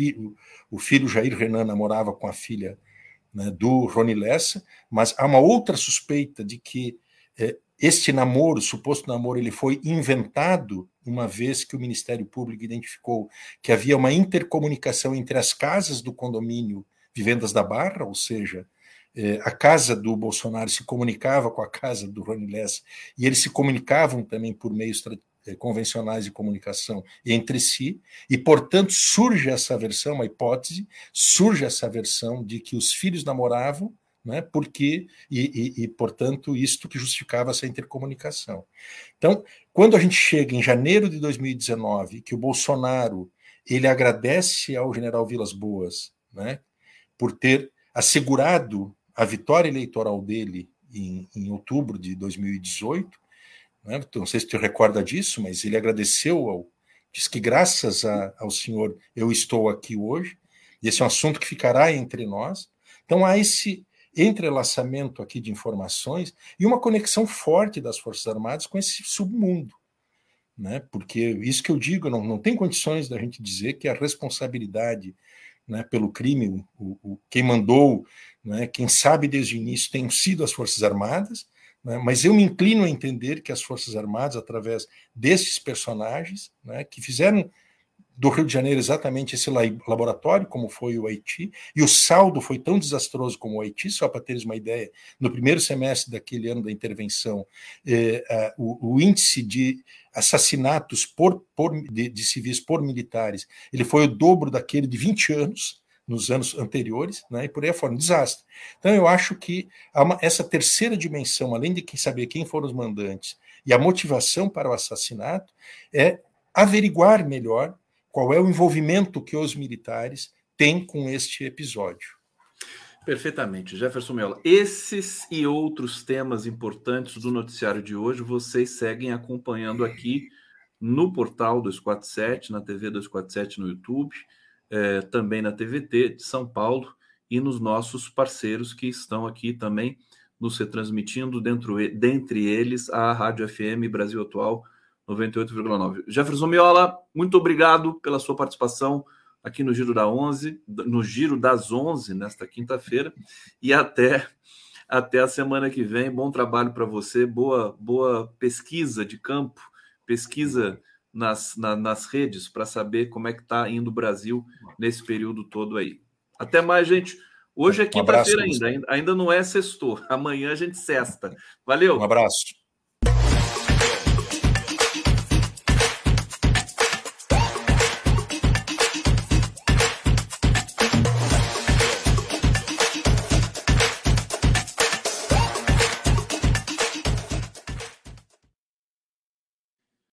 Jair Renan namorava com a filha, né, do Rony Lessa, mas há uma outra suspeita de que este namoro, suposto namoro, ele foi inventado uma vez que o Ministério Público identificou que havia uma intercomunicação entre as casas do condomínio Vivendas da Barra, ou seja, a casa do Bolsonaro se comunicava com a casa do Rony Lessa e eles se comunicavam também por meios convencionais de comunicação entre si, e, portanto, surge essa versão, uma hipótese, surge essa versão de que os filhos namoravam, né, porque, portanto, isto que justificava essa intercomunicação. Então, quando a gente chega em janeiro de 2019, que o Bolsonaro ele agradece ao general Vilas Boas, né, por ter assegurado a vitória eleitoral dele em outubro de 2018, né, não sei se tu recorda disso, mas ele agradeceu, diz que graças ao senhor eu estou aqui hoje, e esse é um assunto que ficará entre nós. Então há esse entrelaçamento aqui de informações e uma conexão forte das Forças Armadas com esse submundo, né? Porque isso que eu digo, não tem condições da gente dizer que a responsabilidade, né, pelo crime, quem mandou, né, quem sabe desde o início, tem sido as Forças Armadas, né, mas eu me inclino a entender que as Forças Armadas, através desses personagens, né, que fizeram do Rio de Janeiro exatamente esse laboratório, como foi o Haiti, e o saldo foi tão desastroso como o Haiti, só para teres uma ideia, no primeiro semestre daquele ano da intervenção, o índice de assassinatos de civis por militares, ele foi o dobro daquele de 20 anos, nos anos anteriores, né, e por aí afora, um desastre. Então eu acho que essa terceira dimensão, além de saber quem foram os mandantes, e a motivação para o assassinato, é averiguar melhor qual é o envolvimento que os militares têm com este episódio. Perfeitamente. Jefferson Miola, esses e outros temas importantes do noticiário de hoje, vocês seguem acompanhando aqui no portal 247, na TV 247 no YouTube, também na TVT de São Paulo e nos nossos parceiros que estão aqui também nos retransmitindo, dentre eles a Rádio FM Brasil Atual 98,9. Jefferson Miola, muito obrigado pela sua participação aqui no Giro das 11, nesta quinta-feira, e até a semana que vem. Bom trabalho para você, boa pesquisa de campo, pesquisa nas redes para saber como é que está indo o Brasil nesse período todo aí. Até mais, gente. Hoje é quinta-feira ainda não é sextou. Amanhã a gente sexta. Valeu. Um abraço.